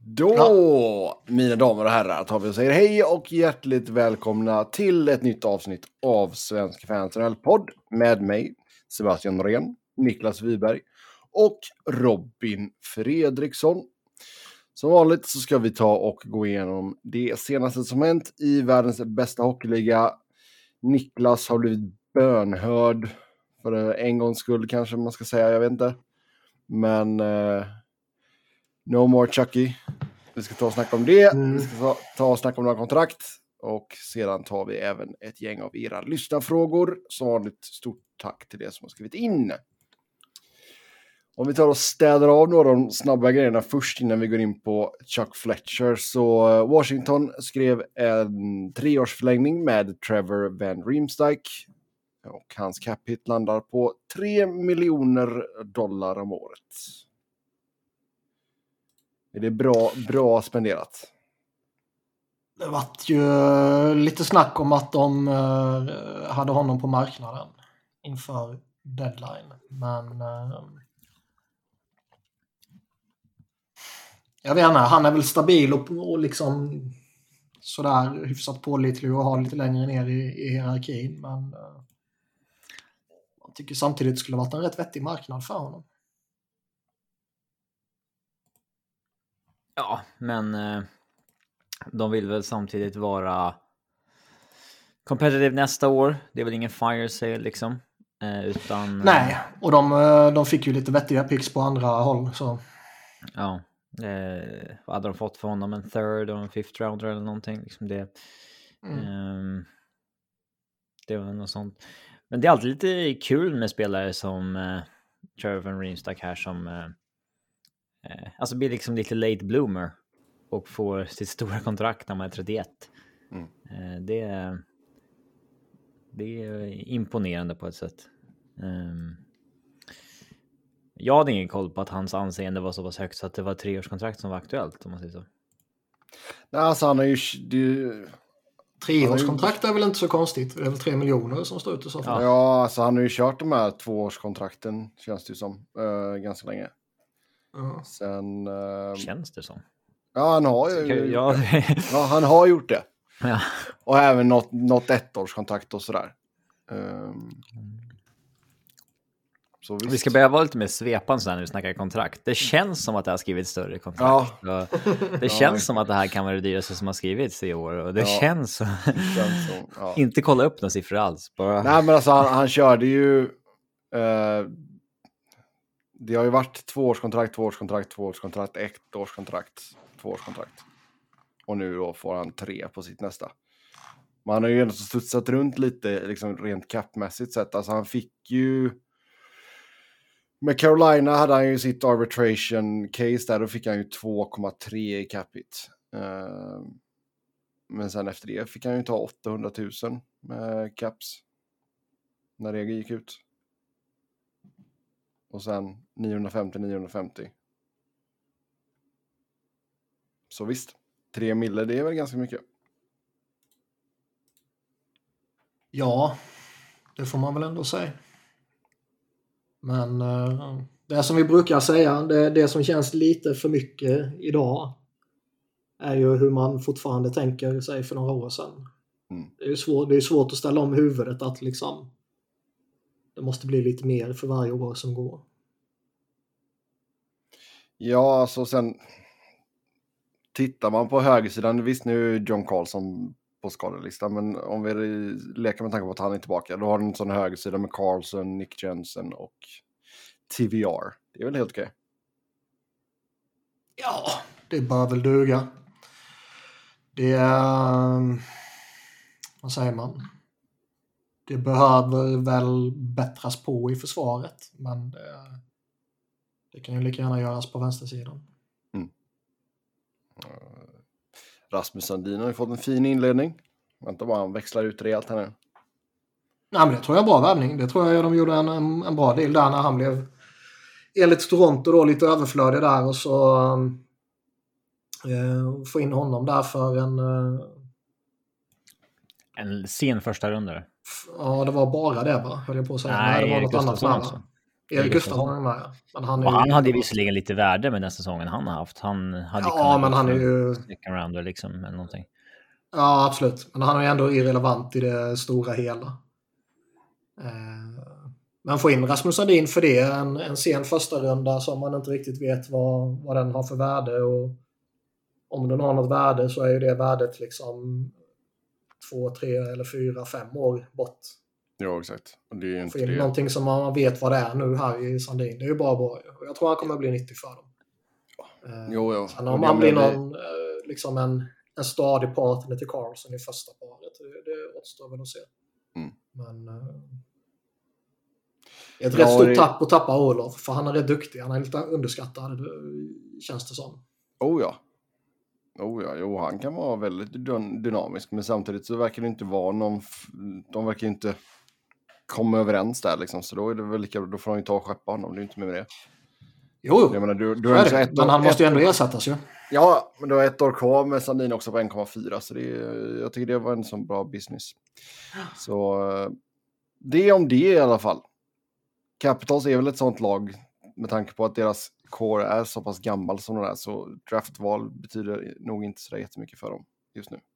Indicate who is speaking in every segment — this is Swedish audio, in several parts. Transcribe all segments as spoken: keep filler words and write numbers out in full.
Speaker 1: Då, ja. Mina damer och herrar, tar vi och säger hej och hjärtligt välkomna till ett nytt avsnitt av Svenska Fans N H L-podd med mig, Sebastian Norén, Niklas Wiberg och Robin Fredriksson. Som vanligt så ska vi ta och gå igenom det senaste som hänt i världens bästa hockeyliga. Niklas har blivit bönhörd för en gångs skull kanske man ska säga, jag vet inte. Men uh, no more Chucky. Vi ska ta och snacka om det. Mm. Vi ska ta, ta och snacka om några kontrakt. Och sedan tar vi även ett gäng av era lyssnarfrågor. Som vanligt, stort tack till er som har skrivit in. Om vi tar och städar av några av de snabba grejerna först innan vi går in på Chuck Fletcher. Så Washington skrev en treårsförlängning med Trevor Van Riemsdyk. Och hans cap hit landar på tre miljoner dollar om året. Är det bra, bra spenderat?
Speaker 2: Det var ju lite snack om att de hade honom på marknaden inför deadline. Men jag vet inte, han är väl stabil och, och liksom sådär hyfsat pålitlig och har lite längre ner i, i hierarkin. Men jag tycker samtidigt skulle det varit en rätt vettig marknad för honom.
Speaker 3: Ja, men eh, de vill väl samtidigt vara competitive nästa år. Det är väl ingen fire sale liksom. Eh, utan,
Speaker 2: Nej, och de, de fick ju lite vettiga picks på andra håll. Så.
Speaker 3: Ja, eh, vad hade de fått för honom? En third och en fifth rounder eller någonting. Liksom det, mm. eh, det var något sånt. Men det är alltid lite kul med spelare som eh, Trevor Van Riemsdyk här som... Eh, Alltså blir liksom lite late bloomer och får sitt stora kontrakt när man är trettioett. Mm. Det, är, det är imponerande på ett sätt. Jag hade ingen koll på att hans anseende var så pass högt så att det var ett treårskontrakt som var aktuellt, om man säger så.
Speaker 1: Nej, alltså han har ju... Det...
Speaker 2: Treårskontrakt är väl inte så konstigt. Det är väl tre miljoner som står ut i så fall.
Speaker 1: Ja, alltså han har ju kört de här tvåårskontrakten, känns det ju som, uh, ganska länge.
Speaker 2: Uh.
Speaker 1: Sen, uh...
Speaker 3: känns det som.
Speaker 1: Ja, han har ju
Speaker 3: ja.
Speaker 1: ja, han har gjort det.
Speaker 3: Ja.
Speaker 1: Och även något, något ettårskontrakt och sådär. Um...
Speaker 3: Så vi ska börja vara lite mer svepande när vi snackar kontrakt. Det känns som att det har skrivit större kontrakt. Ja. Det känns ja. som att det här kan vara det dyraste som har skrivits i år. Och det ja. känns så. Det känns så. Ja. Inte kolla upp några siffror alls. Bara...
Speaker 1: Nej, men alltså han, han körde ju... Uh... Det har ju varit tvåårskontrakt, tvåårskontrakt, tvåårskontrakt, ettårskontrakt, tvåårskontrakt. Och nu då får han tre på sitt nästa. Men han har ju ändå studsat runt lite liksom rent capmässigt sett. Alltså han fick ju... Med Carolina hade han ju sitt arbitration case där. Då fick han ju två komma tre i capita. Uh, men sen efter det fick han ju ta åttahundratusen med caps. När det gick ut. Och sen niohundrafemtio niohundrafemtio. Så visst, tre mille, det är väl ganska mycket.
Speaker 2: Ja, det får man väl ändå säga. Men uh, det som vi brukar säga, det, det som känns lite för mycket idag är ju hur man fortfarande tänker sig för några år sedan. Mm. Det är svårt, det är svårt att ställa om huvudet att liksom det måste bli lite mer för varje år som går.
Speaker 1: Ja, alltså sen tittar man på högersidan, visst nu är John Carlson på skadelistan, men om vi leker med tanke på att han är tillbaka, då har du en sån högersida med Carlson, Nick Jensen och T V R. Det är väl helt okej?
Speaker 2: Ja, det bör väl duga. Det är... Vad säger man? Det behöver väl bättras på i försvaret, men det, det kan ju lika gärna göras på vänstersidan.
Speaker 1: Mm. Uh, Rasmus Sandin har ju fått en fin inledning. Vänta bara, han växlar ut rejält här nu.
Speaker 2: Nej, men det tror jag är bra värvning. Det tror jag de gjorde en, en, en bra del där när han blev enligt Toronto då lite överflödig där och så uh, få in honom där för en... Uh,
Speaker 3: en sen första rundare.
Speaker 2: Ja, det var bara det va? Höll jag på att säga.
Speaker 3: Nej,
Speaker 2: Nej det var
Speaker 3: Erik
Speaker 2: något annat med.
Speaker 3: Också.
Speaker 2: Erik Gustafsson är med. Men han, är
Speaker 3: och han
Speaker 2: ju
Speaker 3: hade ju visserligen lite värde med den säsongen han har haft. Han hade
Speaker 2: ja, men han är ju...
Speaker 3: second rounder liksom, eller någonting.
Speaker 2: Ja, absolut. Men han är ju ändå irrelevant i det stora hela. Eh, men få in Rasmus Sandin för det. En, en sen första runda som man inte riktigt vet vad, vad den har för värde. Och om den har något värde så är ju det värdet liksom två, tre eller fyra, fem år bort.
Speaker 1: Ja, exakt. Och det är inte
Speaker 2: få in
Speaker 1: det.
Speaker 2: Någonting som man vet vad det är nu här i Sandin. Det är ju bara bra. Jag tror han kommer att bli nittio för dem. Eh,
Speaker 1: jo, jo.
Speaker 2: Sen om han blir någon, eh, liksom en, en stadig partner till Carlson i första paret. Det, det återstår väl att se.
Speaker 1: Mm.
Speaker 2: Men eh, ett
Speaker 1: ja,
Speaker 2: rätt stort
Speaker 1: det...
Speaker 2: tapp att tappa Olof. För han är rätt duktig. Han är lite underskattad, känns det som.
Speaker 1: Oh ja. Oh ja, jo, han kan vara väldigt dynamisk. Men samtidigt så verkar det inte vara någon... De verkar inte komma överens där liksom. Så då är det väl lika... Då får de ju ta och skeppa honom. Det är inte med det.
Speaker 2: Jo, jo.
Speaker 1: Jag menar, du, du
Speaker 2: är
Speaker 1: är
Speaker 2: det.
Speaker 1: ett
Speaker 2: Men
Speaker 1: år,
Speaker 2: han måste ju
Speaker 1: ett...
Speaker 2: ändå ersättas ju.
Speaker 1: Ja, men du har ett år kvar med Sandin också på en komma fyra. Så det är, jag tycker det var en sån bra business. Så det är om det i alla fall. Capitals är väl ett sånt lag med tanke på att deras core är så pass gammal som det är. Så draftval betyder nog inte så jättemycket för dem just nu.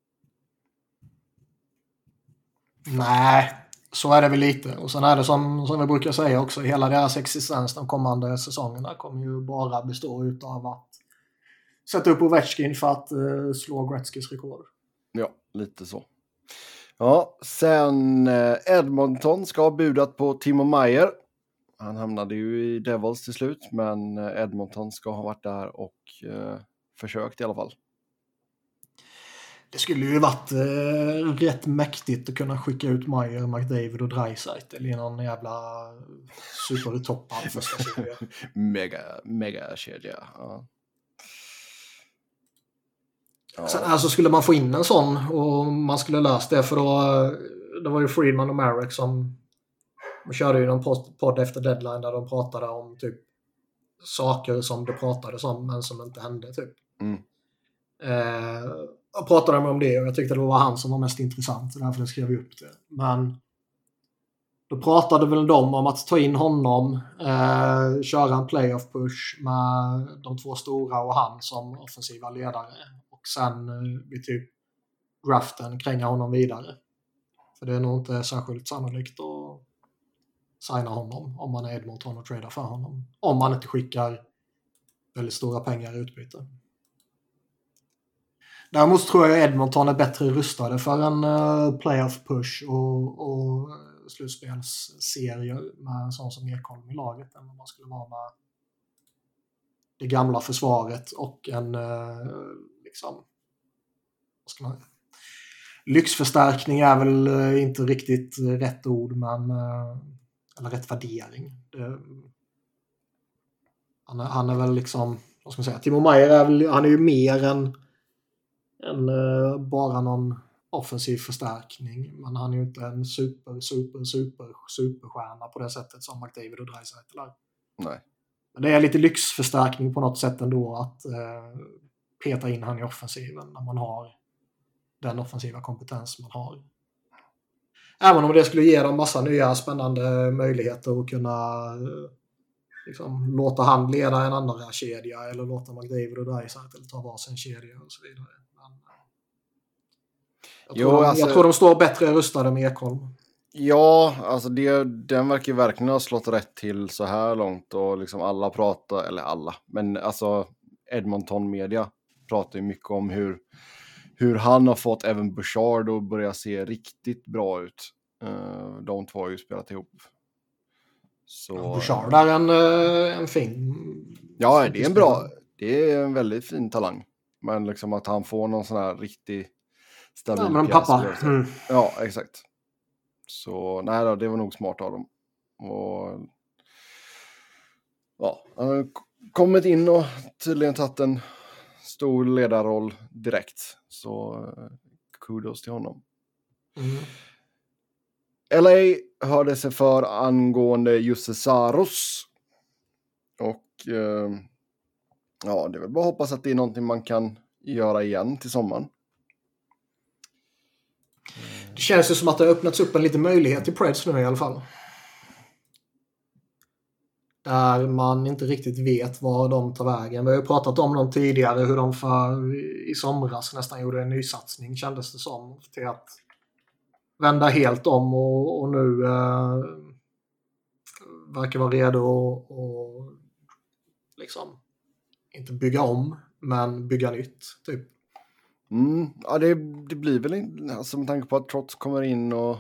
Speaker 2: Nej, så är det väl lite. Och sen är det som, som vi brukar säga också, hela deras existens de kommande säsongerna kommer ju bara bestå utav att sätta upp Ovechkin för att uh, slå Gretzkys rekord.
Speaker 1: Ja, lite så. Ja, sen eh, Edmonton ska ha budat på Timo Meier. Han hamnade ju i Devils till slut, men Edmonton ska ha varit där och eh, försökt i alla fall.
Speaker 2: Det skulle ju varit eh, rätt mäktigt att kunna skicka ut Meier, McDavid och Draisaitl i någon jävla supertoppad första serie.
Speaker 1: mega, mega kedja. Ja.
Speaker 2: Ja. Sen, alltså skulle man få in en sån och man skulle lösa det, för då det var ju Friedman och Marek som de körde ju någon podd efter deadline där de pratade om typ saker som det pratades om men som inte hände typ.
Speaker 1: Mm.
Speaker 2: Eh, jag pratade om det och jag tyckte det var han som var mest intressant, så därför skrev jag upp det. Men då pratade väl de om att ta in honom, eh, köra en playoff push med de två stora och han som offensiva ledare. Och sen eh, vid typ draften kränga honom vidare. För det är nog inte särskilt sannolikt att signa honom om man är Edmonton och tradar för honom. Om man inte skickar väldigt stora pengar i utbyte. Däremot tror jag Edmonton är bättre rustade för en uh, playoff push och, och slutspelsserier med en sån som Ekholm i laget än vad man skulle vara med det gamla försvaret och en uh, liksom vad ska man, lyxförstärkning är väl uh, inte riktigt rätt ord, men uh, eller rätt värdering. Det, han, är, han är väl liksom, vad ska man säga, Timo Meier är väl, han är ju mer än än uh, bara någon offensiv förstärkning, men han är ju inte en super, super, super, superstjärna på det sättet som McDavid och Draisaitl är.
Speaker 1: Nej.
Speaker 2: Men det är lite lyxförstärkning på något sätt ändå att uh, peta in han i offensiven när man har den offensiva kompetens man har. Även om det skulle ge dem massa nya spännande möjligheter att kunna uh, liksom, låta han leda en andra kedja eller låta McDavid och Draisaitl ta varsin kedja och så vidare. Jag tror, jo, de, alltså, jag tror de står bättre rustade med Ekholm.
Speaker 1: Ja, alltså det, den verkar verkligen ha slått rätt till så här långt. Och liksom alla pratar, eller alla, men alltså Edmonton media pratar ju mycket om hur, hur han har fått Evan Bouchard att börja se riktigt bra ut. De två har ju spelat ihop. Så,
Speaker 2: ja, Bouchard är en, en fin...
Speaker 1: Ja, fin det är en bra, det är en väldigt fin talang. Men liksom att han får någon sån här riktig stabil
Speaker 2: ja, men pappa. Mm.
Speaker 1: Ja, exakt. Så nej då, det var nog smart av dem. Och ja, han har kommit in och tydligen tagit en stor ledarroll direkt. Så kudos till honom.
Speaker 2: Mm.
Speaker 1: L A hörde sig för angående Jussi Saros. Och eh, ja, det är väl bara att hoppas att det är någonting man kan göra igen till sommaren.
Speaker 2: Det känns ju som att det har öppnats upp en liten möjlighet till Preds nu i alla fall. där man inte riktigt vet var de tar vägen. Vi har ju pratat om dem tidigare, hur de för i somras nästan gjorde en nysatsning, kändes det som, till att vända helt om och, och nu eh, verkar vara redo och, och liksom inte bygga om, men bygga nytt typ.
Speaker 1: Mm, ja, det, det blir väl inte, alltså med tanke på att Trotz kommer in och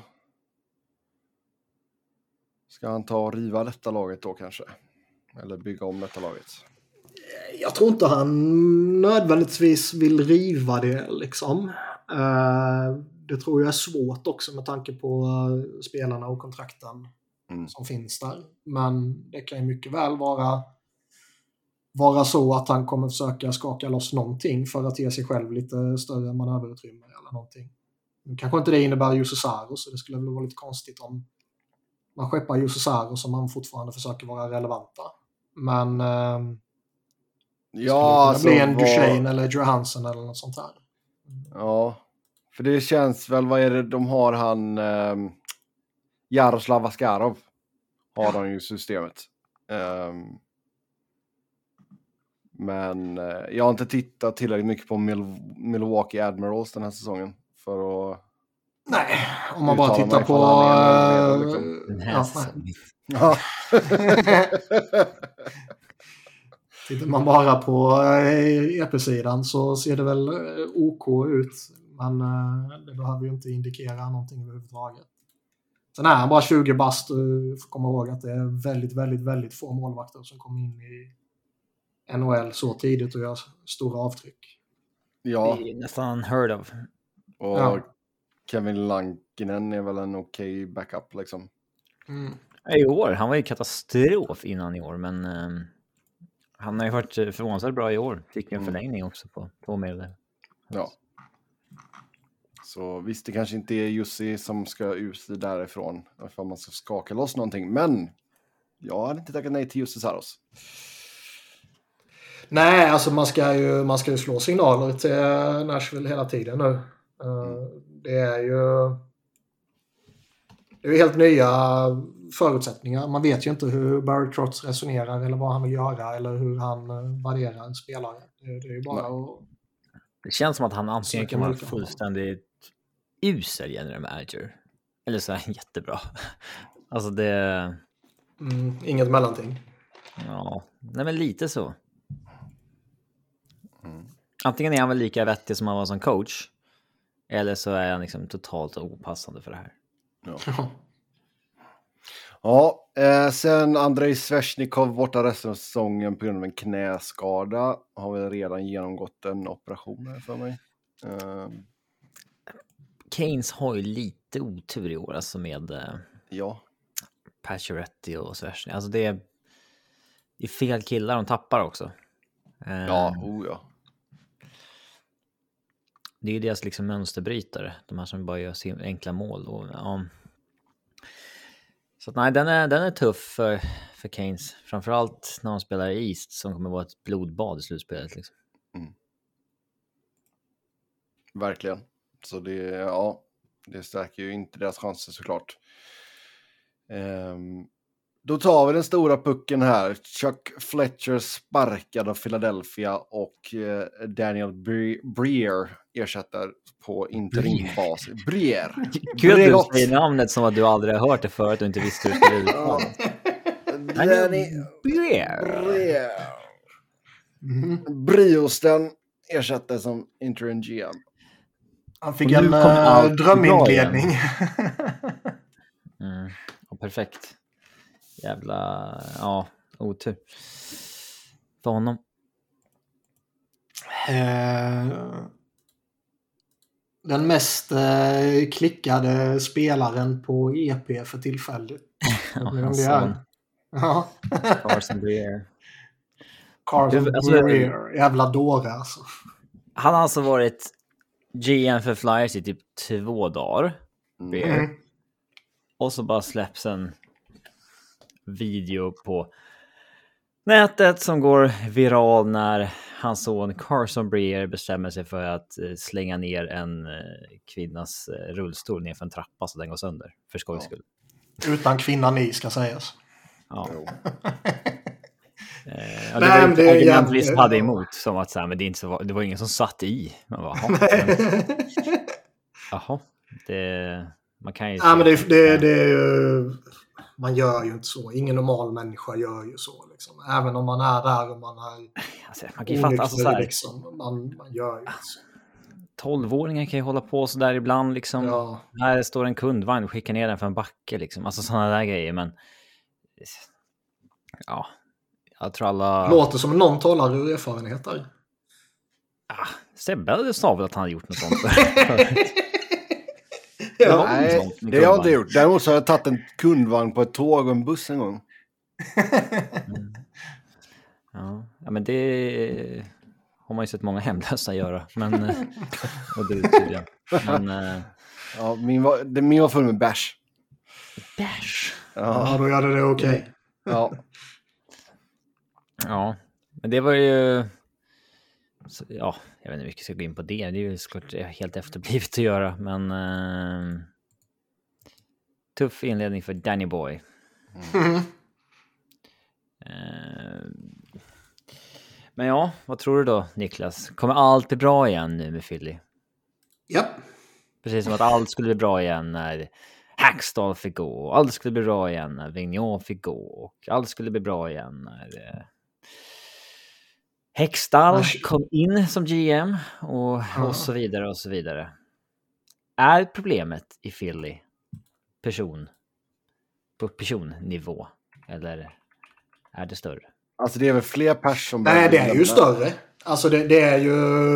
Speaker 1: ska han ta och riva detta laget då kanske? Eller bygga om detta laget?
Speaker 2: Jag tror inte han nödvändigtvis vill riva det liksom. Det tror jag är svårt också med tanke på spelarna och kontrakten mm. som finns där. Men det kan ju mycket väl vara vara så att han kommer försöka skaka loss någonting för att ge sig själv lite större manöverutrymme eller någonting. Kanske inte det innebär Juuse Saros, så det skulle väl vara lite konstigt om man skeppar Juuse Saros som man fortfarande försöker vara relevanta. Men eh,
Speaker 1: ja,
Speaker 2: det bli en
Speaker 1: var...
Speaker 2: Duchene eller Johansson eller något sånt här.
Speaker 1: Ja, för det känns väl, vad är det de har han eh, Jaroslav Askarov har ja. de ju systemet. Um, men eh, jag har inte tittat tillräckligt mycket på Mil- Milwaukee Admirals den här säsongen för att
Speaker 2: nej, om man bara tittar på
Speaker 1: uh, liksom.
Speaker 3: ja,
Speaker 1: ja.
Speaker 2: Tittar man bara på E P-sidan så ser det väl OK ut, men det behöver ju inte indikera någonting överhuvudtaget. Sen är han bara tjugo bast, du får komma ihåg att det är väldigt, väldigt, väldigt få målvakter som kommer in i N H L så tidigt och gör stora avtryck.
Speaker 1: Ja.
Speaker 3: Det är nästan unheard of.
Speaker 1: Och
Speaker 2: ja.
Speaker 1: Kevin Lankinen är väl en okej okay backup liksom.
Speaker 2: Mm.
Speaker 3: I år, han var ju katastrof innan i år, men um, han har ju varit förvånansvärt bra i år. Fick ju en förlängning också på två medel.
Speaker 1: Ja. Så visst, det kanske inte är Jussi som ska ut därifrån för man ska skaka loss någonting, men jag hade inte tackat nej till Juuse Saros.
Speaker 2: Nej, alltså man ska ju, man ska ju slå signaler till Nashville hela tiden nu. Uh, det är ju det är ju helt nya förutsättningar. Man vet ju inte hur Barry Trotz resonerar eller vad han vill göra eller hur han värderar spelare. Det, det är ju bara att...
Speaker 3: Det känns som att han antingen kan vara fullständigt usel general manager eller så är han jättebra. Alltså det...
Speaker 2: Mm, inget mellanting.
Speaker 3: Ja, nej men lite så. Mm. Antingen är han väl lika vettig som han var som coach, eller så är han liksom totalt opassande för det här.
Speaker 1: Ja, ja eh, sen Andrei Svechnikov borta resten av säsongen på grund av en knäskada. Har väl redan genomgått en operation här för mig. Eh.
Speaker 3: Keynes har ju lite otur i år alltså med eh,
Speaker 1: ja.
Speaker 3: Pacioretty och Svechnikov. Alltså det är, det är fel killar de tappar också. Eh,
Speaker 1: ja, oh ja.
Speaker 3: Det är ju deras liksom mönsterbrytare. De här som bara gör sin enkla mål. Och, ja. Så att, nej, den är, den är tuff för, för Keynes. Framförallt när de spelar i East som kommer vara ett blodbad i slutspelet. Liksom.
Speaker 1: Mm. Verkligen. Så det, ja, det stärker ju inte deras chanser såklart. Um, då tar vi den stora pucken här. Chuck Fletcher sparkad av Philadelphia och uh, Daniel Briere ersätter på interimbas. Briere.
Speaker 3: Kul att du säger namnet som att du aldrig har hört det förut och inte visste hur det skulle uttala.
Speaker 1: Daniel Briere. Mm. Briosten ersätter som interim G M.
Speaker 2: Han fick en uh, dröminledning.
Speaker 3: mm. Och perfekt. Jävla, ja, otur. För honom.
Speaker 2: Uh, den mest uh, klickade spelaren på E P för tillfället.
Speaker 3: ja,
Speaker 2: det är. Ja.
Speaker 3: Carson Briere.
Speaker 2: Carson alltså, Briere. Jävla dåre alltså.
Speaker 3: Han har alltså varit G M för Flyers i typ två dagar. Mm. Och så bara släpps en video på nätet som går viral när hans son Carson Briere bestämmer sig för att slänga ner en kvinnas rullstol ner för en trappa så den går sönder. För skojs skull.
Speaker 2: Ja. Utan kvinnan i ska sägas.
Speaker 3: Ja. Eh, ja, det
Speaker 2: Nej,
Speaker 3: var
Speaker 2: men
Speaker 3: ju
Speaker 2: det är
Speaker 3: argument
Speaker 2: jävligt-
Speaker 3: vissa hade emot. Som att så här, men det, är inte så, det var ingen som satt i. Man bara, jaha. Men, jaha. Det, man kan ju...
Speaker 2: Ja, men det,
Speaker 3: se-
Speaker 2: det, det är ju... Man gör ju inte så. Ingen normal människa gör ju så. Liksom. Även om man är där och man är
Speaker 3: Alltså, man kan ju fatta, alltså, så
Speaker 2: onykter,
Speaker 3: här,
Speaker 2: liksom. Man, man gör ju inte så.
Speaker 3: tolvåringar kan ju hålla på så där ibland liksom.
Speaker 2: Ja.
Speaker 3: Här står en kundvagn och skickar ner den för en backe liksom. Alltså sådana där grejer, men... Ja, jag tror alla...
Speaker 2: Låter som någon talar ur erfarenheter.
Speaker 3: Ah, Sebbe sa väl att han hade gjort något sånt.
Speaker 2: Ja.
Speaker 3: var väl
Speaker 1: Nej,
Speaker 3: sånt med
Speaker 1: det har jag inte
Speaker 3: kundvagn.
Speaker 1: gjort. Däremot så har jag tagit en kundvagn på ett tåg och en buss en gång.
Speaker 3: Mm. Ja, ja, men det har man ju sett många hemlösa göra. Men, eh, och du tydligen. Men, eh,
Speaker 1: Ja, min var, det, min var full med bärs.
Speaker 3: bärs.
Speaker 2: Ja,
Speaker 1: Ja,
Speaker 2: då gör det det okej.
Speaker 1: ja.
Speaker 3: Ja, men det var ju... Så, ja, jag vet inte hur mycket jag ska gå in på det. Det är ju såklart helt efterblivet att göra. Men... Eh, tuff inledning för Danny Boy.
Speaker 2: Mm.
Speaker 3: Eh, men ja, vad tror du då, Niklas? Kommer allt bli bra igen nu med Philly?
Speaker 2: Japp.
Speaker 3: Precis som att allt skulle bli bra igen när Hackstall fick gå. Och allt skulle bli bra igen när Vigneault fick gå. Och allt skulle bli bra igen när eh, Hextall
Speaker 2: Asch.
Speaker 3: kom in som G M. Och,
Speaker 2: Ja.
Speaker 3: och så vidare och så vidare. Är problemet i Philly person på personnivå? Eller är det större?
Speaker 1: Alltså det är väl fler pers som...
Speaker 2: Nej, det är ju
Speaker 1: lämna.
Speaker 2: större. Alltså det, det är ju...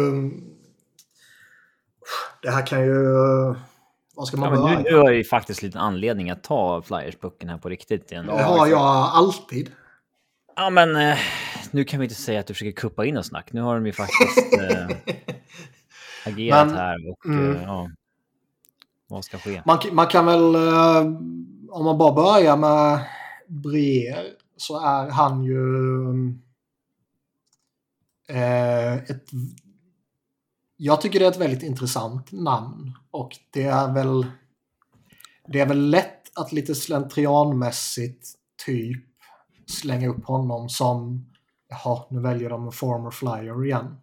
Speaker 2: Det här kan ju... Vad ska
Speaker 3: Ja,
Speaker 2: man
Speaker 3: men
Speaker 2: börja?
Speaker 3: nu, nu har jag ju faktiskt lite anledning att ta Flyers-pucken här på riktigt igen.
Speaker 2: Det
Speaker 1: Ja,
Speaker 2: har
Speaker 1: exakt.
Speaker 2: jag alltid.
Speaker 3: Ja, men eh, nu kan vi inte säga att du försöker kuppa in och snack. Nu har de ju faktiskt eh, agerat
Speaker 2: Men,
Speaker 3: här och
Speaker 2: mm.
Speaker 3: eh, ja, vad ska ske?
Speaker 2: Man, man kan väl... eh, Om man bara börjar med Brier så är han ju... Eh, ett, jag tycker det är ett väldigt intressant namn. Och det är väl... Det är väl lätt att lite slentrianmässigt typ slänga upp honom som... Jaha, nu väljer de en former flyer igen.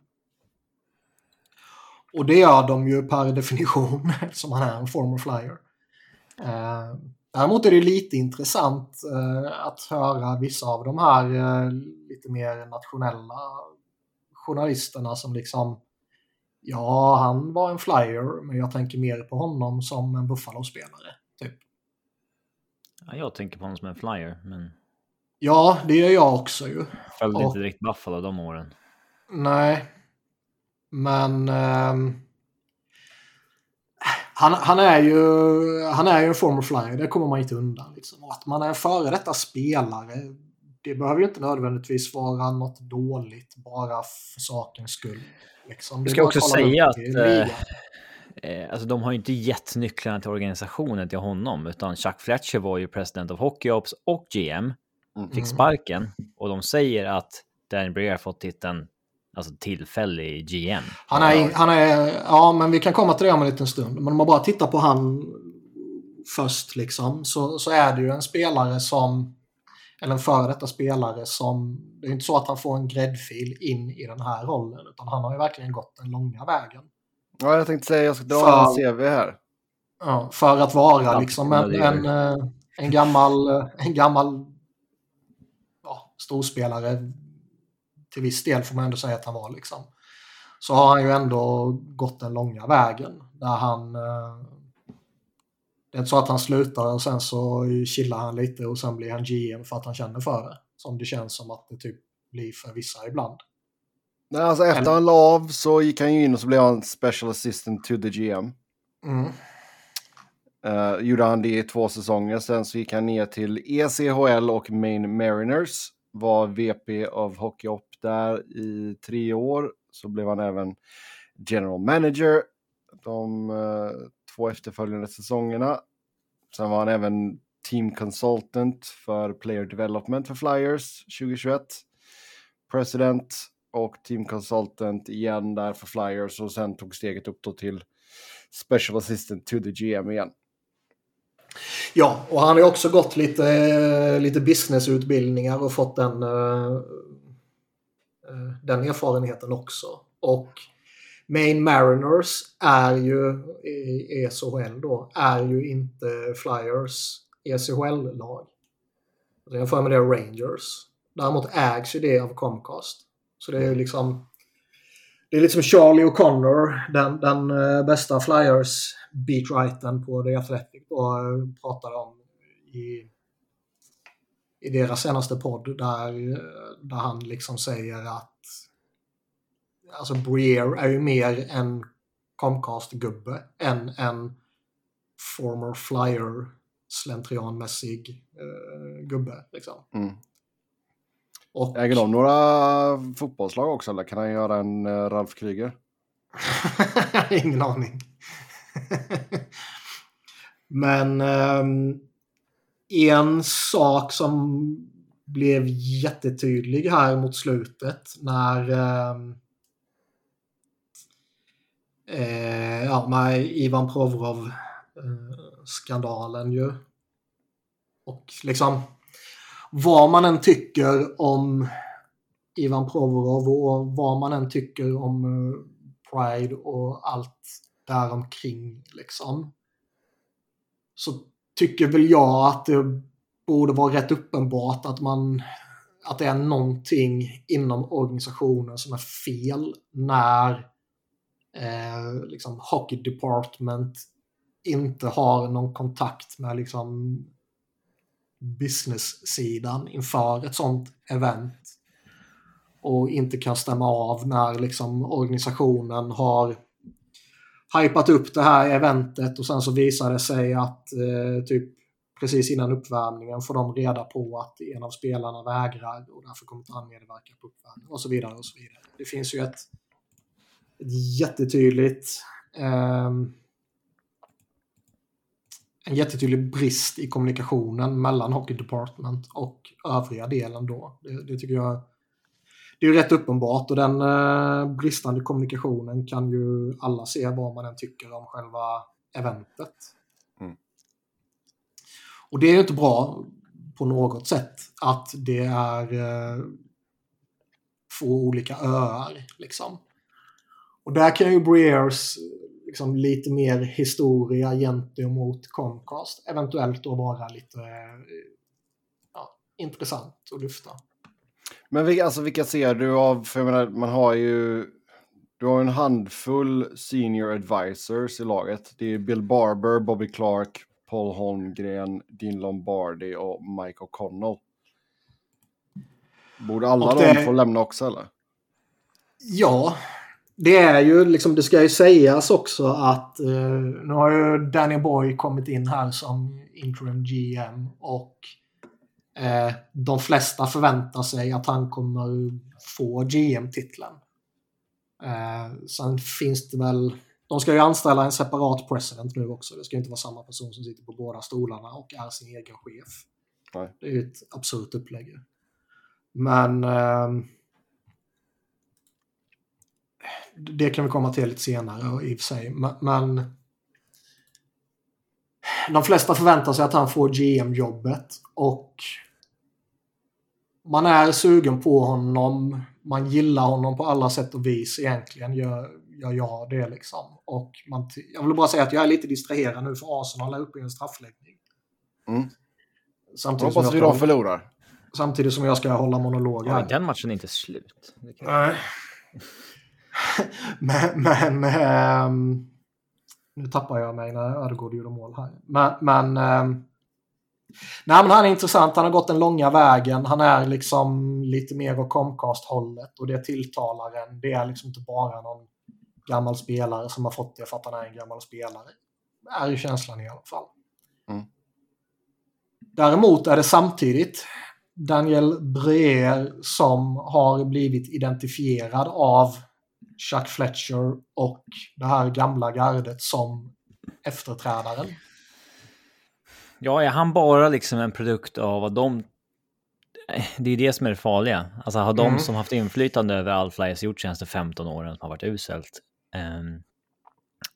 Speaker 2: Och det gör de ju per definition som han är en former flyer. Eh, däremot är det lite intressant eh, att höra vissa av de här eh, lite mer nationella journalisterna som liksom ja, han var en flyer men jag tänker mer på honom som en Buffalo-spelare. Typ.
Speaker 3: Ja, jag tänker på honom som en flyer, men
Speaker 2: Ja, det gör jag också ju.
Speaker 3: följde
Speaker 2: Och-
Speaker 3: inte direkt Buffalo de åren.
Speaker 2: Nej. Men ehm, han, han är ju han är ju en former flyer, det kommer man inte undan. Liksom. Och att man är en före detta spelare, det behöver ju inte nödvändigtvis vara något dåligt bara för sakens skull. Liksom. Det
Speaker 3: Jag
Speaker 2: är
Speaker 3: ska
Speaker 2: bara
Speaker 3: också
Speaker 2: kolla upp
Speaker 3: säga
Speaker 2: till
Speaker 3: att
Speaker 2: ligan.
Speaker 3: eh, alltså, de har ju inte gett nycklarna till organisationen till honom, utan Chuck Fletcher var ju president of Hockey Ops och G M,
Speaker 1: Mm.
Speaker 3: fick sparken, och de säger att Danny Briere har fått titeln, alltså tillfällig G M.
Speaker 2: Han är, han är, ja men vi kan komma till det om en liten stund. Men om man bara tittar på han först liksom, så, så är det ju en spelare som, eller en före detta spelare som, det är inte så att han får en gräddfil in i den här rollen, utan han har ju verkligen gått den långa vägen.
Speaker 1: Ja, jag tänkte säga jag ska dra
Speaker 2: För-
Speaker 1: en C V här.
Speaker 2: Ja, för att vara
Speaker 3: Ja,
Speaker 2: liksom
Speaker 3: ja,
Speaker 2: en,
Speaker 3: det är
Speaker 2: en,
Speaker 3: det.
Speaker 2: eh, en gammal, en gammal ja, storspelare till viss del får man ändå säga att han var liksom. Så har han ju ändå gått den långa vägen där han eh, det är inte så att han slutar och sen så chillar han lite och sen blir han G M för att han känner för det. Som det känns som att det typ blir för vissa ibland.
Speaker 1: Nej, alltså efter
Speaker 2: Eller-
Speaker 1: han la av så gick han ju in och så blev han special assistant to the G M.
Speaker 2: Mm.
Speaker 1: Uh, gjorde han det i två säsonger. Sen så gick han ner till E C H L och Maine Mariners. Var V P of Hockey Op där i tre år. Så blev han även general manager de uh, två efterföljande säsongerna. Sen var han även team consultant för player development för Flyers tjugohundratjugoett. President och team consultant igen där för Flyers. Och sen tog steget upp då till special assistant to the G M igen.
Speaker 2: Ja, och han har också gått lite, lite businessutbildningar och fått den, den erfarenheten också. Och Maine Mariners är ju i E C H L då, är ju inte Flyers E C H L-lag. Jag får med det Rangers. Däremot ägs ju det av Comcast. Så det är ju liksom det är liksom Charlie O'Connor, den, den bästa Flyers beatwritern på The Athletic, och pratade om i, i deras senaste podd där, där han liksom säger att alltså Briere är ju mer en Comcast-gubbe än en former Flyer slentrianmässig uh, gubbe liksom.
Speaker 1: Mm.
Speaker 2: Och...
Speaker 1: Äger de några fotbollslag också, eller kan han göra en uh, Ralf Kryger?
Speaker 2: Ingen aning. Men um, en sak som blev jättetydlig här mot slutet när um, eh, ja, med Ivan Provorov eh, skandalen ju. Och liksom vad man än tycker om Ivan Provorov och vad man än tycker om uh, Pride och allt däromkring liksom, så tycker väl jag att det borde vara rätt uppenbart att man att det är någonting inom organisationen som är fel när eh, liksom Hockey Department inte har någon kontakt med liksom business-sidan inför ett sånt event och inte kan stämma av när liksom organisationen har hypat upp det här eventet och sen så visar det sig att eh, typ precis innan uppvärmningen får de reda på att en av spelarna vägrar och därför kommer inte han medverka på uppvärmningen och så vidare och så vidare. Det finns ju ett, ett jättetydligt eh, en jättetydlig brist i kommunikationen mellan Hockey Department och övriga delen då. Det, det tycker jag det är ju rätt uppenbart, och den eh, bristande kommunikationen kan ju alla se vad man än tycker om själva eventet. Mm. Och det är ju inte bra på något sätt att det är eh, två olika öar liksom. Och där kan ju Brieres liksom lite mer historia gentemot Comcast eventuellt då vara lite ja, intressant att lyfta.
Speaker 1: Men vilka, alltså, vilka ser du av, för jag menar, man har ju du har en handfull senior advisors i laget. Det är Bill Barber, Bobby Clark, Paul Holmgren, Dean Lombardi och Mike O'Connell. Borde alla det... de få lämna också, eller?
Speaker 2: Ja, det är ju liksom, det ska ju sägas också att eh, nu har ju Danny Boy kommit in här som interim G M och eh, de flesta förväntar sig att han kommer få G M-titeln. Eh, sen finns det väl, de ska ju anställa en separat president nu också. Det ska inte vara samma person som sitter på båda stolarna och är sin egen chef. Nej. Det är ju ett absurt upplägg. Men eh, det kan vi komma till lite senare i och för sig. Men de flesta förväntar sig att han får G M-jobbet och man är sugen på honom. Man gillar honom på alla sätt och vis egentligen. Gör, gör jag det liksom. Och man t- jag vill bara säga att jag är lite distraherad nu för Arsenal är uppe i en straffläggning.
Speaker 1: Mm.
Speaker 2: Samtidigt
Speaker 1: hoppas vi då förlorar.
Speaker 2: Samtidigt som jag ska hålla monologer.
Speaker 3: Ja, den matchen är inte slut.
Speaker 2: Nej. men men ähm, nu tappar jag mig när Ödegård gjorde mål här. Men, men, ähm, nej, men han är intressant. Han har gått den långa vägen. Han är liksom lite mer åt Comcast-hållet och det tilltalar en. Det är liksom inte bara någon gammal spelare som har fått det för att han är en gammal spelare. Det är ju känslan i alla fall. Mm. Däremot är det samtidigt Daniel Briere som har blivit identifierad av Chuck Fletcher och det här gamla gardet som efterträdaren.
Speaker 3: Ja, är han bara liksom en produkt av vad de... Det är det som är det farliga. Alltså har de mm. som haft inflytande över all Flyers gjort senaste femton åren som har varit uselt. Um,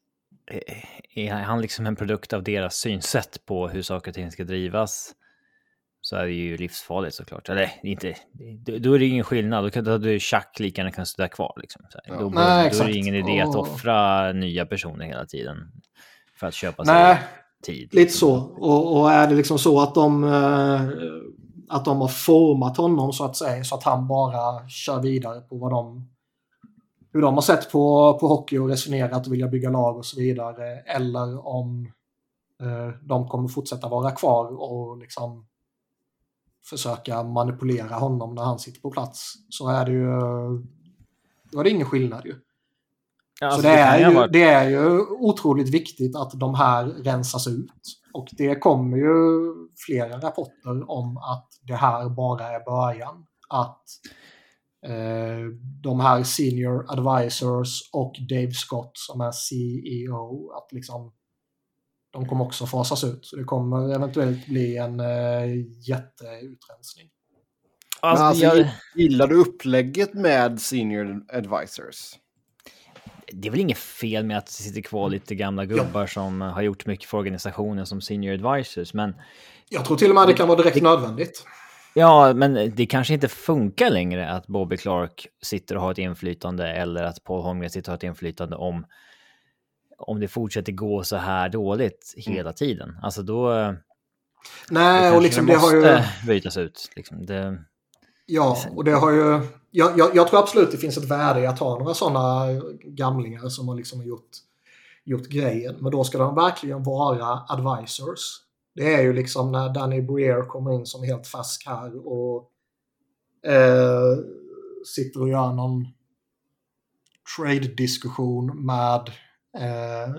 Speaker 3: är han liksom en produkt av deras synsätt på hur saker och ting ska drivas, så är det ju livsfarligt såklart. Eller inte, då är det ingen skillnad. Då kan då du Chuck lika gärna kan sitta kvar. Liksom.
Speaker 2: Ja.
Speaker 3: Då,
Speaker 2: Nej,
Speaker 3: då är det ingen idé att offra nya personer hela tiden för att köpa sig
Speaker 2: Nej,
Speaker 3: tid.
Speaker 2: Lite så. Och, och är det liksom så att de, eh, att de har format honom så att säga, så att han bara kör vidare på vad de, hur de har sett på, på hockey och resonerat och vilja bygga lag och så vidare. Eller om eh, de kommer fortsätta vara kvar och liksom försöka manipulera honom när han sitter på plats, så är det ju, då är det ingen skillnad ju. Ja, så det, det, är ju, varit... det är ju otroligt viktigt att de här rensas ut. Och det kommer ju flera rapporter om att det här bara är början. Att eh, de här senior advisors och Dave Scott som är C E O, att liksom de kommer också fasas ut. Så det kommer eventuellt bli en eh, jätteutrensning.
Speaker 1: Alltså, alltså, jag... Gillar du upplägget med senior advisors?
Speaker 3: Det är väl inget fel med att det sitter kvar lite gamla gubbar ja. som har gjort mycket för organisationen som senior advisors, men...
Speaker 2: Jag tror till och med det kan vara direkt det... nödvändigt.
Speaker 3: Ja, men det kanske inte funkar längre att Bobby Clark sitter och har ett inflytande, eller att Paul Holmgren sitter och har ett inflytande om om det fortsätter gå så här dåligt hela mm. tiden. Alltså då...
Speaker 2: Nej, då och liksom det, det har ju...
Speaker 3: bytas ut. Liksom. Det...
Speaker 2: Ja, och det har ju... Jag, jag, jag tror absolut det finns ett värde i att ha några sådana gamlingar som har liksom gjort, gjort grejen. Men då ska de verkligen vara advisors. Det är ju liksom när Danny Briere kommer in som helt färsk här och eh, sitter och gör någon trade-diskussion med eh,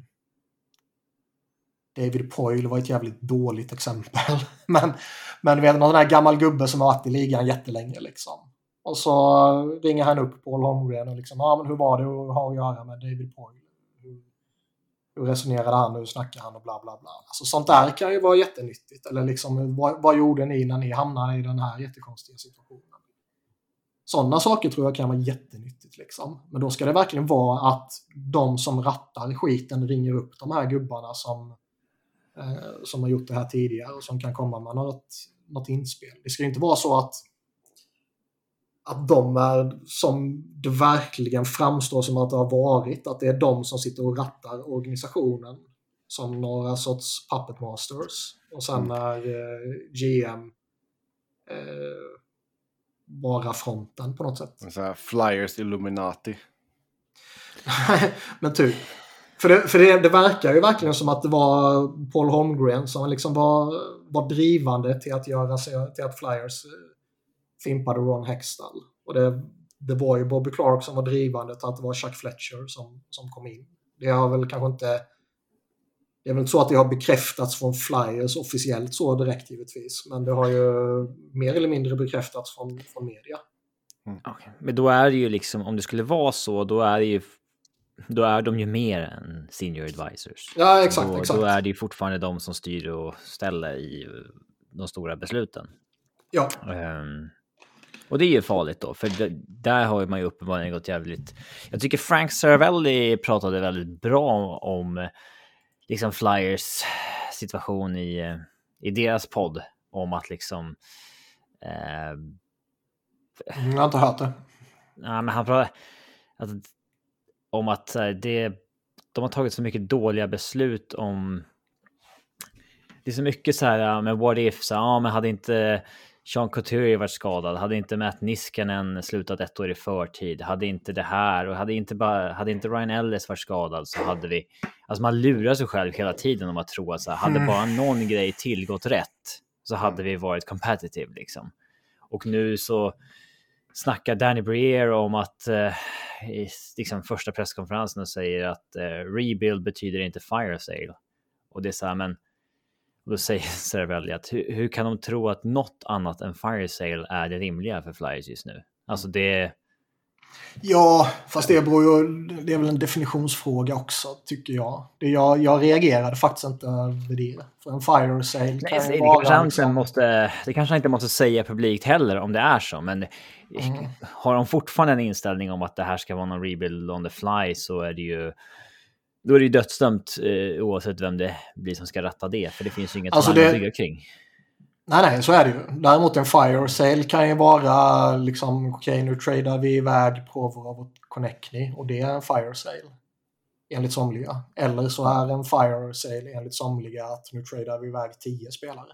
Speaker 2: David Poyle var ett jävligt dåligt exempel. men men du vet, någon sån här gammal gubbe som har varit i ligan jättelänge liksom. Och så ringer han upp Paul Holmgren och liksom, ja men hur var det att ha att göra med David Poyle? Hur, hur resonerade han? Hur snackade han? Och bla bla bla. Alltså sånt där kan ju vara jättenyttigt. Eller liksom, vad, vad gjorde ni när ni hamnade i den här jättekonstiga situationen? Sådana saker tror jag kan vara jättenyttigt liksom. Men då ska det verkligen vara att de som rattar skiten ringer upp de här gubbarna som, eh, som har gjort det här tidigare och som kan komma med något, något inspel. Det ska inte vara så att att de är som det verkligen framstår som att det har varit, att det är de som sitter och rattar organisationen som några sorts puppet masters och sen är eh, G M eh, bara fronten på något sätt.
Speaker 1: Så här, Flyers Illuminati.
Speaker 2: Men typ. För, det, för det, det verkar ju verkligen som att det var Paul Holmgren som liksom var, var drivande till att göra sig, till att Flyers fimpade Ron Hextall. Och det, det var ju Bobby Clark som var drivande till att det var Chuck Fletcher som, som kom in. Det har väl kanske inte... Det är väl inte så att det har bekräftats från Flyers officiellt så direkt givetvis. Men det har ju mer eller mindre bekräftats från, från media.
Speaker 3: Mm. Okay. Men då är det ju liksom, om det skulle vara så, då är det ju då är de ju mer än senior advisors.
Speaker 2: Ja, exakt.
Speaker 3: Då,
Speaker 2: exakt.
Speaker 3: då är det ju fortfarande de som styr och ställer i de stora besluten.
Speaker 2: Ja.
Speaker 3: Um, och det är ju farligt då, för det, där har man ju uppenbarligen gått jävligt... Jag tycker Frank Saravelli pratade väldigt bra om liksom Flyers situation i, i deras podd, om att liksom... Eh,
Speaker 2: Jag har inte hört det.
Speaker 3: Ja, men han pratade att, om att det, de har tagit så mycket dåliga beslut om... Det är så mycket så här, men what if, så, ja, men hade inte... Sean Couturier varit skadad, hade inte Matt Niskanen slutat ett år i förtid, hade inte det här och hade inte bara hade inte Ryan Ellis varit skadad, så hade vi, alltså man lurar sig själv hela tiden om att tro att så här, hade bara någon grej till gått rätt så hade vi varit competitive liksom. Och nu så snackar Danny Briere om att eh, i liksom första presskonferensen och säger att eh, rebuild betyder inte fire sale, och det är så här, men och då säger Saravelli att hur, hur kan de tro att något annat än fire sale är det rimliga för Flyers just nu? Alltså det...
Speaker 2: Ja, fast det beror ju, det är väl en definitionsfråga också, tycker jag. Det jag, jag reagerade faktiskt inte över det. För en fire sale kan
Speaker 3: Nej, det,
Speaker 2: vara...
Speaker 3: kanske
Speaker 2: liksom...
Speaker 3: måste, det kanske inte måste säga publikt heller om det är så, men mm. har de fortfarande en inställning om att det här ska vara någon rebuild on the fly, så är det ju... då är det ju dödsdömt eh, oavsett vem det blir som ska ratta det. För det finns ju inget
Speaker 2: alltså
Speaker 3: det...
Speaker 2: det...
Speaker 3: att bygga kring.
Speaker 2: Nej, nej, så är det ju. Däremot en fire sale kan ju vara liksom, okej, okay, nu tradar vi iväg prover av vårt Connectny och det är en fire sale enligt somliga. Eller så är en fire sale enligt somliga att nu tradar vi iväg tio spelare.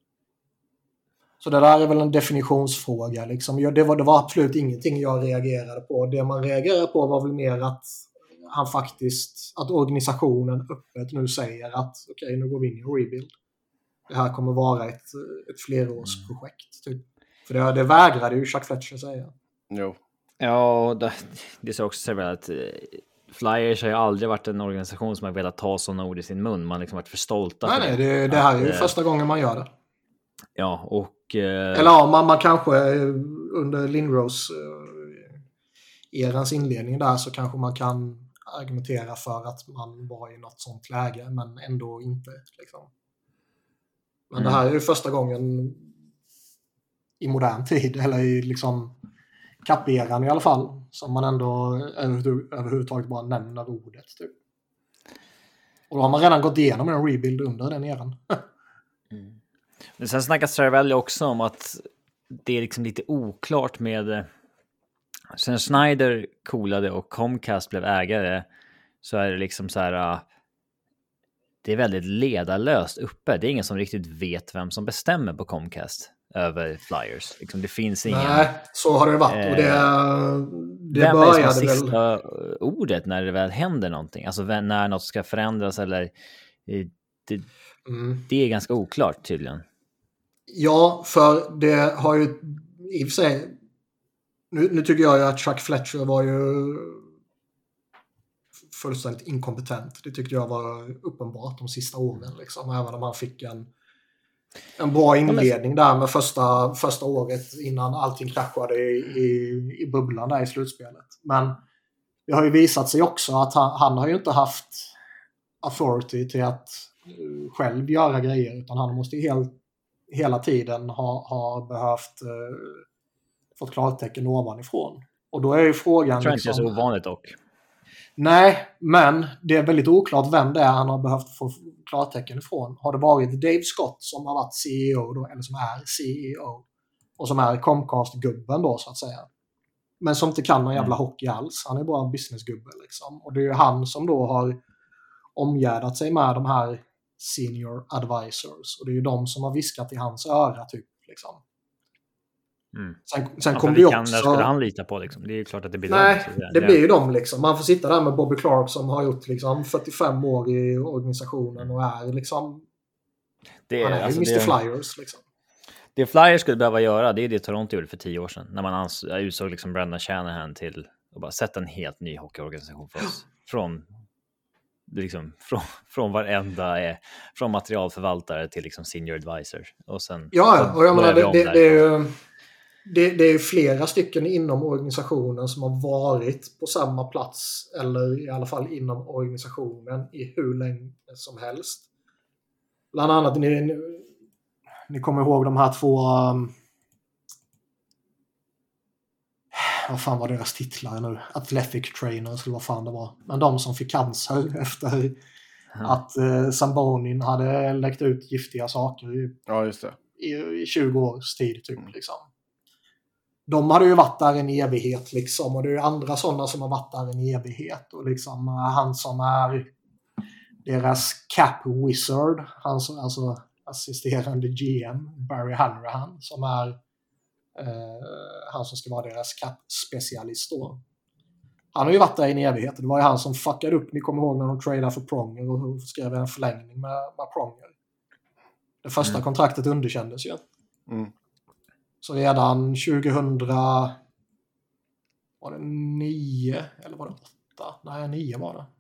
Speaker 2: Så det där är väl en definitionsfråga. Liksom. Det, var, det var absolut ingenting jag reagerade på. Det man reagerade på var väl mer att han faktiskt, att organisationen öppet nu säger att okej, okay, nu går vi in i en rebuild. Det här kommer vara ett, ett flerårsprojekt. Typ. För det, det vägrade ju Chuck Fletcher säga.
Speaker 1: Jo.
Speaker 3: Ja, det, det är också så att Flyers har ju aldrig varit en organisation som har velat ta sådana ord i sin mun. Man har liksom varit för stolta.
Speaker 2: Nej,
Speaker 3: för
Speaker 2: nej,
Speaker 3: det,
Speaker 2: det, det här
Speaker 3: att,
Speaker 2: är ju första gången man gör det.
Speaker 3: Ja, och... Eh...
Speaker 2: Eller ja, man, man kanske under Lindros eh, erans inledning där så kanske man kan argumentera för att man var i något sånt läge, men ändå inte. Liksom. Men mm. det här är ju första gången i modern tid, eller i liksom kapperan i alla fall, som man ändå över, överhuvudtaget bara nämner ordet. Typ. Och då har man redan gått igenom en rebuild under den eran.
Speaker 3: mm. Men sen snackar Cervelli också om att det är liksom lite oklart med... Sen Schneider coolade och Comcast blev ägare så är det liksom så här... Det är väldigt ledarlöst uppe. Det är ingen som riktigt vet vem som bestämmer på Comcast över Flyers. Liksom, det finns ingen...
Speaker 2: Nej, så har det varit.
Speaker 3: Eh,
Speaker 2: och det, det
Speaker 3: vem är det som
Speaker 2: väl...
Speaker 3: sista ordet när det väl händer någonting? Alltså när något ska förändras eller... Det, mm. det är ganska oklart tydligen.
Speaker 2: Ja, för det har ju i och för sig... Nu, nu tycker jag ju att Chuck Fletcher var ju fullständigt inkompetent. Det tyckte jag var uppenbart de sista åren. Liksom. Även om han fick en, en bra inledning där med första, första året innan allting kraschade i, i, i bubblan där i slutspelet. Men det har ju visat sig också att han, han har ju inte haft authority till att uh, själv göra grejer, utan han måste ju helt, hela tiden ha, ha behövt uh, fått klartecken ovanifrån. Och då är ju frågan...
Speaker 3: Jag tror inte liksom, det är så ovanligt dock.
Speaker 2: Nej, men det är väldigt oklart vem det är han har behövt få klartecken ifrån. Har det varit Dave Scott som har varit C E O då, eller som är C E O och som är Comcast-gubben då så att säga. Men som inte kan någon jävla mm. hockey alls. Han är bara en businessgubbe liksom. Och det är ju han som då har omgärdat sig med de här senior advisors. Och det är ju de som har viskat i hans öra typ liksom.
Speaker 3: Mm.
Speaker 2: Sen, sen
Speaker 3: ja,
Speaker 2: kom det också...
Speaker 3: skulle han lita på liksom. Det är ju klart att det blir
Speaker 2: Nej,
Speaker 3: dem, det,
Speaker 2: det blir ju dem liksom. Man får sitta där med Bobby Clark som har gjort liksom fyrtiofem år i organisationen och är liksom... Det är, han är alltså, ju mister Det, Flyers liksom.
Speaker 3: Det Flyers skulle behöva göra, det är det Toronto gjorde för tio år sedan. När man ans- utsåg liksom Brendan Shanahan till att bara sätta en helt ny hockeyorganisation för oss. Från... Liksom, från, från varenda eh, från materialförvaltare till liksom senior advisor och sen
Speaker 2: ja, och jag menar det, det, det, är ju, det, det är flera stycken inom organisationen som har varit på samma plats eller i alla fall inom organisationen i hur länge som helst. Bland annat ni, ni, ni kommer ihåg de här två um, vad fan var deras titlar nu? Athletic trainers eller vad fan det var. Men de som fick cancer efter mm. att eh, Sambonin hade läckt ut giftiga saker i,
Speaker 1: ja, just det.
Speaker 2: i, i tjugo års tid typ mm. liksom. De hade ju varit där en evighet liksom, och det är ju andra sådana som har varit där en evighet och liksom han som är deras cap wizard, han som, alltså assisterande G M Barry Hanrahan som är Uh, han som ska vara deras cap-specialist då. Han har ju varit där i en evighet. Det var ju han som fuckade upp, ni kommer ihåg när de tradade för Pronger och skrev en förlängning med, med Pronger. Det första mm. kontraktet underkändes ju.
Speaker 1: Mm.
Speaker 2: Så redan tjugohundra var det nio eller var det åtta? Nej, nio var det.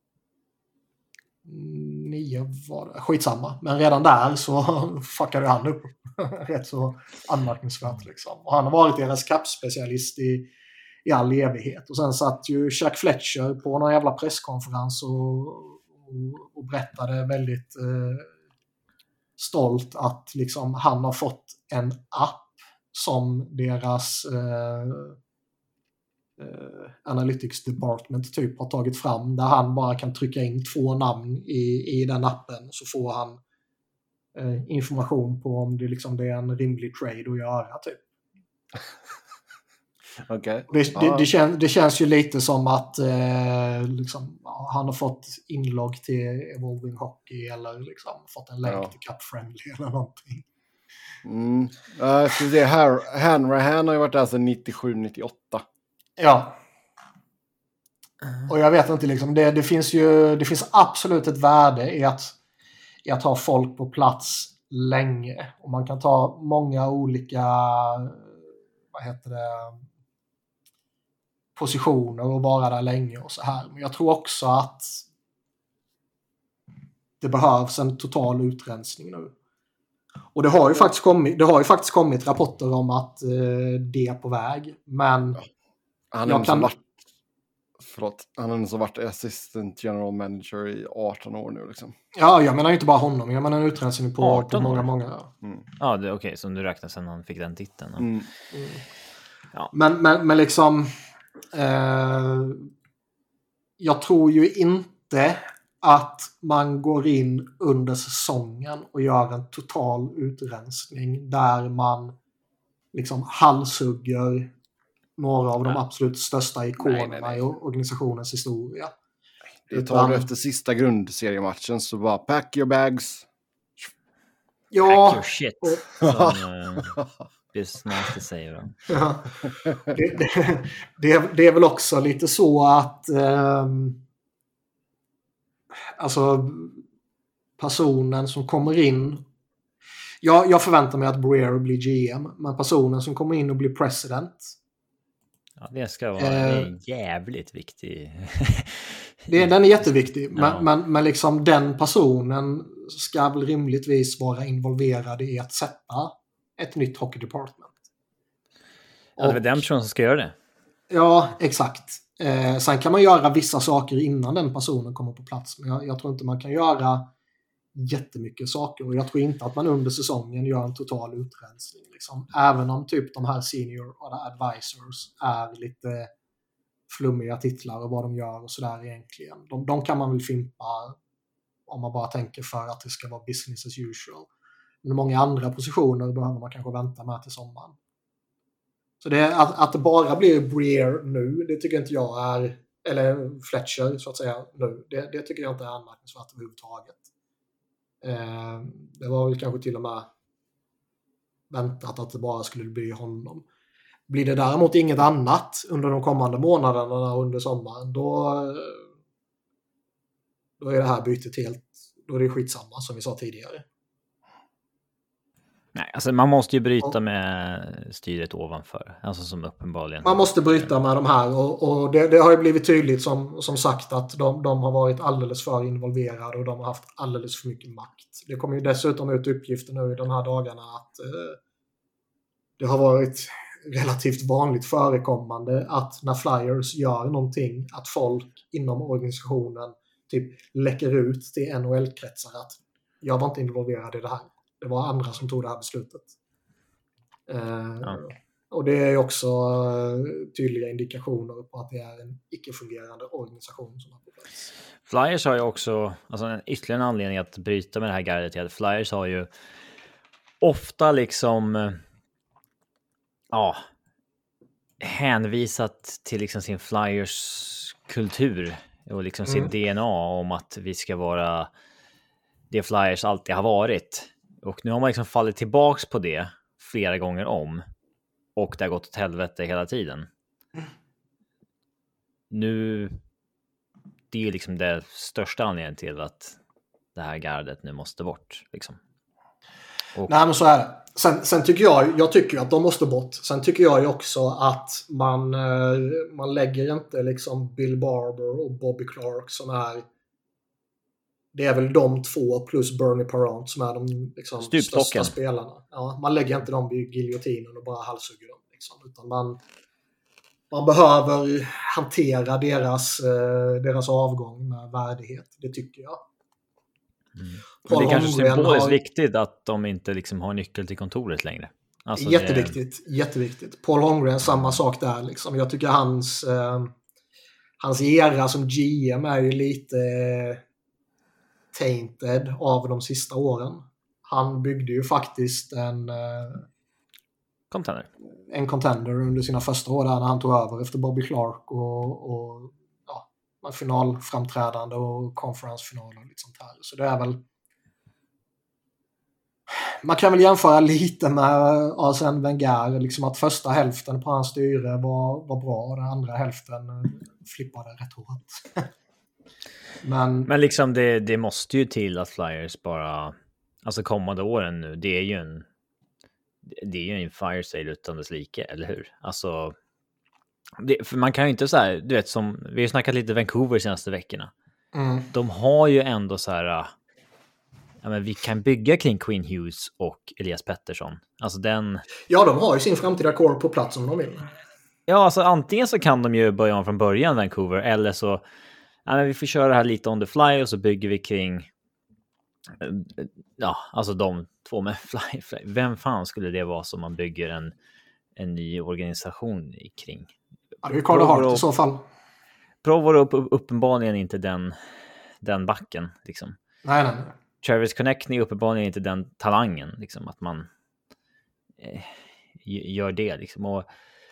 Speaker 2: Nio var det. Skitsamma. Men redan där så fuckade han upp. Rätt så anmärkningsvärt liksom. Och han har varit deras cap-specialist i, i all evighet. Och sen satt ju Chuck Fletcher på någon jävla presskonferens och, och, och berättade väldigt eh, stolt att liksom han har fått en app som deras eh, eh, Analytics Department typ har tagit fram, där han bara kan trycka in två namn i, i den appen, så får han eh, information på om det, liksom, det är en rimlig trade att göra typ.
Speaker 1: Okay.
Speaker 2: Det, det, det, kän, det känns ju lite som att eh, liksom, ja, han har fått inlogg till Evolving Hockey eller liksom, fått en länk ja. till Cup Friendly eller någonting.
Speaker 1: Mm. Uh, ska vi se, här, Hanrahan har ju varit där sedan nittiosju nittioåtta.
Speaker 2: Ja. Och jag vet inte, liksom, det, det finns ju det finns absolut ett värde i att, i att ha folk på plats länge. Och man kan ta många olika, vad heter det, positioner och vara där länge och så här. Men jag tror också att det behövs en total utrensning nu. Och det har ju faktiskt kommit, det har ju faktiskt kommit rapporter om att eh, det är på väg. Men
Speaker 1: han jag kan... Varit, förlåt, han har så varit assistant general manager i arton år nu liksom.
Speaker 2: Ja, jag menar inte bara honom. Jag menar en utrensning på, på många, många.
Speaker 3: Mm. Ja, det är okej. Okay, som du räknar sen han fick den titeln.
Speaker 1: Mm. Mm.
Speaker 2: Ja. Men, men, men liksom eh, jag tror ju inte att man går in under säsongen och gör en total utrensning där man liksom halshugger några av de ja. absolut största ikonerna nej, nej, nej. i organisationens historia.
Speaker 1: Det tar Utan, du efter sista grundseriematchen så bara pack your bags.
Speaker 2: Ja.
Speaker 3: Pack your shit. Som uh, Business säger de.
Speaker 2: Ja. Det, det, det, det är väl också lite så att um, alltså personen som kommer in, ja, jag förväntar mig att Briere blir G M, men personen som kommer in och blir president,
Speaker 3: ja, det ska vara eh, jävligt viktig.
Speaker 2: det, den är jätteviktig, men, ja. men, men liksom den personen ska väl rimligtvis vara involverad i att sätta ett nytt hockey department.
Speaker 3: Ja, det är väl den personen som ska göra det.
Speaker 2: Ja, exakt. Eh, sen kan man göra vissa saker innan den personen kommer på plats. Men jag, jag tror inte man kan göra jättemycket saker. Och jag tror inte att man under säsongen gör en total utrensning. Liksom. Även om typ de här senior advisors är lite flummiga titlar och vad de gör och sådär egentligen. De, de kan man väl fimpa om man bara tänker för att det ska vara business as usual. Men många andra positioner behöver man kanske vänta med till sommaren. Så det, att, att det bara blir Briere nu, det tycker inte jag är, eller Fletcher så att säga nu, det, det tycker jag inte är anmärkningsvärt överhuvudtaget. Eh, det var väl kanske till och med väntat att det bara skulle bli honom. Blir det däremot inget annat under de kommande månaderna under sommaren, då, då är det här bytet helt, då är det skitsamma som vi sa tidigare.
Speaker 3: Nej, alltså man måste ju bryta med styret ovanför. Alltså som uppenbarligen.
Speaker 2: Man måste bryta med de här och, och det, det har ju blivit tydligt som, som sagt att de, de har varit alldeles för involverade och de har haft alldeles för mycket makt. Det kommer ju dessutom ut uppgifter nu i de här dagarna att eh, det har varit relativt vanligt förekommande att när Flyers gör någonting att folk inom organisationen typ läcker ut till N H L-kretsar att jag var inte involverad i det här. Det var andra som tog det här beslutet. Eh, ja. Och det är också tydliga indikationer på att det är en icke-fungerande organisation som har på plats.
Speaker 3: Flyers har ju också, alltså en ytterligare en anledning att bryta med det här guidet är att Flyers har ju ofta liksom ja, hänvisat till liksom sin Flyers-kultur och liksom sin mm. D N A om att vi ska vara det Flyers alltid har varit. Och nu har man liksom fallit tillbaks på det flera gånger om. Och det har gått åt helvete hela tiden. Mm. Nu, det är ju liksom det största anledningen till att det här gardet nu måste bort. Liksom.
Speaker 2: Och... Nej, men så är det. Sen, sen tycker jag, jag tycker att de måste bort. Sen tycker jag ju också att man, man lägger inte liksom Bill Barber och Bobby Clark som är, det är väl de två plus Bernie Parent som är de liksom största spelarna. Ja, man lägger inte dem vid giljotinen och bara halshugger dem. Liksom, utan man, man behöver hantera deras, deras avgång med värdighet. Det tycker jag.
Speaker 3: Mm. Men det är kanske symboliskt har... viktigt att de inte liksom har nyckel till kontoret längre. Alltså
Speaker 2: jätteviktigt,
Speaker 3: det...
Speaker 2: jätteviktigt. Paul Holmgren, samma sak där liksom. Jag tycker hans eh, hans era som G M är ju lite eh, tainted av de sista åren. Han byggde ju faktiskt en eh,
Speaker 3: contender.
Speaker 2: en contender under sina första år där när han tog över efter Bobby Clark och, och ja, finalframträdande och conference-final och lite sånt här. Så det är väl man kan väl jämföra lite med Arsène Wenger, liksom att första hälften på hans styre var, var bra och den andra hälften flippade rätt hårt. Men,
Speaker 3: Men liksom det, det måste ju till att Flyers bara, alltså kommande åren nu, det är ju en det är ju en fire sale utan dess like, eller hur? Alltså det, för man kan ju inte så här, du vet som, vi har ju snackat lite Vancouver senaste veckorna.
Speaker 2: Mm.
Speaker 3: De har ju ändå så här, ja men vi kan bygga kring Quinn Hughes och Elias Pettersson. Alltså den...
Speaker 2: Ja, de har ju sin framtida core på plats om de vill.
Speaker 3: Ja, alltså antingen så kan de ju börja om från början Vancouver, eller så, ja men vi får köra det här lite on the fly och så bygger vi kring, ja, alltså de två med fly, fly. Vem fan skulle det vara som man bygger en, en ny organisation kring?
Speaker 2: Ja, det är ju Carter Hart i så fall.
Speaker 3: Provorov upp, uppenbarligen inte den, den backen, liksom.
Speaker 2: Nej, nej, nej.
Speaker 3: Travis Konechny uppenbarligen inte den talangen, liksom, att man eh, gör det, liksom. Och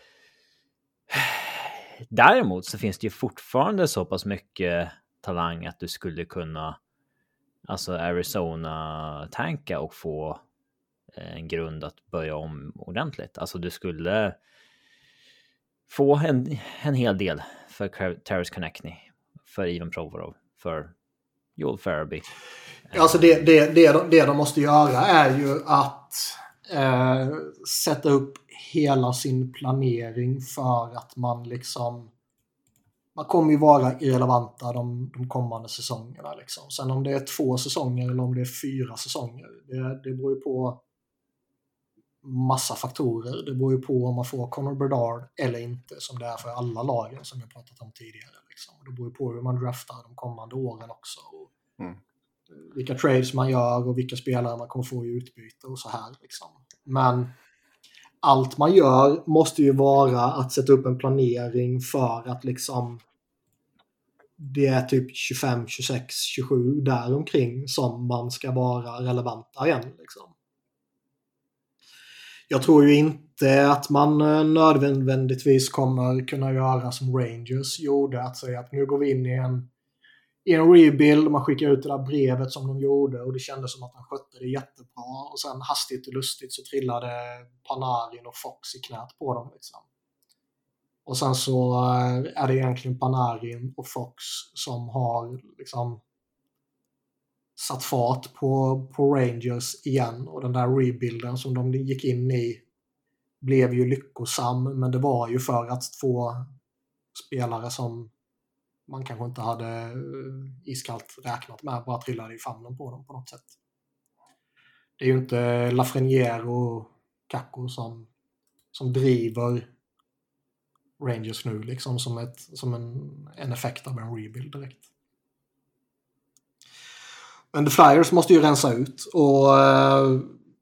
Speaker 3: däremot så finns det ju fortfarande så pass mycket talang att du skulle kunna, alltså Arizona tanka och få en grund att börja om ordentligt. Alltså du skulle få en, en hel del för Travis Konechny, för Ivan Provorov, för Joel Farabee.
Speaker 2: Alltså det, det, det, de, det de måste göra är ju att eh, sätta upp hela sin planering för att man liksom man kommer ju vara irrelevanta de, de kommande säsongerna liksom. Sen om det är två säsonger eller om det är fyra säsonger, det, det beror ju på massa faktorer. Det beror ju på om man får Connor Bedard eller inte, som det är för alla lagen som jag pratat om tidigare liksom. Det beror ju på hur man draftar de kommande åren också. Och
Speaker 1: mm.
Speaker 2: vilka trades man gör och vilka spelare man kommer få i utbyte och så här liksom. Men allt man gör måste ju vara att sätta upp en planering för att liksom det är typ tjugofem, tjugosex, tjugosju däromkring som man ska vara relevanta igen liksom. Jag tror ju inte att man nödvändigtvis kommer kunna göra som Rangers gjorde, att säga att nu går vi in i en i en rebuild, man skickar ut det där brevet som de gjorde och det kändes som att de skötte det jättebra och sen hastigt och lustigt så trillade Panarin och Fox i knät på dem liksom. Och sen så är det egentligen Panarin och Fox som har liksom satt fart på, på Rangers igen, och den där rebuilden som de gick in i blev ju lyckosam, men det var ju för att två spelare som man kanske inte hade iskallt räknat med bara trillade i famnen på dem på något sätt. Det är ju inte Lafreniere och Kakko som, som driver Rangers nu liksom som, ett, som en, en effekt av en rebuild direkt. Men The Flyers måste ju rensa ut och eh,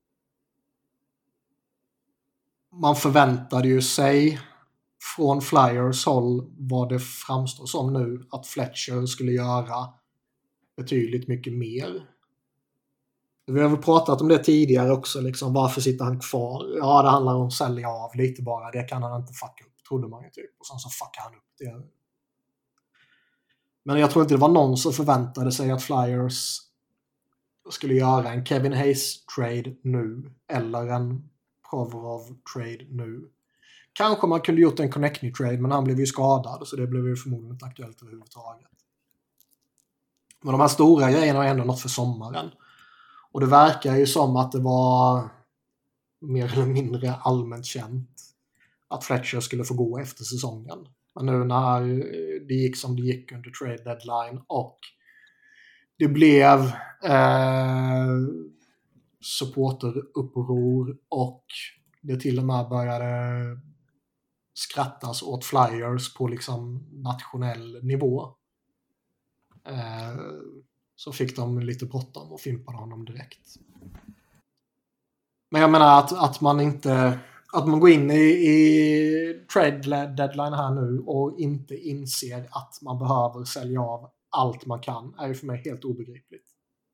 Speaker 2: man förväntade ju sig från Flyers håll vad det framstår som nu att Fletcher skulle göra betydligt mycket mer. Vi har väl pratat om det tidigare också, liksom, varför sitter han kvar? Ja, det handlar om att sälja av lite bara, det kan han inte fucka upp, trodde man ju typ. Och sen så fuckar han upp det. Men jag tror inte det var någon som förväntade sig att Flyers skulle göra en Kevin Hayes-trade nu eller en Provorov-trade nu. Kanske man kunde gjort en Konechny-trade, men han blev ju skadad så det blev ju förmodligen inte aktuellt överhuvudtaget. Men de här stora grejerna har ändå något för sommaren. Och det verkar ju som att det var mer eller mindre allmänt känt att Fletcher skulle få gå efter säsongen. Men nu när det gick som det gick under trade deadline och det blev eh, supporteruppror och det till och med började skrattas åt Flyers på liksom nationell nivå. Eh, så fick de lite bråttom och fimpade honom direkt. Men jag menar att, att man inte... Att man går in i, i trade deadline här nu och inte inser att man behöver sälja av allt man kan är ju för mig helt obegripligt.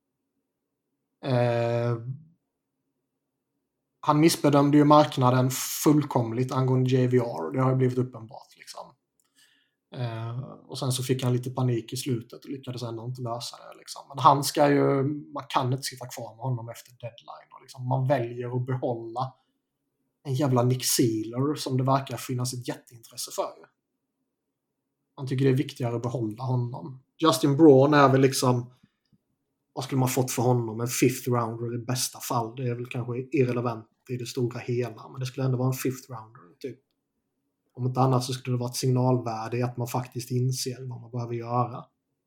Speaker 2: Eh, han missbedömde ju marknaden fullkomligt angående J V R. Det har ju blivit uppenbart liksom. Eh, och sen så fick han lite panik i slutet och lyckades ändå inte lösa det. Liksom. Men han ska ju... Man kan inte sitta kvar med honom efter deadline. Och liksom, man väljer att behålla en jävla Nick Sealer som det verkar finnas ett jätteintresse för. Man tycker det är viktigare att behålla honom. Justin Braun är väl liksom... Vad skulle man fått för honom? En fifth rounder i bästa fall. Det är väl kanske irrelevant i det stora hela. Men det skulle ändå vara en fifth rounder. Typ. Om inte annat så skulle det vara ett signalvärde i att man faktiskt inser vad man behöver göra.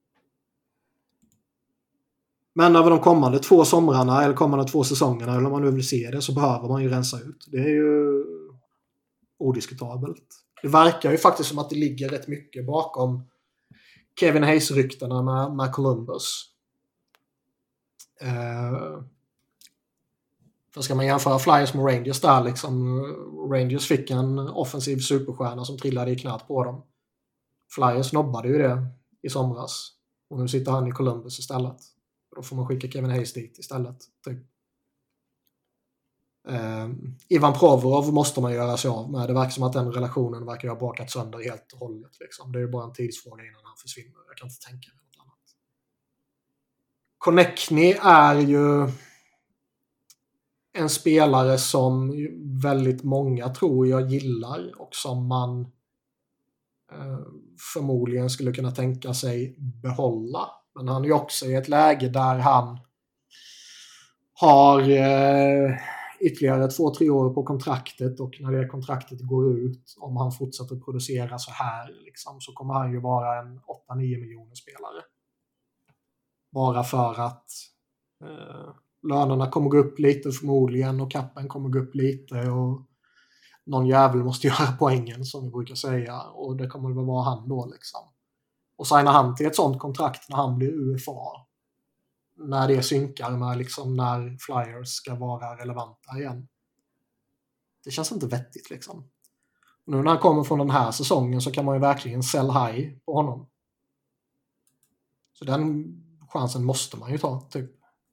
Speaker 2: Men över de kommande två somrarna eller kommande två säsongerna, eller om man nu vill se det, så behöver man ju rensa ut. Det är ju odiskutabelt. Det verkar ju faktiskt som att det ligger rätt mycket bakom Kevin Hayes-ryktena med, med Columbus. Uh, för ska man jämföra Flyers med Rangers där liksom, Rangers fick en offensiv superstjärna som trillade i knät på dem. Flyers nobbade ju det i somras. Och nu sitter han i Columbus istället. Då får man skicka Kevin Hayes dit istället. Typ. Uh, Ivan Provorov måste man göra sig av med. Det verkar som att den relationen verkar ha bakat sönder helt och hållet. Liksom. Det är ju bara en tidsfråga innan han försvinner. Jag kan inte tänka mig något annat. Konechny är ju en spelare som väldigt många tror jag gillar och som man eh, förmodligen skulle kunna tänka sig behålla. Men han är ju också i ett läge där han har eh, ytterligare två, tre år på kontraktet, och när det kontraktet går ut, om han fortsätter producera så här liksom, så kommer han ju vara en åtta nio miljoner spelare. Bara för att eh, lönerna kommer gå upp lite förmodligen, och kappen kommer gå upp lite, och någon jävel måste göra poängen som vi brukar säga, och det kommer väl vara han då liksom. Och signar han till ett sånt kontrakt när han blir U F A, när det synkar med liksom när Flyers ska vara relevanta igen. Det känns inte vettigt liksom. Nu när han kommer från den här säsongen så kan man ju verkligen sell high på honom. Så den chansen måste man ju ta typ.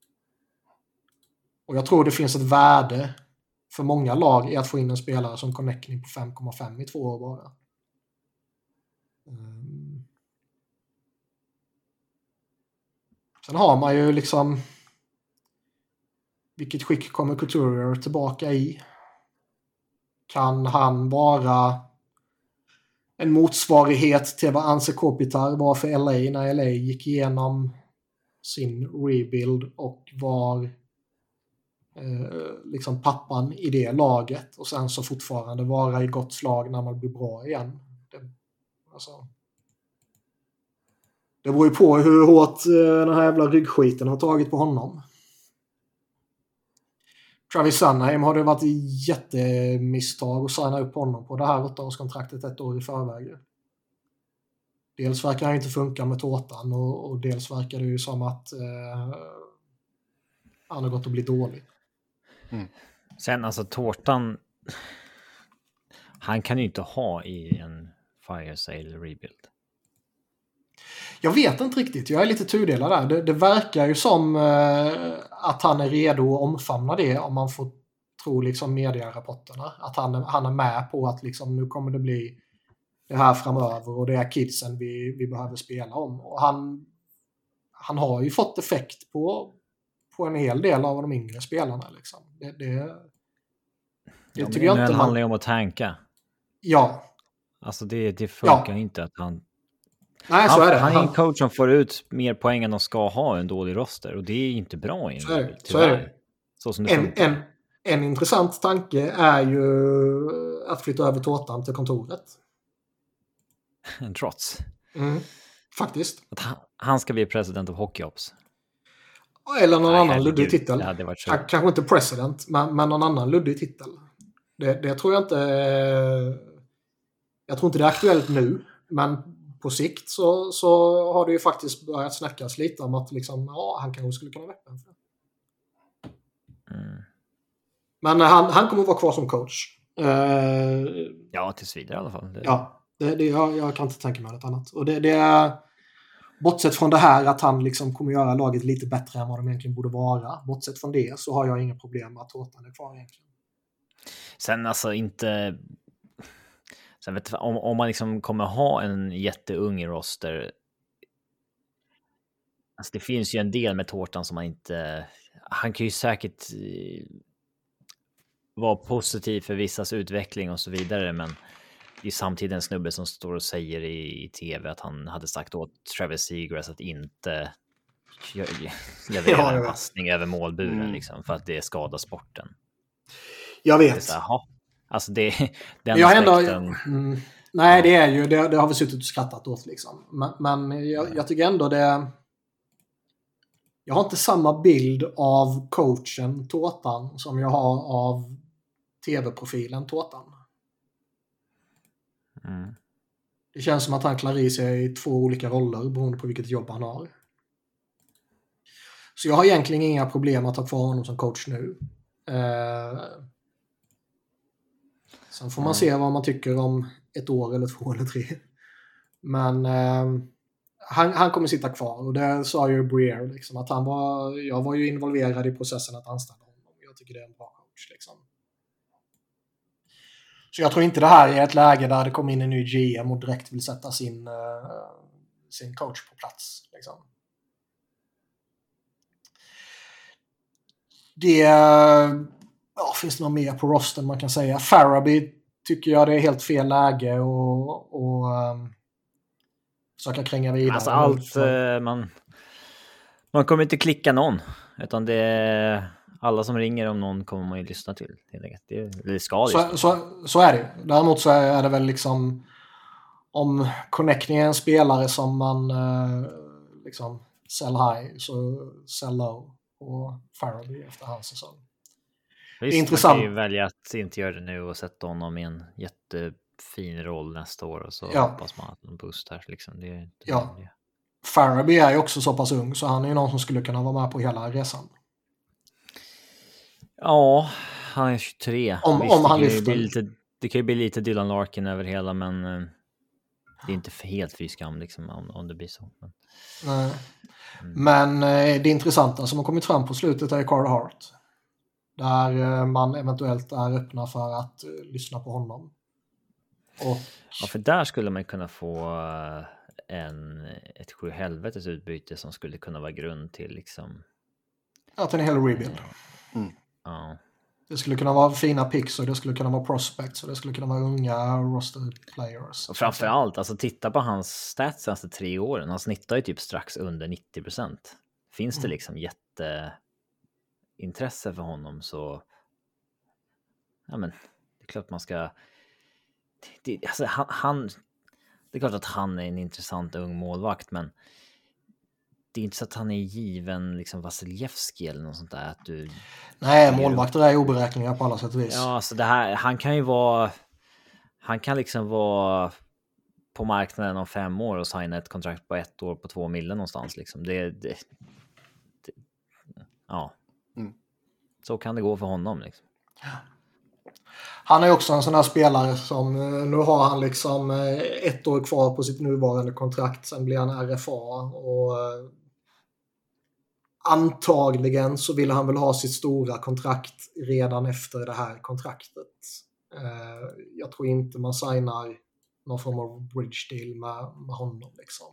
Speaker 2: Och jag tror det finns ett värde för många lag i att få in en spelare som Konechny på fem komma fem i två år bara. Mm. Sen har man ju liksom, vilket skick kommer Couturier tillbaka i? Kan han vara en motsvarighet till vad Anse Kopitar var för L A när L A gick igenom sin rebuild och var eh, liksom pappan i det laget, och sen så fortfarande vara i gott slag när man blir bra igen? Det, alltså, det beror ju på hur hårt eh, den här jävla ryggskiten har tagit på honom. Travis Sunheim har det varit ett jättemisstag att signa upp honom på det här åttaårskontraktet ett år i förväg. Dels verkar han inte funka med tårtan, och, och dels verkar det ju som att eh, han har gått att bli dålig.
Speaker 3: Mm. Sen alltså tårtan, han kan ju inte ha i en fire sale rebuild.
Speaker 2: Jag vet inte riktigt, jag är lite tudelad där. Det, det verkar ju som eh, att han är redo att omfamna det, om man får tro liksom medierapporterna. Att han, han är med på att liksom, nu kommer det bli det här framöver, och det är kidsen vi, vi behöver spela om. Och han, han har ju fått effekt på, på en hel del av de yngre spelarna. Liksom. Det, det, det
Speaker 3: ja,
Speaker 2: tycker jag inte
Speaker 3: det handlar ju om att tanka.
Speaker 2: Ja.
Speaker 3: Alltså det, det funkar
Speaker 2: ja.
Speaker 3: inte att han...
Speaker 2: Nej,
Speaker 3: han,
Speaker 2: så är det.
Speaker 3: Han är en coach som får ut mer poäng än de ska ha en dålig roster, och det är inte bra i en
Speaker 2: så är det.
Speaker 3: Så är det. Så som det
Speaker 2: en, en, en intressant tanke är ju att flytta över tårtan till kontoret.
Speaker 3: En trots.
Speaker 2: Mm, faktiskt.
Speaker 3: Att han, han ska bli president of Hockey Ops.
Speaker 2: Eller någon
Speaker 3: Nej,
Speaker 2: annan luddig titel.
Speaker 3: Det hade varit så.
Speaker 2: Kanske inte president, men, men någon annan luddig titel. Det, det tror jag inte... Jag tror inte det är aktuellt nu, men på sikt så, så har det ju faktiskt börjat snackas lite om att liksom, ja, han kanske skulle kunna vara öppen för det.
Speaker 3: Mm.
Speaker 2: Men han, han kommer att vara kvar som coach. Uh,
Speaker 3: ja, tills vidare i alla fall. Det...
Speaker 2: Ja, det, det, jag, jag kan inte tänka mig något annat. Och det, det är, bortsett från det här att han liksom kommer göra laget lite bättre än vad de egentligen borde vara. Bortsett från det så har jag inga problem med att Tårtan är kvar egentligen.
Speaker 3: Sen alltså inte... Sen vet jag, om, om man liksom kommer ha en jätteung roster. Alltså det finns ju en del med Tårtan som man inte... Han kan ju säkert vara positiv för vissas utveckling och så vidare, men det är samtidigt en snubbe som står och säger i, i tv att han hade sagt åt Travis Seagrass att inte leverera ja, en passning över målburen mm. liksom, för att det skadar sporten.
Speaker 2: Jag vet.
Speaker 3: Det så, alltså det, den
Speaker 2: jag
Speaker 3: aspekten...
Speaker 2: Ändå, mm, nej, ja. det är ju, det, det har vi suttit och skrattat åt liksom. Men, men jag, jag tycker ändå det... Jag har inte samma bild av coachen Tårtan som jag har av tv-profilen Tårtan.
Speaker 3: Mm.
Speaker 2: Det känns som att han klär i sig i två olika roller beroende på vilket jobb han har. Så jag har egentligen inga problem att ha kvar honom som coach nu. Eh, sen får man mm. se vad man tycker om ett år eller två eller tre. Men eh, han, han kommer sitta kvar. Och det sa ju Breer liksom, att han var, jag var ju involverad i processen att anställa honom. Jag tycker det är en bra coach liksom. Så jag tror inte det här är ett läge där det kommer in en ny G M och direkt vill sätta sin, uh, sin coach på plats. Liksom. Det ja, finns det något mer på rosten man kan säga. Farabee tycker jag det är helt fel läge och, och um, försöka kränga vidare.
Speaker 3: Alltså allt, uh, man, man kommer inte klicka någon, utan det är... Alla som ringer om någon kommer man ju lyssna till. Det, det ska
Speaker 2: så, så, så är det. Däremot så är det väl liksom om connecting är en spelare som man eh, liksom sell high så sell low och Farabee efter hans säsong.
Speaker 3: Visst, intressant. Man kan ju välja att inte göra det nu och sätta honom i en jättefin roll nästa år och så ja. hoppas man att de boostar liksom. Det, det,
Speaker 2: ja.
Speaker 3: det.
Speaker 2: Farabee är ju också så pass ung så han är ju någon som skulle kunna vara med på hela resan.
Speaker 3: Ja, han är tjugotre.
Speaker 2: Om,
Speaker 3: Visst,
Speaker 2: om han
Speaker 3: det, kan
Speaker 2: lyfter.
Speaker 3: Ju lite, det kan ju bli lite Dylan Larkin över hela, men uh, det är inte för helt fy skam liksom, om, om det blir så. Men,
Speaker 2: Nej. Mm. men uh, det intressanta som har kommit fram på slutet är Carter Hart. Där uh, man eventuellt är öppna för att uh, lyssna på honom. Och...
Speaker 3: Ja, för där skulle man kunna få uh, en, ett sju helvetes utbyte som skulle kunna vara grund till liksom...
Speaker 2: Ja, till en hel rebuild.
Speaker 3: Mm. Ja.
Speaker 2: Det skulle kunna vara fina picks och det skulle kunna vara prospects och det skulle kunna vara unga roster players.
Speaker 3: Och framförallt, alltså titta på hans stats senaste tre åren. Han snittar ju typ strax under nittio procent. Finns det liksom jätteintresse för honom så... Ja men, det är klart man ska... Det, alltså, han, han... Det är klart att han är en intressant ung målvakt, men... Det är inte så att han är given liksom Vasilevski eller något sånt där. Att du,
Speaker 2: Nej, målvakter är oberäkneliga på alla sätt och vis.
Speaker 3: Ja, alltså det här, han kan ju vara... Han kan liksom vara på marknaden om fem år och signa ett kontrakt på ett år på två miljoner någonstans. Liksom. Det, det, det, ja. Mm. Så kan det gå för honom. Liksom.
Speaker 2: Han är också en sån här spelare som... Nu har han liksom ett år kvar på sitt nuvarande kontrakt. Sen blir han R F A och... Antagligen så vill han väl ha sitt stora kontrakt redan efter det här kontraktet. Jag tror inte man signar någon form av bridge deal med, med honom liksom.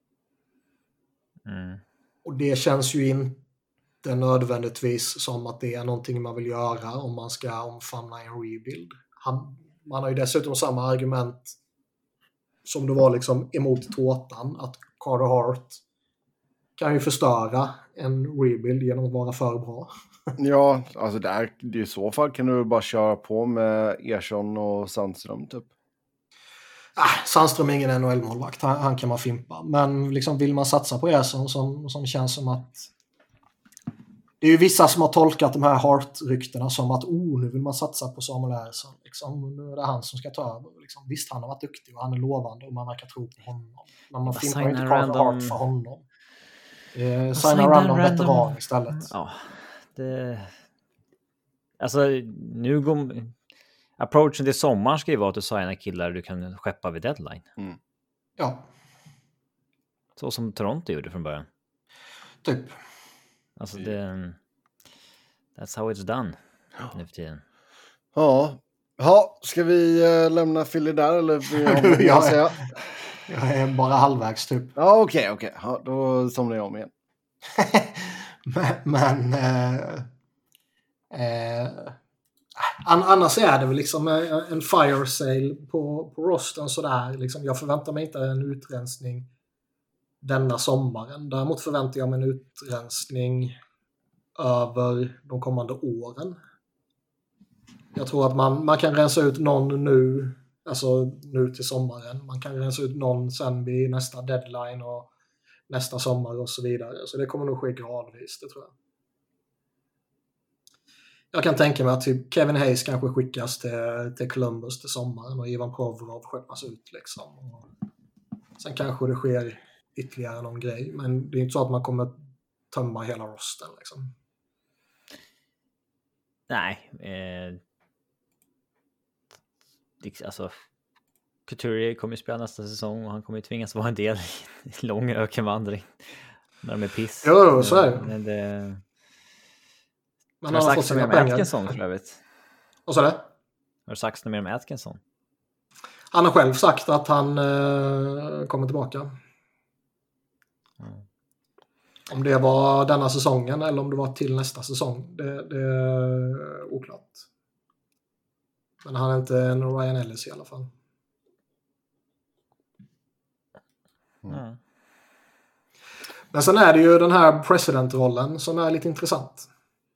Speaker 3: Mm.
Speaker 2: Och det känns ju inte nödvändigtvis som att det är någonting man vill göra om man ska omfamna en rebuild. Han, man har ju dessutom samma argument som det var liksom emot Tårtan, att Carter Hart kan ju förstöra en rebuild genom att vara för bra.
Speaker 1: Ja, alltså där, i så fall kan du bara köra på med Ersson och Sandström typ.
Speaker 2: Ah, Sandström är ingen N H L-målvakt, han, han kan man fimpa. Men liksom vill man satsa på Ersson som, som känns som att... Det är ju vissa som har tolkat de här Hart-ryktena som att oh, nu vill man satsa på Samuel Ersson. Liksom, nu är det han som ska ta över. Liksom, visst, han har varit duktig och han är lovande och man verkar tro på honom. Men man fimpar ju inte Carter Hart för honom. Eh, signa random veteran istället.
Speaker 3: Ja, det... Alltså, nu går... Approachen till sommaren ska ju vara att du signar killar du kan skeppa vid deadline.
Speaker 1: Mm.
Speaker 2: Ja.
Speaker 3: Så som Toronto gjorde från början.
Speaker 2: Typ.
Speaker 3: Alltså det... That's how it's done. Nu för tiden.
Speaker 1: Ja. Ja, ska vi äh, lämna Philly där eller? Om,
Speaker 2: jag,
Speaker 1: säga?
Speaker 2: jag är bara halvvägs typ.
Speaker 1: Ja, okej, okay, okej. Okay. Ja, då somnar jag om igen.
Speaker 2: men... men äh, äh, annars är det väl liksom en fire sale på, på rosten sådär. Liksom, jag förväntar mig inte en utrensning denna sommaren. Däremot förväntar jag mig en utrensning över de kommande åren. Jag tror att man, man kan rensa ut någon nu, alltså nu till sommaren. Man kan rensa ut någon sen vid nästa deadline och nästa sommar och så vidare. Så det kommer nog ske gradvis, det tror jag. Jag kan tänka mig att typ Kevin Hayes kanske skickas till, till Columbus till sommaren och Ivan Provorov skeppas ut liksom. Och sen kanske det sker ytterligare någon grej. Men det är inte så att man kommer tömma hela rosten liksom.
Speaker 3: Nej. Eh, alltså Couturier kommer ju spela nästa säsong och han kommer ju tvingas vara en del i en lång ökenvandring. När de är piss.
Speaker 2: Jo, så är det.
Speaker 3: Men det...
Speaker 2: Men
Speaker 3: har du sagt något mer om
Speaker 2: pengar.
Speaker 3: Atkinson för övrigt?
Speaker 2: Vad sa du?
Speaker 3: Har du sagt något mer om Atkinson?
Speaker 2: Han har själv sagt att han eh, kommer tillbaka. Mm. Om det var denna säsongen eller om det var till nästa säsong, det, det är oklart. Men han är inte en Ryan Ellis i alla fall. Mm. Men sen är det ju den här president-rollen som är lite intressant.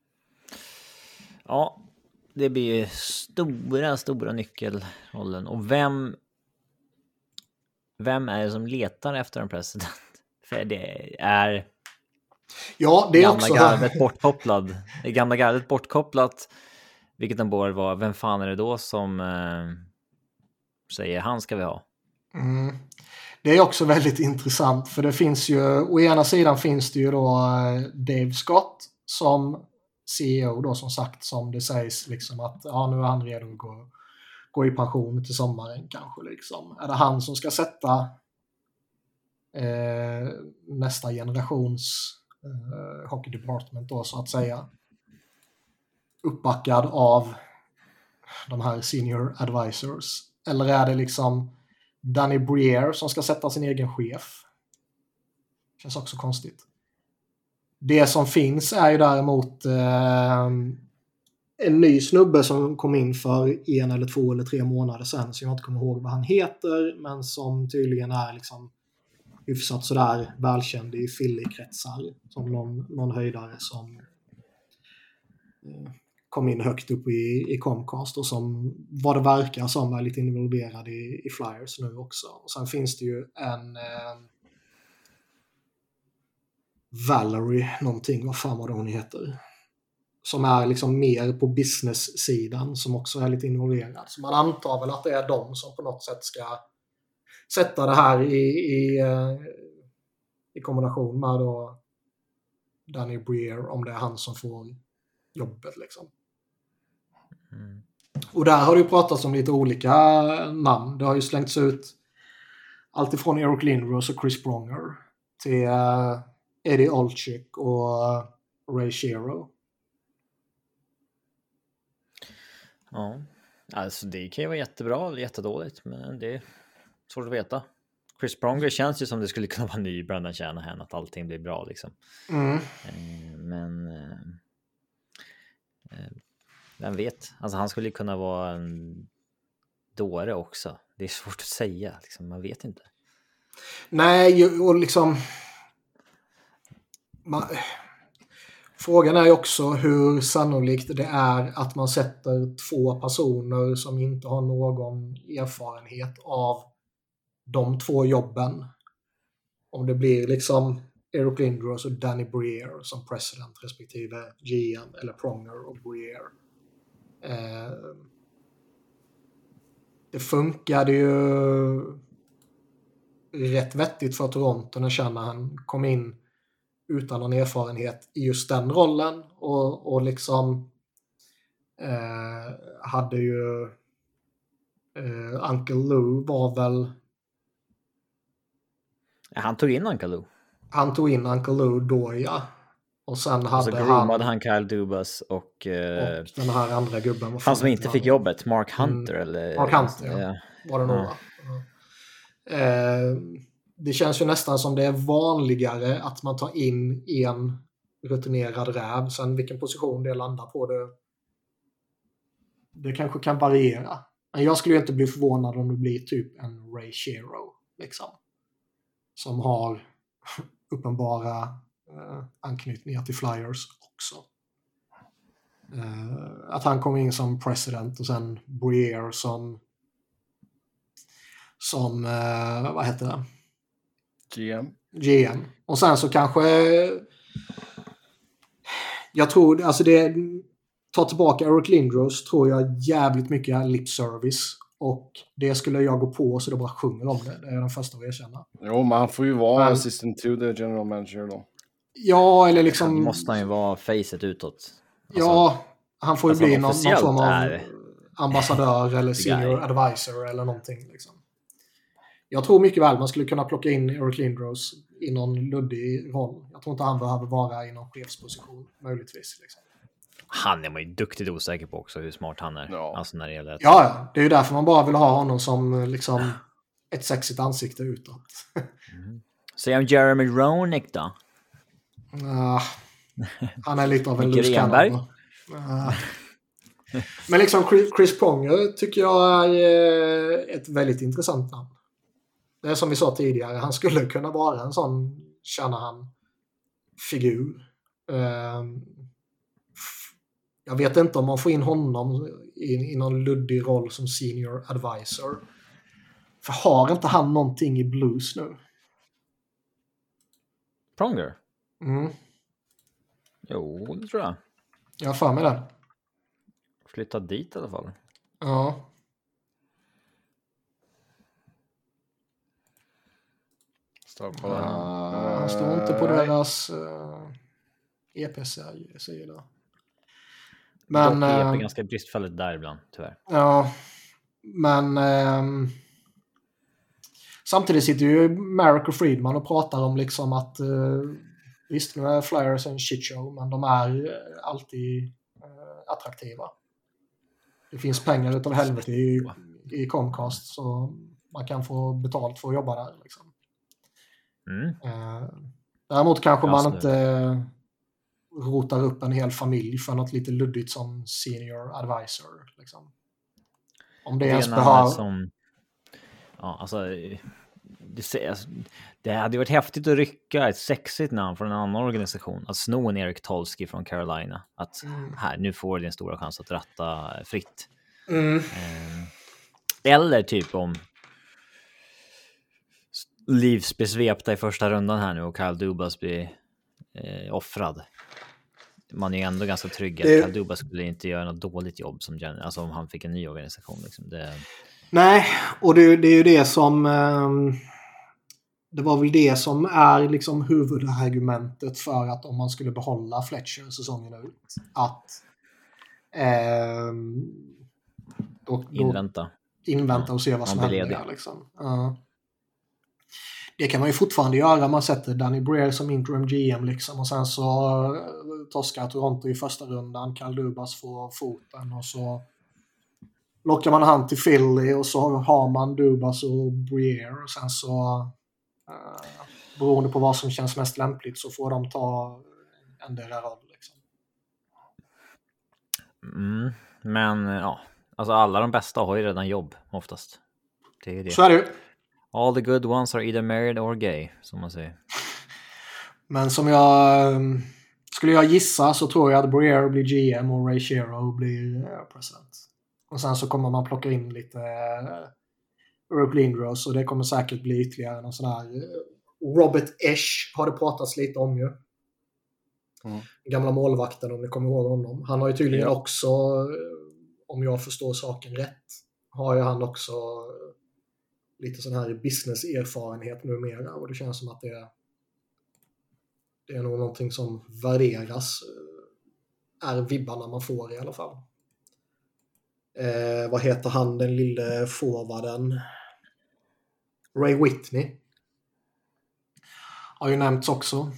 Speaker 3: Ja, det blir ju stora, stora nyckelrollen. Och vem vem är det som letar efter en president? För det är
Speaker 2: ja, det är
Speaker 3: gamla
Speaker 2: också
Speaker 3: gardet bortkopplad. Det är gamla gardet bortkopplat. Vilket den borde vara. Vem fan är det då som eh, säger han ska vi ha?
Speaker 2: Mm. Det är också väldigt intressant. För det finns ju, å ena sidan finns det ju då Dave Scott som C E O då som sagt, som det sägs liksom att ja, nu är han redo att gå, gå i pension till sommaren kanske liksom. Är det han som ska sätta eh, nästa generations eh, hockey department då så att säga, uppbackad av de här senior advisors, eller är det liksom Danny Briere som ska sätta sin egen chef? Känns också konstigt. Det som finns är ju däremot eh, en ny snubbe som kom in för en eller två eller tre månader sedan, så jag inte kommer ihåg vad han heter, men som tydligen är liksom hyfsat sådär välkänd i Philly-kretsar som någon, någon höjdare som eh, kom in högt upp i, i Comcast och som vad det verkar som är lite involverad i, i Flyers nu också. Och sen finns det ju en eh, Valerie någonting, vad fan vad hon heter, som är liksom mer på business-sidan som också är lite involverad. Så man antar väl att det är de som på något sätt ska sätta det här i, i, i kombination med då Danny Briere, om det är han som får jobbet liksom. Mm. Och där har det ju pratats om lite olika namn. Det har ju slängts ut allt ifrån Eric Lindros och Chris Pronger till uh, Eddie Olczyk och uh, Ray Shero.
Speaker 3: Ja, alltså det kan ju vara jättebra eller jättedåligt, men det är svårt att veta. Chris Pronger känns ju som det skulle kunna vara ny Brendan Shanahan, att allting blir bra liksom.
Speaker 2: Mm.
Speaker 3: Men vem vet? Alltså han skulle kunna vara en dåre också. Det är svårt att säga liksom, man vet inte.
Speaker 2: Nej, och liksom man... Frågan är ju också hur sannolikt det är att man sätter två personer som inte har någon erfarenhet av de två jobben. Om det blir liksom Eric Lindros och Danny Briere som president respektive G M, eller Pronger och Briere. Eh, det funkade ju rätt vettigt för Toronto när Shanahan kom in utan någon erfarenhet i just den rollen och, och liksom eh, hade ju eh, Uncle Lou var väl...
Speaker 3: Han tog in Uncle Lou.
Speaker 2: Han tog in Uncle Lou då, ja. Och sen
Speaker 3: och så
Speaker 2: hade
Speaker 3: groomade
Speaker 2: han...
Speaker 3: han Kyle Dubas och... Eh,
Speaker 2: och den här andra gubben.
Speaker 3: Han som inte fick jobbet, Mark Hunter
Speaker 2: mm,
Speaker 3: eller...
Speaker 2: Mark Hunter, ja.
Speaker 3: ja.
Speaker 2: Var det nog,
Speaker 3: ja.
Speaker 2: ja. Eh, det känns ju nästan som det är vanligare att man tar in en rutinerad räv. Sen vilken position det landar på, det, det kanske kan variera. Men jag skulle ju inte bli förvånad om det blir typ en Ray Shero, liksom. Som har uppenbara eh, anknytningar till Flyers också. Eh, att han kommer in som president och sen Briere som som, eh, vad heter det?
Speaker 1: G M.
Speaker 2: G M. Och sen så kanske jag tror, alltså det ta tillbaka Eric Lindros tror jag jävligt mycket lip service. Och det skulle jag gå på så det bara sjunger om det. Det är den första att erkänna.
Speaker 1: Jo, men han får ju vara
Speaker 2: men,
Speaker 1: assistant to the general manager då.
Speaker 2: Ja, eller liksom...
Speaker 3: Då måste han ju vara facet utåt. Alltså,
Speaker 2: ja, han får ju
Speaker 3: alltså
Speaker 2: bli någon, någon form av
Speaker 3: är...
Speaker 2: ambassadör eller senior advisor eller någonting. Liksom. Jag tror mycket väl man skulle kunna plocka in Eric Lindros i någon luddig roll. Jag tror inte han behöver vara i någon chefsposition, möjligtvis. Liksom.
Speaker 3: Han är man ju duktigt osäker på också, hur smart han är.
Speaker 1: Ja.
Speaker 3: Alltså när det gäller att...
Speaker 2: Ja, det är ju därför man bara vill ha honom som liksom ett sexigt ansikte utåt.
Speaker 3: Mm. Så om Jeremy Roenick då?
Speaker 2: Uh, han är lite av en
Speaker 3: Micke Renberg.
Speaker 2: Uh, men liksom Chris Pronger tycker jag är ett väldigt intressant namn. Det är som vi sa tidigare, han skulle kunna vara en sån Shanahan-figur. Uh, Jag vet inte om man får in honom i, i någon luddig roll som senior advisor. För har inte han någonting i Blues nu?
Speaker 3: Pronger?
Speaker 2: Mm.
Speaker 3: Jo, det tror jag.
Speaker 2: Jag har för mig det.
Speaker 3: Flytta dit i alla fall.
Speaker 2: Ja.
Speaker 1: Står på
Speaker 2: Uh, uh, han står inte på deras uh, E P-sida. Men
Speaker 3: Dock är
Speaker 2: uh,
Speaker 3: ganska bristfälligt där ibland, tyvärr.
Speaker 2: Ja, men uh, samtidigt sitter ju Marek och Friedman och pratar om liksom att uh, visst, nu är Flyers en shitshow, men de är alltid uh, attraktiva. Det finns pengar utav helvete i, i Comcast, så man kan få betalt för att jobba där. Liksom.
Speaker 3: Mm.
Speaker 2: Uh, däremot kanske
Speaker 3: ja,
Speaker 2: man inte uh, rotar upp en hel familj för något lite luddigt som senior advisor. Liksom. Om det, det ens behöver...
Speaker 3: Som... Ja, alltså... Det, alltså, det hade varit häftigt att rycka ett sexigt namn från en annan organisation. Att sno en Erik Tolsky från Carolina. Att mm. här, nu får du en stora chans att ratta fritt.
Speaker 2: Mm.
Speaker 3: Eh, eller typ om Leafs blir svepta i första rundan här nu och Kyle Dubas blir eh, offrad. Man är ju ändå ganska trygg att det... Kyle Dubas skulle inte göra något dåligt jobb som gen- alltså om han fick en ny organisation. Liksom. Det...
Speaker 2: Nej, och det, det är ju det som eh, det var väl det som är liksom huvudargumentet för att om man skulle behålla Fletcher säsongen ut, att eh, då, då
Speaker 3: invänta
Speaker 2: invänta och se vad som
Speaker 3: händer
Speaker 2: där, liksom. uh. Det kan man ju fortfarande göra. Man sätter Danny Briere som interim G M liksom, och sen så uh, torskar Toronto i första rundan, Kyle Dubas får foten och så lockar man han till Philly och så har man Dubas och Briere och sen så uh, beroende på vad som känns mest lämpligt så får de ta en del roll liksom.
Speaker 3: Mm, men ja, alltså alla de bästa har ju redan jobb oftast. Det är det.
Speaker 2: Så är det ju.
Speaker 3: All the good ones are either married or gay, som man säger.
Speaker 2: Men som jag skulle jag gissa så tror jag att Briere blir G M och Ray Shero blir president. Och sen så kommer man plocka in lite Eric Lindros och det kommer säkert bli ytterligare någon sån här Robert Esch har det pratats lite om ju. Mm. Gamla målvakten, om ni kommer ihåg honom. Han har ju tydligen ja. också, om jag förstår saken rätt, har ju han också lite sån här business-erfarenhet numera, och det känns som att det är, det är nog någonting som värderas, är vibbarna man får i alla fall. Eh, vad heter han, den lille forwarden? Ray Whitney. Har ju nämnts också.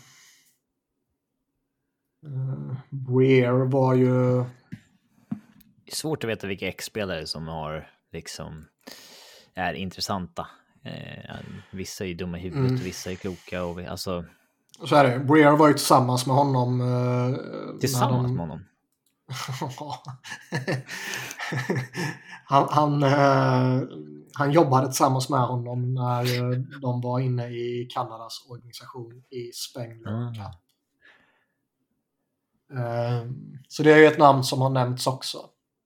Speaker 2: Uh, Breer var ju...
Speaker 3: Det är svårt att veta vilka ex-spelare som har liksom är intressanta. Eh, vissa är ju dumma i huvudet mm. och vissa är kloka. Och, alltså...
Speaker 2: Så är det. Breer var ju tillsammans med honom. Uh,
Speaker 3: tillsammans
Speaker 2: de...
Speaker 3: med honom?
Speaker 2: han, han, uh, han jobbade tillsammans med honom när uh, de var inne i Kanadas organisation i Spengler mm. Cup. Uh, så det är ju ett namn som har nämnts också.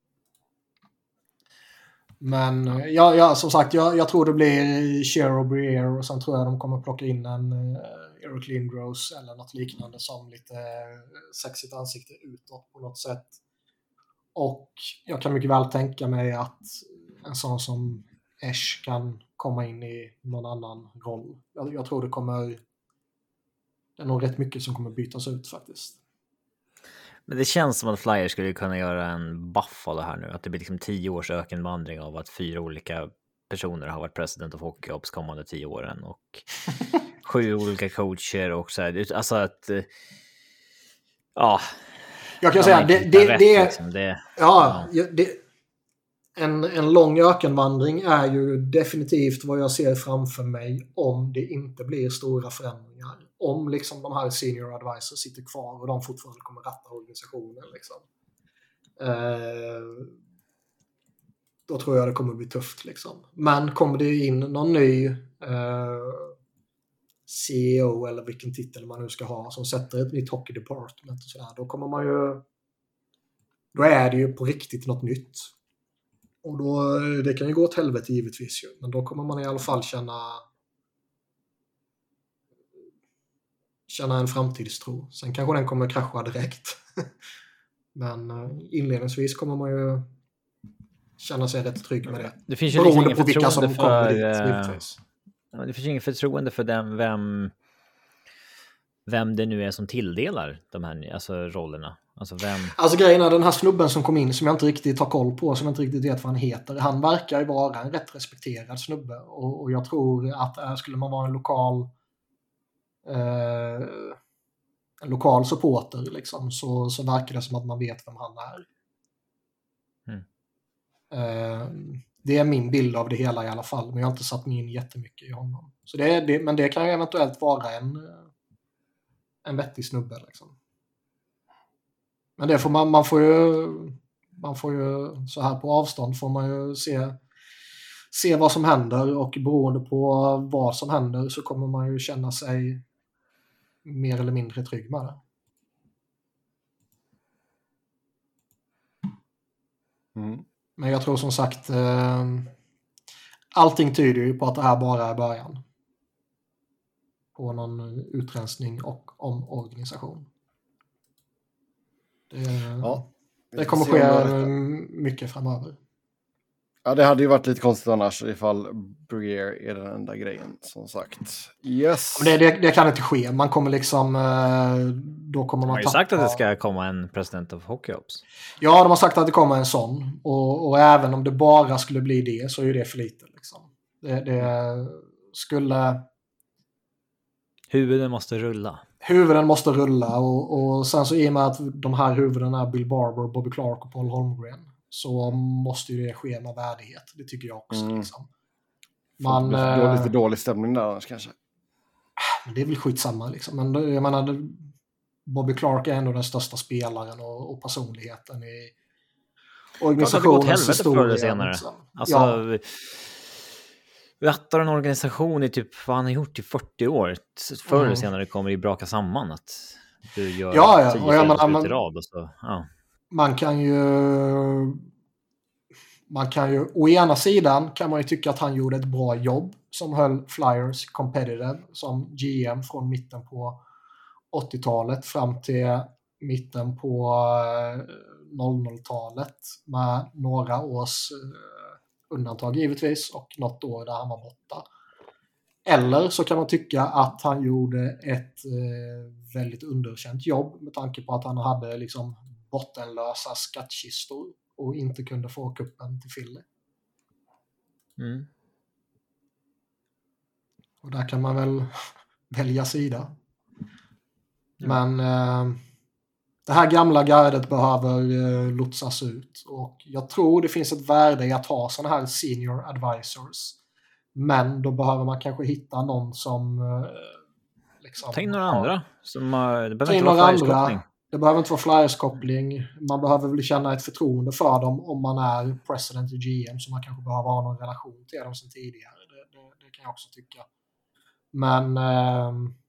Speaker 2: Men ja, ja, som sagt, jag, jag tror det blir Shero Breer och sen tror jag de kommer plocka in en uh, Eric Lindros eller något liknande som lite uh, sexigt ansikte utåt på något sätt. Och jag kan mycket väl tänka mig att en sån som Esch kan komma in i någon annan roll. Jag, jag tror det kommer, det är nog rätt mycket som kommer bytas ut faktiskt.
Speaker 3: Men det känns som att Flyers skulle kunna göra en buff av det här nu. Att det blir liksom tio års ökenvandring av att fyra olika personer har varit president of Hockey Ops kommande tio åren. Och sju olika coacher och så här. Alltså att... Ja...
Speaker 2: Jag kan säga, det, det, rätt, det är... Liksom. Det, ja, ja. Det, en, en lång ökenvandring är ju definitivt vad jag ser framför mig om det inte blir stora förändringar. Om liksom de här senior advisors sitter kvar och de fortfarande kommer ratta organisationen. Liksom. Eh, då tror jag det kommer bli tufft. Liksom. Men kommer det in någon ny eh, C E O eller vilken titel man nu ska ha som sätter ett nytt hockey department och sådär, då kommer man ju, då är det ju på riktigt något nytt. Och då, det kan ju gå åt helvete givetvis ju, men då kommer man i alla fall känna känna en framtidstro. Sen kanske den kommer krascha direkt. Men inledningsvis kommer man ju känna sig rätt trygg med det.
Speaker 3: Det finns ju liksom ingen förtroende för dit, det finns ingen förtroende för den, vem vem det nu är som tilldelar de här alltså rollerna. Alltså vem... Alltså
Speaker 2: grejen är den här snubben som kom in som jag inte riktigt har koll på, som jag inte riktigt vet vad han heter. Han verkar ju vara en rätt respekterad snubbe och, och jag tror att äh, skulle man vara en lokal eh, en lokal supporter liksom, så, så verkar det som att man vet vem han är. Mm. Eh, det är min bild av det hela i alla fall, men jag har inte satt mig in jättemycket i honom. Så det, det, men det kan ju eventuellt vara en en vettig snubbe liksom. Men det får man, man får ju man får ju så här på avstånd får man ju se se vad som händer, och beroende på vad som händer så kommer man ju känna sig mer eller mindre trygg med det. Mm. Men jag tror som sagt eh, allting tyder ju på att det här bara är början på någon utrensning och omorganisation. Det, ja, det kommer ske mycket framöver.
Speaker 1: Ja, det hade ju varit lite konstigt annars ifall Breer är den enda grejen, som sagt. Yes.
Speaker 2: Det, det, det kan inte ske. Man kommer liksom... Då kommer man, man
Speaker 3: har ju tappa... sagt att det ska komma en president of Hockey Ops.
Speaker 2: Ja, de har sagt att det kommer en sån. Och, och även om det bara skulle bli det så är det för lite. Liksom. Det, det skulle...
Speaker 3: Huvuden måste rulla.
Speaker 2: Huvuden måste rulla. Och, och sen så i och med att de här huvuden är Bill Barber, Bobby Clark och Paul Holmgren, så måste ju det ske med värdighet. Det tycker jag också. Mm. Liksom.
Speaker 1: Man, det blir lite dålig stämning där annars kanske.
Speaker 2: Men det är väl skitsamma. Liksom. Men jag menar, Bobby Clark är ändå den största spelaren och, och personligheten i organisationens historia. Förr eller senare. Liksom.
Speaker 3: Alltså, ja. Vi rattar en organisation i typ vad han har gjort i fyrtio år. Förr eller mm. senare kommer det braka samman att du gör
Speaker 2: ja, ja.
Speaker 3: tio
Speaker 2: och jag menar,
Speaker 3: man, i rad. Och så, ja.
Speaker 2: Man kan ju man kan ju å ena sidan kan man ju tycka att han gjorde ett bra jobb som höll Flyers competitive som G M från mitten på åttiotalet fram till mitten på noll noll-talet med några års undantag givetvis och något år där han var borta. Eller så kan man tycka att han gjorde ett väldigt underkänt jobb med tanke på att han hade liksom bottenlösa skattkistor och inte kunde få kuppen till Philly.
Speaker 3: Mm.
Speaker 2: Och där kan man väl välja sida.
Speaker 3: Ja.
Speaker 2: Men eh, det här gamla gardet behöver eh, lotsas ut. Och jag tror det finns ett värde i att ha sådana här senior advisors. Men då behöver man kanske hitta någon som... Eh, liksom,
Speaker 3: Ta in några
Speaker 2: har,
Speaker 3: andra. Som, uh, det
Speaker 2: ta
Speaker 3: behöver
Speaker 2: in
Speaker 3: inte vara
Speaker 2: några
Speaker 3: flyerskoppling.
Speaker 2: andra. Det behöver inte vara flyerskoppling. Man behöver väl känna ett förtroende för dem om man är president och G M. Så man kanske behöver ha någon relation till dem sedan tidigare. Det, det, det kan jag också tycka. Men... Eh,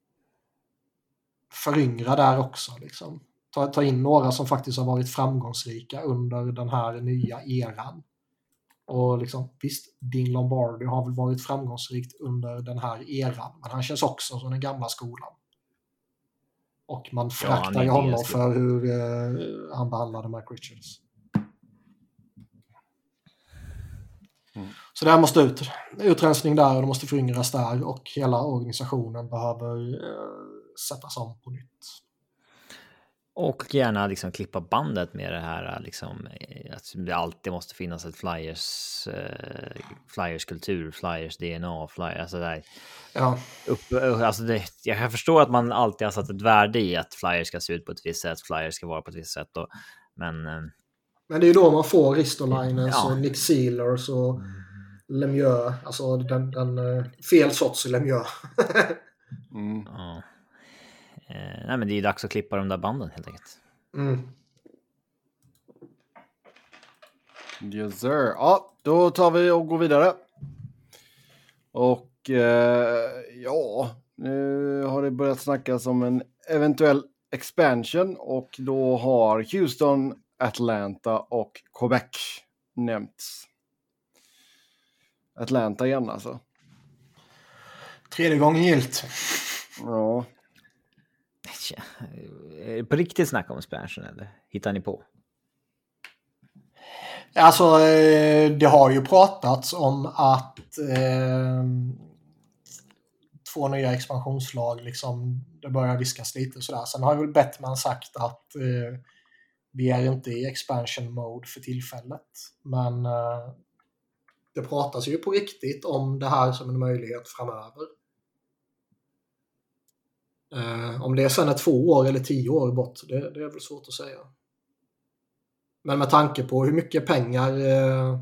Speaker 2: föryngra där också. Liksom. Ta, ta in några som faktiskt har varit framgångsrika under den här nya eran. Och liksom, visst, Dean Lombardi har väl varit framgångsrikt under den här eran. Men han känns också som den gamla skolan. Och man fraktar ju
Speaker 3: ja,
Speaker 2: honom för hur uh, han behandlade Mike Richards. Mm. Så det här måste ut. Utrensning där och det måste föryngras där. Och hela organisationen behöver uh, sättas om på nytt.
Speaker 3: Och gärna liksom klippa bandet med det här liksom, att det alltid måste finnas ett flyers uh, flyers kultur, flyers D N A, flyers, alltså där.
Speaker 2: Ja.
Speaker 3: Upp, alltså det, jag kan förstå att man alltid har satt ett värde i att flyers ska se ut på ett visst sätt, flyers ska vara på ett visst sätt och, men uh,
Speaker 2: men det är ju då man får Ristolainen
Speaker 3: ja.
Speaker 2: och Nick Sealers och Lemieux, alltså den, den uh, fel sorts Lemieux.
Speaker 3: mm. Ja. Eh, nej men det är ju dags att klippa de där banden helt enkelt.
Speaker 2: Mm.
Speaker 1: Yes sir. Ja, då tar vi och går vidare. Och eh, ja, nu har det börjat snackas om en eventuell expansion och då har Houston, Atlanta och Quebec nämnts. Atlanta igen alltså.
Speaker 2: Tredje gången gilt.
Speaker 1: Ja.
Speaker 3: Är det på riktigt snack om expansion eller hittar ni på?
Speaker 2: Alltså det har ju pratats om att eh, två nya expansionslag liksom, det börjar viskas lite och sådär. Sen har ju väl Bettman sagt att eh, vi är inte i expansion mode för tillfället. Men eh, det pratas ju på riktigt om det här som en möjlighet framöver. Eh, om det är sen är två år eller tio år bort, det, det är väl svårt att säga. Men med tanke på hur mycket pengar eh,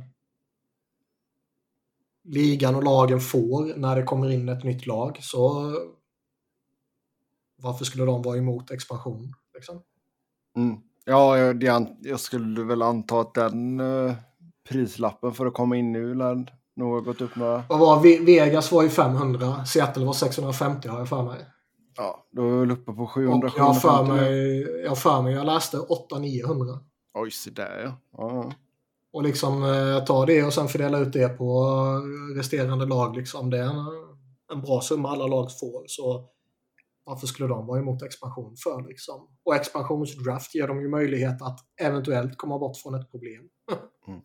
Speaker 2: ligan och lagen får när det kommer in ett nytt lag, så varför skulle de vara emot expansion? Liksom?
Speaker 1: Mm. Ja, det, jag skulle väl anta att den uh, prislappen för att komma in nu lär nog ha gått upp några...
Speaker 2: Vad var Vegas var ju femhundra, Seattle var sexhundrafemtio har jag för mig.
Speaker 1: Ja, då är vi väl uppe på sjuhundra.
Speaker 2: Och jag har för mig, jag för mig, jag läste åtta niohundra.
Speaker 1: Oj, så där ja. ja.
Speaker 2: Och liksom eh, ta det och sen fördela ut det på resterande lag. Liksom. Det är en, en bra summa alla lag får. Så varför skulle de vara emot expansion för? Liksom? Och expansionsdraft ger dem ju möjlighet att eventuellt komma bort från ett problem. mm.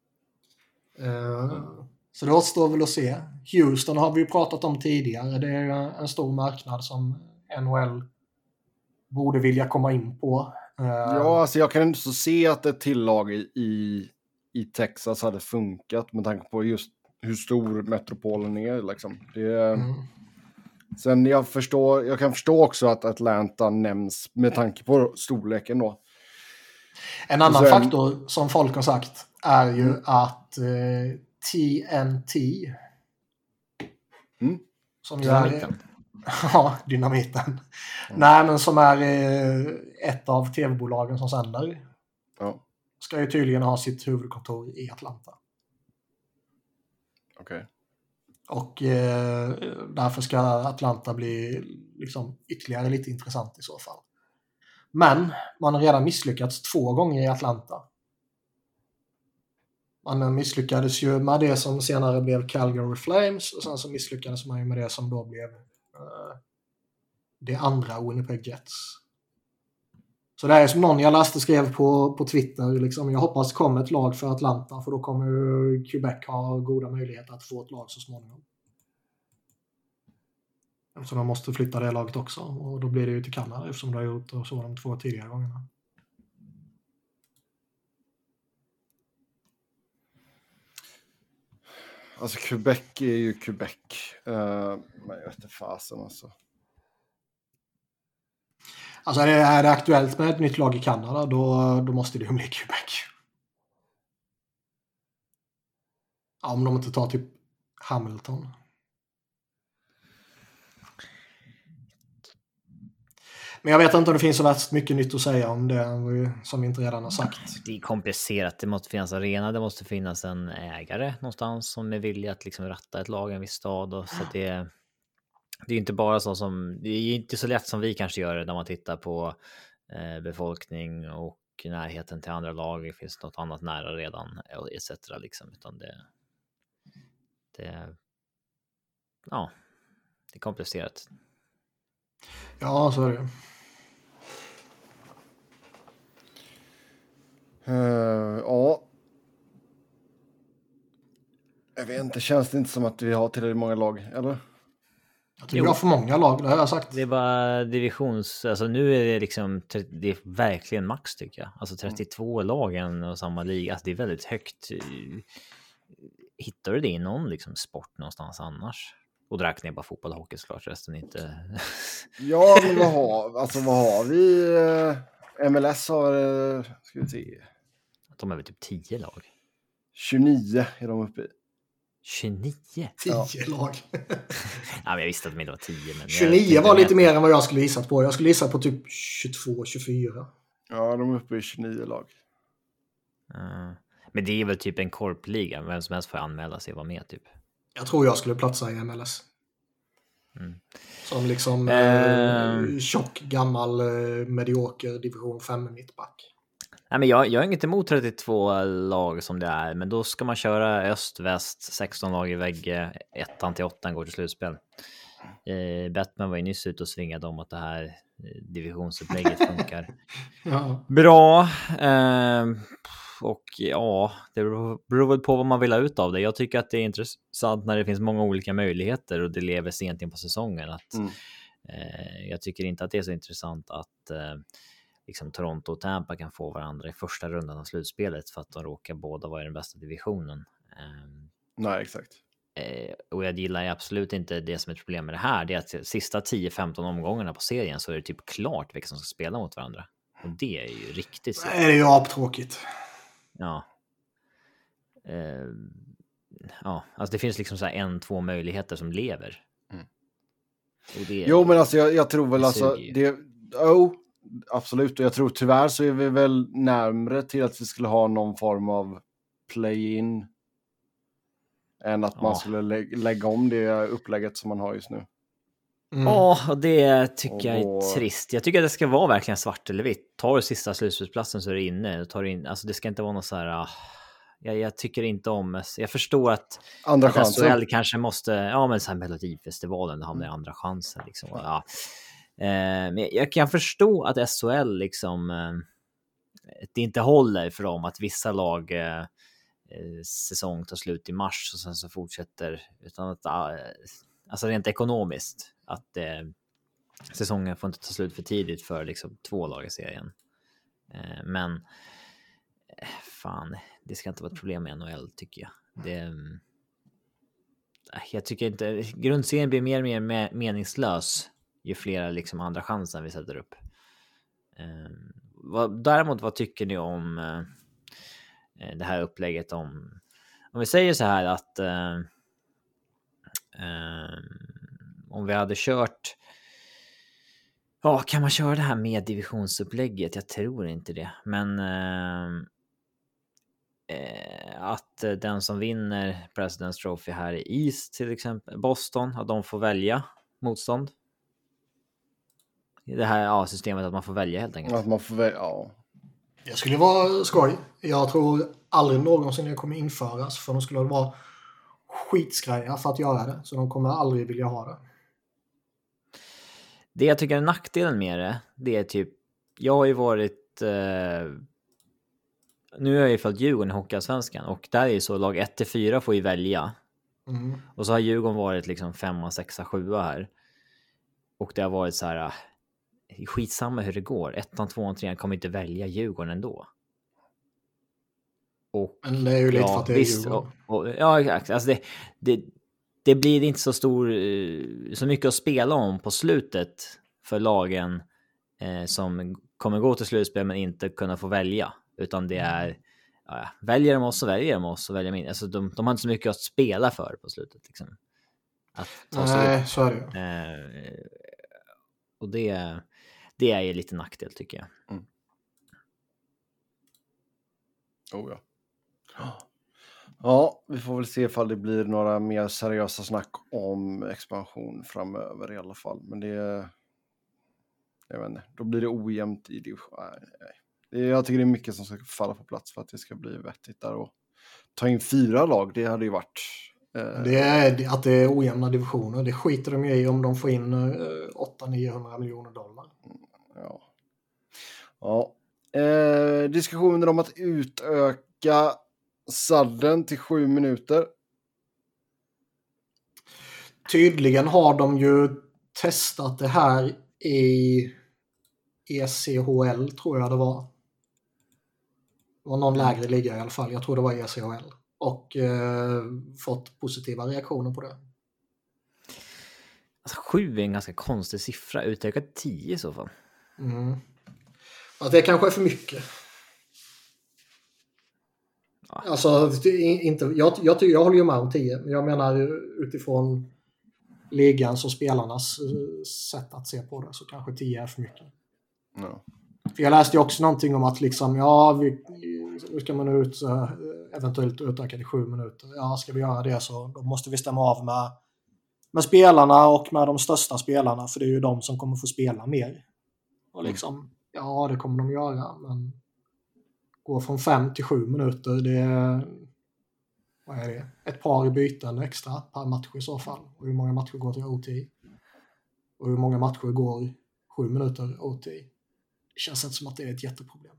Speaker 2: uh, så det återstår väl att se. Houston har vi ju pratat om tidigare. Det är en stor marknad som N H L borde vilja komma in på.
Speaker 1: Ja, alltså jag kan inte så se att ett tillag i, i Texas hade funkat med tanke på just hur stor metropolen är. Liksom. Det, mm. Sen jag, förstår, jag kan förstå också att Atlanta nämns med tanke på storleken då.
Speaker 2: En annan sen, faktor som folk har sagt är ju mm. att eh, T N T
Speaker 1: mm.
Speaker 2: som gör ja, dynamiten. Mm. Nej, men som är eh, ett av tv-bolagen som sänder.
Speaker 1: Ja.
Speaker 2: Ska ju tydligen ha sitt huvudkontor i Atlanta.
Speaker 1: Okej. Okay.
Speaker 2: Och eh, därför ska Atlanta bli liksom ytterligare lite intressant i så fall. Men man har redan misslyckats två gånger i Atlanta. Man misslyckades ju med det som senare blev Calgary Flames och sen så misslyckades man ju med det som då blev uh, det andra Winnipeg Jets. Så det är som någon jag läste skrev på, på Twitter liksom, jag hoppas det kommer ett lag för Atlanta för då kommer ju Quebec ha goda möjligheter att få ett lag så småningom. Så de måste flytta det laget också och då blir det ju till Kanada eftersom de har gjort så de två tidigare gångerna.
Speaker 1: alltså Quebec är ju Quebec. Uh, men jag vet inte fasen alltså.
Speaker 2: Alltså är det aktuellt med ett nytt lag i Kanada, då, då måste det ju bli Quebec. Ja, om de inte tar typ Hamilton. Men jag vet inte om det finns så värst mycket nytt att säga om det som vi inte redan har sagt.
Speaker 3: Det är komplicerat. Det måste finnas arena. Det måste finnas en ägare någonstans som är villig att liksom ratta ett lag i en viss stad. Och så att det, det är inte bara så som... Det är inte så lätt som vi kanske gör det när man tittar på eh, befolkning och närheten till andra lag. Det finns något annat nära redan et cetera. Liksom. Utan det, det... Ja, det är komplicerat.
Speaker 2: Ja, så är det.
Speaker 1: Uh, ja. Jag vet inte, känns det inte som att vi har tillräckligt många lag, eller?
Speaker 2: Jag tycker vi har för många lag, det har jag sagt.
Speaker 3: Det är bara divisions... Alltså nu är det liksom... Det är verkligen max tycker jag. Alltså trettiotvå mm. lagen och samma liga. Alltså det är väldigt högt. Hittar du det i någon liksom sport någonstans annars? Och drack ner bara fotboll och hockey såklart, resten inte.
Speaker 1: Ja, men vad har, alltså, vad har vi? M L S har, ska vi se.
Speaker 3: De är väl typ tio lag.
Speaker 1: tjugonio är de uppe i.
Speaker 3: tjugonio?
Speaker 2: tio ja. lag.
Speaker 3: Ja, men jag visste att de inte var tio. Men
Speaker 2: tjugonio var lite mer än vad jag skulle gissat på. Jag skulle gissat på typ tjugotvå tjugofyra.
Speaker 1: Ja, de är uppe i tjugonio lag.
Speaker 3: Uh, men det är väl typ en korpliga. Vem som helst får anmäla sig och vara med typ.
Speaker 2: Jag tror jag skulle platsa i M L S.
Speaker 3: Mm.
Speaker 2: Som liksom uh, eh, tjock, gammal, eh, medioker division fem mittback.
Speaker 3: Nej, men jag, jag är inget emot trettiotvå lag som det är, men då ska man köra öst, väst, sexton lag i vägg, ettan till åttan går till slutspel. Eh, Batman var ju nyss ute och svingade om att det här divisionsupplägget funkar
Speaker 2: ja.
Speaker 3: bra. Eh, och ja, det beror väl på vad man vill ha ut av det. Jag tycker att det är intressant när det finns många olika möjligheter och det lever sent in på säsongen. Att,
Speaker 1: mm.
Speaker 3: eh, jag tycker inte att det är så intressant att eh, liksom Toronto och Tampa kan få varandra i första rundan av slutspelet för att de råkar båda vara i den bästa divisionen. Um,
Speaker 1: Nej, exakt.
Speaker 3: Eh, och jag gillar absolut inte det som är ett problem med det här. Det är att sista tio femton omgångarna på serien så är det typ klart vilka som ska spela mot varandra. Och det är ju riktigt så.
Speaker 2: Det är ju aptråkigt.
Speaker 3: Ja. Eh, ja, alltså det finns liksom så här en, två möjligheter som lever.
Speaker 1: Mm.
Speaker 3: Och det,
Speaker 1: jo, men alltså jag, jag tror väl
Speaker 3: det
Speaker 1: alltså... Det, oh, absolut, och jag tror tyvärr så är vi väl närmare till att vi skulle ha någon form av play-in än att man ja. skulle lä- lägga om det upplägget som man har just nu.
Speaker 3: Ja, mm. oh, och det tycker och jag är trist. Jag tycker att det ska vara verkligen svart eller vitt. Tar du sista slutspelsplatsen så är det inne. Tar in, alltså det ska inte vara något så här... Uh, jag, jag tycker inte om... Jag förstår att,
Speaker 1: andra
Speaker 3: att S H L kanske måste... Ja, men så här Melodifestivalen, det hamnar i andra chansen. Liksom. Ja. Eh, men jag kan förstå att S H L liksom... Eh, det inte håller för dem att vissa lag... Eh, säsong tar slut i mars och sen så fortsätter utan att alltså rent ekonomiskt att eh, säsongen får inte ta slut för tidigt för liksom två lag i serien. Eh, men eh, fan, det ska inte vara ett problem med N H L tycker jag. Det eh, jag tycker inte grundserien blir mer och mer me- meningslös ju flera liksom andra chanser vi sätter upp. Eh, vad, däremot vad tycker ni om eh, det här upplägget om om vi säger så här att eh, eh, om vi hade kört ja, kan man köra det här med divisionsupplägget? Jag tror inte det, men eh, eh, att den som vinner President's Trophy här i East till exempel, Boston, att de får välja motstånd. Det här ja, systemet att man får välja helt enkelt.
Speaker 1: Att man får välja, ja.
Speaker 2: Det skulle vara skoj. Jag tror aldrig någonsin det kommer införas. För de skulle vara skitsgrejer för att göra det. Så de kommer aldrig vilja ha det.
Speaker 3: Det jag tycker är nackdelen med det, det är typ... Jag har ju varit... Eh, nu har jag ju följt Djurgården i Hockeyallsvenskan. Och där är ju så, lag ett till fyra får ju välja.
Speaker 2: Mm.
Speaker 3: Och så har Djurgården varit liksom femma, sexa, sjua här. Och det har varit så här... Skitsamma hur det går. Ettan, tvåan, trean kommer inte välja Djurgården ändå. Och,
Speaker 2: Men det är ju lite
Speaker 3: ja,
Speaker 2: för att det är
Speaker 3: visst, och, och, ja, exakt. Alltså det, det, det blir inte så stor, så mycket att spela om på slutet för lagen eh, som kommer gå till slutspel men inte kunna få välja. Utan det är, ja, väljer de oss så väljer de oss och väljer min. Alltså de, de har inte så mycket att spela för på slutet. Liksom. Att ta sig
Speaker 2: Nej,
Speaker 3: upp.
Speaker 2: så är det.
Speaker 3: Eh, och det, det är ju lite nackdel tycker jag.
Speaker 1: Mm. Oh ja. Ja, vi får väl se ifall det blir några mer seriösa snack om expansion framöver i alla fall. Men det, jag vet inte, då blir det ojämnt i division. Nej, nej. Det, jag tycker det är mycket som ska falla på plats för att det ska bli vettigt där. Och ta in fyra lag, det hade ju varit... Eh...
Speaker 2: Det är att det är ojämna divisioner. Det skiter de ju i om de får in eh, åtta till niohundra miljoner dollar.
Speaker 1: Ja. Ja. Eh, diskussioner om att utöka sadden till sju minuter.
Speaker 2: Tydligen har de ju testat det här i E C H L tror jag det var. Det var någon lägre liga i alla fall. Jag tror det var E C H L. Och eh, fått positiva reaktioner på det.
Speaker 3: Alltså, sju är en ganska konstig siffra. Utökat tio i så fall.
Speaker 2: Mm. Att det kanske är för mycket. Ja. Alltså, inte, jag, jag, jag håller ju med om tio. Men jag menar utifrån ligans och spelarnas sätt att se på det så kanske tio är för mycket.
Speaker 1: Ja.
Speaker 2: För jag läste ju också någonting om att liksom, ja, vi, nu ska man ut eventuellt utöka till sju minuter. Ja, ska vi göra det så då måste vi stämma av med, med spelarna och med de största spelarna. För det är ju de som kommer få spela mer. Och liksom, ja, det kommer de göra. Men gå från fem till sju minuter, det är, vad är det? Ett par byten extra per match i så fall. Och hur många matcher går till O T? Och hur många matcher går sju minuter O T? Det känns inte som att det är ett jätteproblem.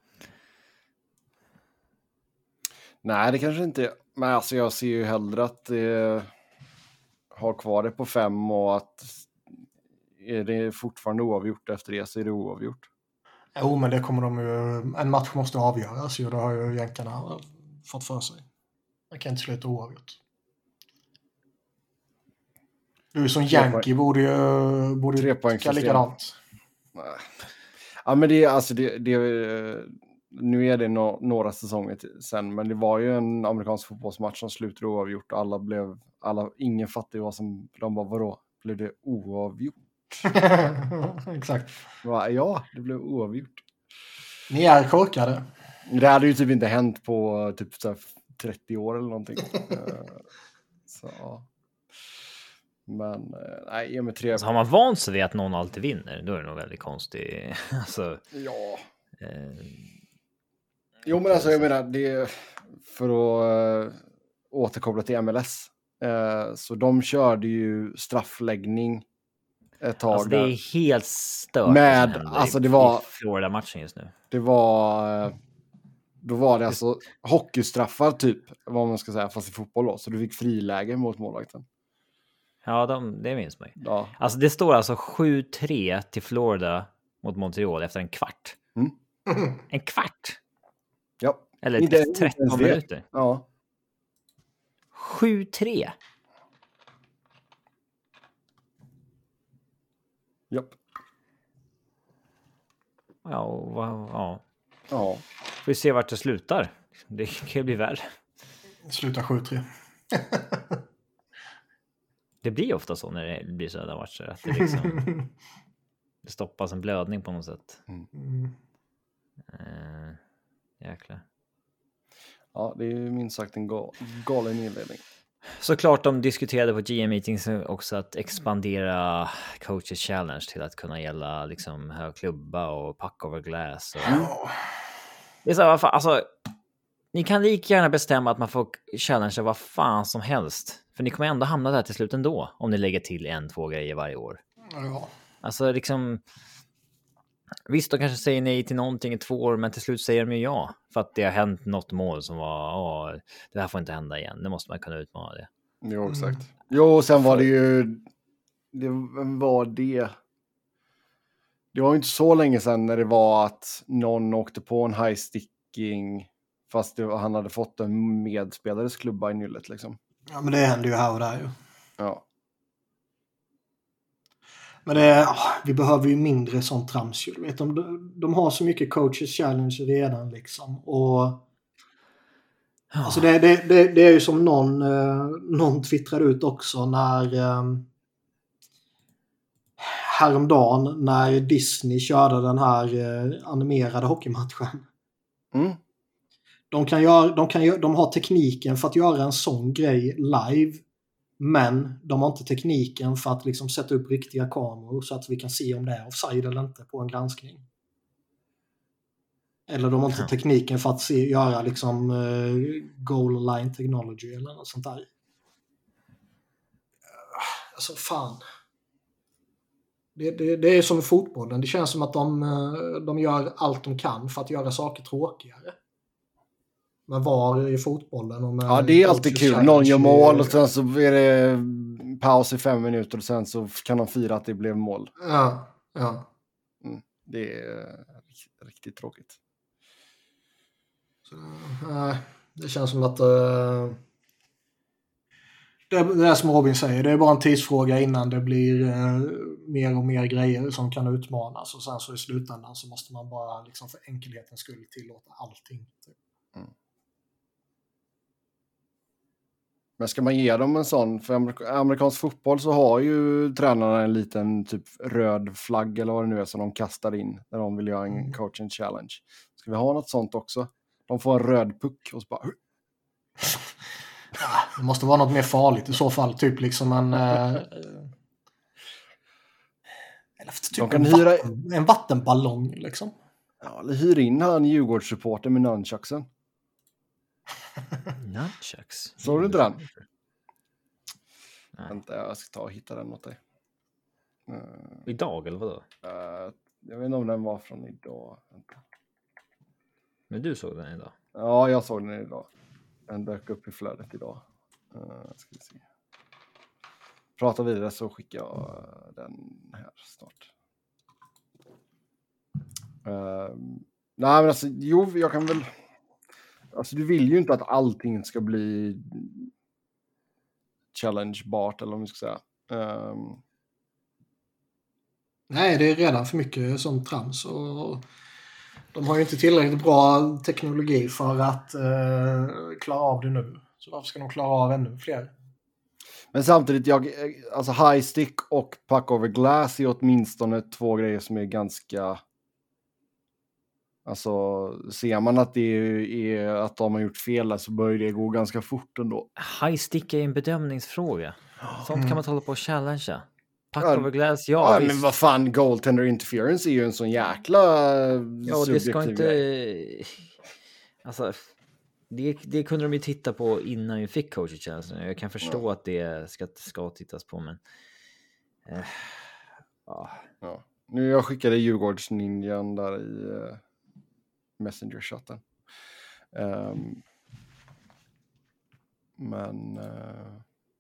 Speaker 1: Nej, det kanske inte är. Men alltså jag ser ju hellre att det har kvar det på fem och att är det fortfarande oavgjort efter det så är det oavgjort.
Speaker 2: Jo, men det kommer de ju... En match måste avgöras ju. Det har ju jänkarna fått för sig. Man kan inte sluta oavgjort. Du som Yankee borde ju borde
Speaker 1: tre poäng
Speaker 2: tycka likadant.
Speaker 1: Nej. Ja, men det är alltså det, det nu är det no, några säsonger sen, men det var ju en amerikansk fotbollsmatch som slutade oavgjort och alla blev alla ingen fattade vad som de bara vadå blev det oavgjort.
Speaker 2: Exakt.
Speaker 1: Ja, det blev oavgjort.
Speaker 2: Ni är korkade.
Speaker 1: Det hade ju typ inte hänt på typ så här trettio år eller någonting. Så ja. Men nej, ge mig tre.
Speaker 3: Alltså, har man vant sig vid att någon alltid vinner, då är det nog väldigt konstigt. Alltså,
Speaker 1: ja.
Speaker 3: Eh,
Speaker 1: jo, men alltså jag menar, det för att äh, återkoppla till M L S. Äh, så de körde ju straffläggning ett tag.
Speaker 3: Alltså det är helt stört.
Speaker 1: Med, alltså det var
Speaker 3: Florida-matchen just nu.
Speaker 1: Det var äh, då var det alltså hockeystraffar typ, vad man ska säga, fast i fotboll då. Så du fick friläge mot målvakten.
Speaker 3: Ja, de, det minns man ju.
Speaker 1: Ja.
Speaker 3: Alltså det står alltså sju tre till Florida mot Montreal efter en kvart.
Speaker 1: Mm.
Speaker 3: En kvart?
Speaker 1: Ja.
Speaker 3: Eller
Speaker 1: inte,
Speaker 3: tretton
Speaker 1: inte
Speaker 3: minuter.
Speaker 1: Ja.
Speaker 3: sju tre.
Speaker 1: Japp.
Speaker 3: Ja, och, ja.
Speaker 1: Ja.
Speaker 3: Får vi se vart det slutar. Det kan ju bli värre.
Speaker 2: Sluta sju tre.
Speaker 3: Det blir ofta så när det blir sådana matcher. Att det liksom det stoppas en blödning på något sätt.
Speaker 2: Mm.
Speaker 3: Uh, jäklar.
Speaker 1: Ja, det är ju minst sagt en gal, galen inledning.
Speaker 3: Såklart de diskuterade på G M-meetings också att expandera coaches challenge till att kunna gälla liksom hög klubba och puck over glass. Och...
Speaker 2: Mm.
Speaker 3: Det är så här, alltså, ni kan lika gärna bestämma att man får challengea vad fan som helst. För ni kommer ändå hamna där till slut ändå om ni lägger till en, två grejer varje år.
Speaker 2: Ja.
Speaker 3: Alltså liksom... Visst, de kanske säger nej till någonting i två år, men till slut säger de ju ja. För att det har hänt något mål som var, åh, det här får inte hända igen. Det måste man kunna utmana det.
Speaker 1: Jo, exakt. Mm. Jo, sen var det ju, det var det. Det var ju inte så länge sedan när det var att någon åkte på en high sticking Fast det, han hade fått en medspelares klubba i nyllet liksom.
Speaker 2: Ja, men det händer ju här och där ju.
Speaker 1: Ja.
Speaker 2: Men det är, vi behöver ju mindre sånt trams. Du vet, de, de har så mycket coaches challenge redan liksom. Och
Speaker 3: Ja.
Speaker 2: alltså det, det, det, det är ju som någon, eh, någon twittrade ut också när eh, häromdagen när Disney körde den här eh, animerade hockeymatchen.
Speaker 1: Mm.
Speaker 2: De, kan göra, de, kan, gö- de har tekniken för att göra en sån grej live. Men de har inte tekniken för att liksom sätta upp riktiga kameror så att vi kan se om det är offside eller inte på en granskning. Eller de har inte
Speaker 3: Ja.
Speaker 2: tekniken för att se, göra liksom uh, goal line technology eller något sånt där. Alltså fan. Det, det, det är som i fotbollen. Det känns som att de, uh, de gör allt de kan för att göra saker tråkigare. Men var i fotbollen och med
Speaker 1: Ja, det är alltid kul.
Speaker 2: challenge,
Speaker 1: Någon gör mål
Speaker 2: det-
Speaker 1: och sen så är det paus i fem minuter och sen så kan de fira att det blev mål.
Speaker 2: Ja, ja.
Speaker 1: Mm. Det är riktigt tråkigt.
Speaker 2: Så, nej, det känns som att uh, det, det är som Robin säger, det är bara en tidsfråga innan det blir uh, mer och mer grejer som kan utmanas och sen så i slutändan så måste man bara liksom för enkelhetens skull tillåta allting. Typ.
Speaker 1: Mm. Men ska man ge dem en sån, för amerik- amerikansk fotboll så har ju tränarna en liten typ röd flagg eller vad det nu är som de kastar in när de vill göra en
Speaker 2: Mm.
Speaker 1: coaching challenge. Ska vi ha något sånt också? De får en röd puck och så bara...
Speaker 2: Ja, det måste vara något mer farligt i så fall, typ liksom en uh, eller typ
Speaker 1: De kan
Speaker 2: en,
Speaker 1: hyra-
Speaker 2: vatten, en vattenballong liksom.
Speaker 1: Ja, eller hyr in han Djurgårdssupporter med nunchucksen.
Speaker 3: Nunchucks.
Speaker 1: Såg du inte den?
Speaker 3: Nej.
Speaker 1: Vänta, jag ska ta och hitta den åt dig. Uh,
Speaker 3: Idag eller vadå?
Speaker 1: uh, jag vet inte om den var från idag. Vänta.
Speaker 3: Men du såg den idag?
Speaker 1: Ja, jag såg den idag. Den dök upp i flödet idag. Uh, ska vi se. Prata vidare så skickar jag den här snart. Uh, nej, men alltså, jo, jag kan väl... Alltså, du vill ju inte att allting ska bli challengebart, eller om vi ska säga. Um,
Speaker 2: Nej, det är redan för mycket sånt trams och de har ju inte tillräckligt bra teknologi för att uh, klara av det nu. Så varför ska de klara av ännu fler?
Speaker 1: Men samtidigt, jag, alltså high stick och puck over glass är åtminstone två grejer som är ganska... Alltså, ser man att det är att de har gjort fel så börjar det gå ganska fort ändå.
Speaker 3: High stick är en bedömningsfråga. Sånt
Speaker 2: Mm.
Speaker 3: kan man ta hålla på och challengea. Puck
Speaker 1: Ja,
Speaker 3: over glass, ja,
Speaker 1: Ja,
Speaker 3: visst.
Speaker 1: men vad fan, goaltender interference är ju en sån jäkla
Speaker 3: Ja, och det ska
Speaker 1: subjektiv
Speaker 3: inte...
Speaker 1: grej.
Speaker 3: Alltså, det, det kunde de ju titta på innan vi fick coaching challenge. Jag kan förstå
Speaker 1: Ja.
Speaker 3: att det ska, ska tittas på, men... Eh, ja.
Speaker 1: Ja. Nu jag skickade Djurgårdsninjan där i uh, Messenger-chatten. Um, men... Uh,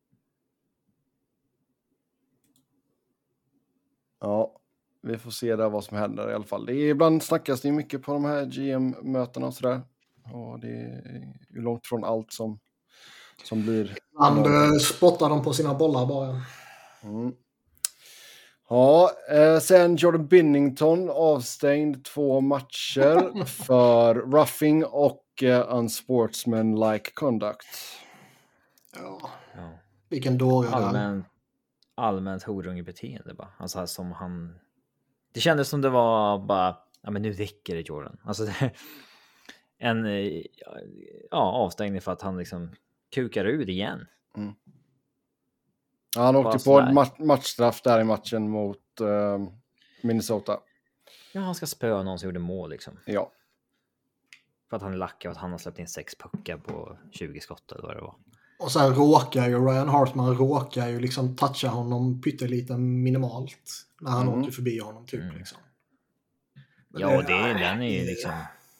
Speaker 1: ja, vi får se där vad som händer i alla fall. Det är, ibland snackas det mycket på de här G M-mötena och sådär. Och det är ju långt från allt som, som blir...
Speaker 2: Han uh, spottar dem på sina bollar bara.
Speaker 1: Mm. Ja, eh, sen Jordan Binnington avstängd två matcher för roughing och eh, unsportsmanlike conduct.
Speaker 2: Ja,
Speaker 3: Ja.
Speaker 2: vilken dåre det är.
Speaker 3: Allmänt, allmänt horungebeteende bara. Alltså här som han... Det kändes som det var bara... Ja, men nu räcker det, Jordan. Alltså det, en eh, ja, avstängning för att han liksom kukar ur igen.
Speaker 1: Mm. Ja, han åkte på en match, matchstraff där i matchen mot eh, Minnesota.
Speaker 3: Ja, han ska spöa någon som gjorde mål liksom.
Speaker 1: Ja.
Speaker 3: För att han är lack och att han har släppt in sex puckar på tjugo skott eller vad det var.
Speaker 2: Och sen råkar ju Ryan Hartman råkar ju liksom toucha honom pyttelite minimalt när han
Speaker 1: Mm.
Speaker 2: åker förbi honom typ
Speaker 3: Mm.
Speaker 2: liksom.
Speaker 3: Ja, det, det, den är ju liksom...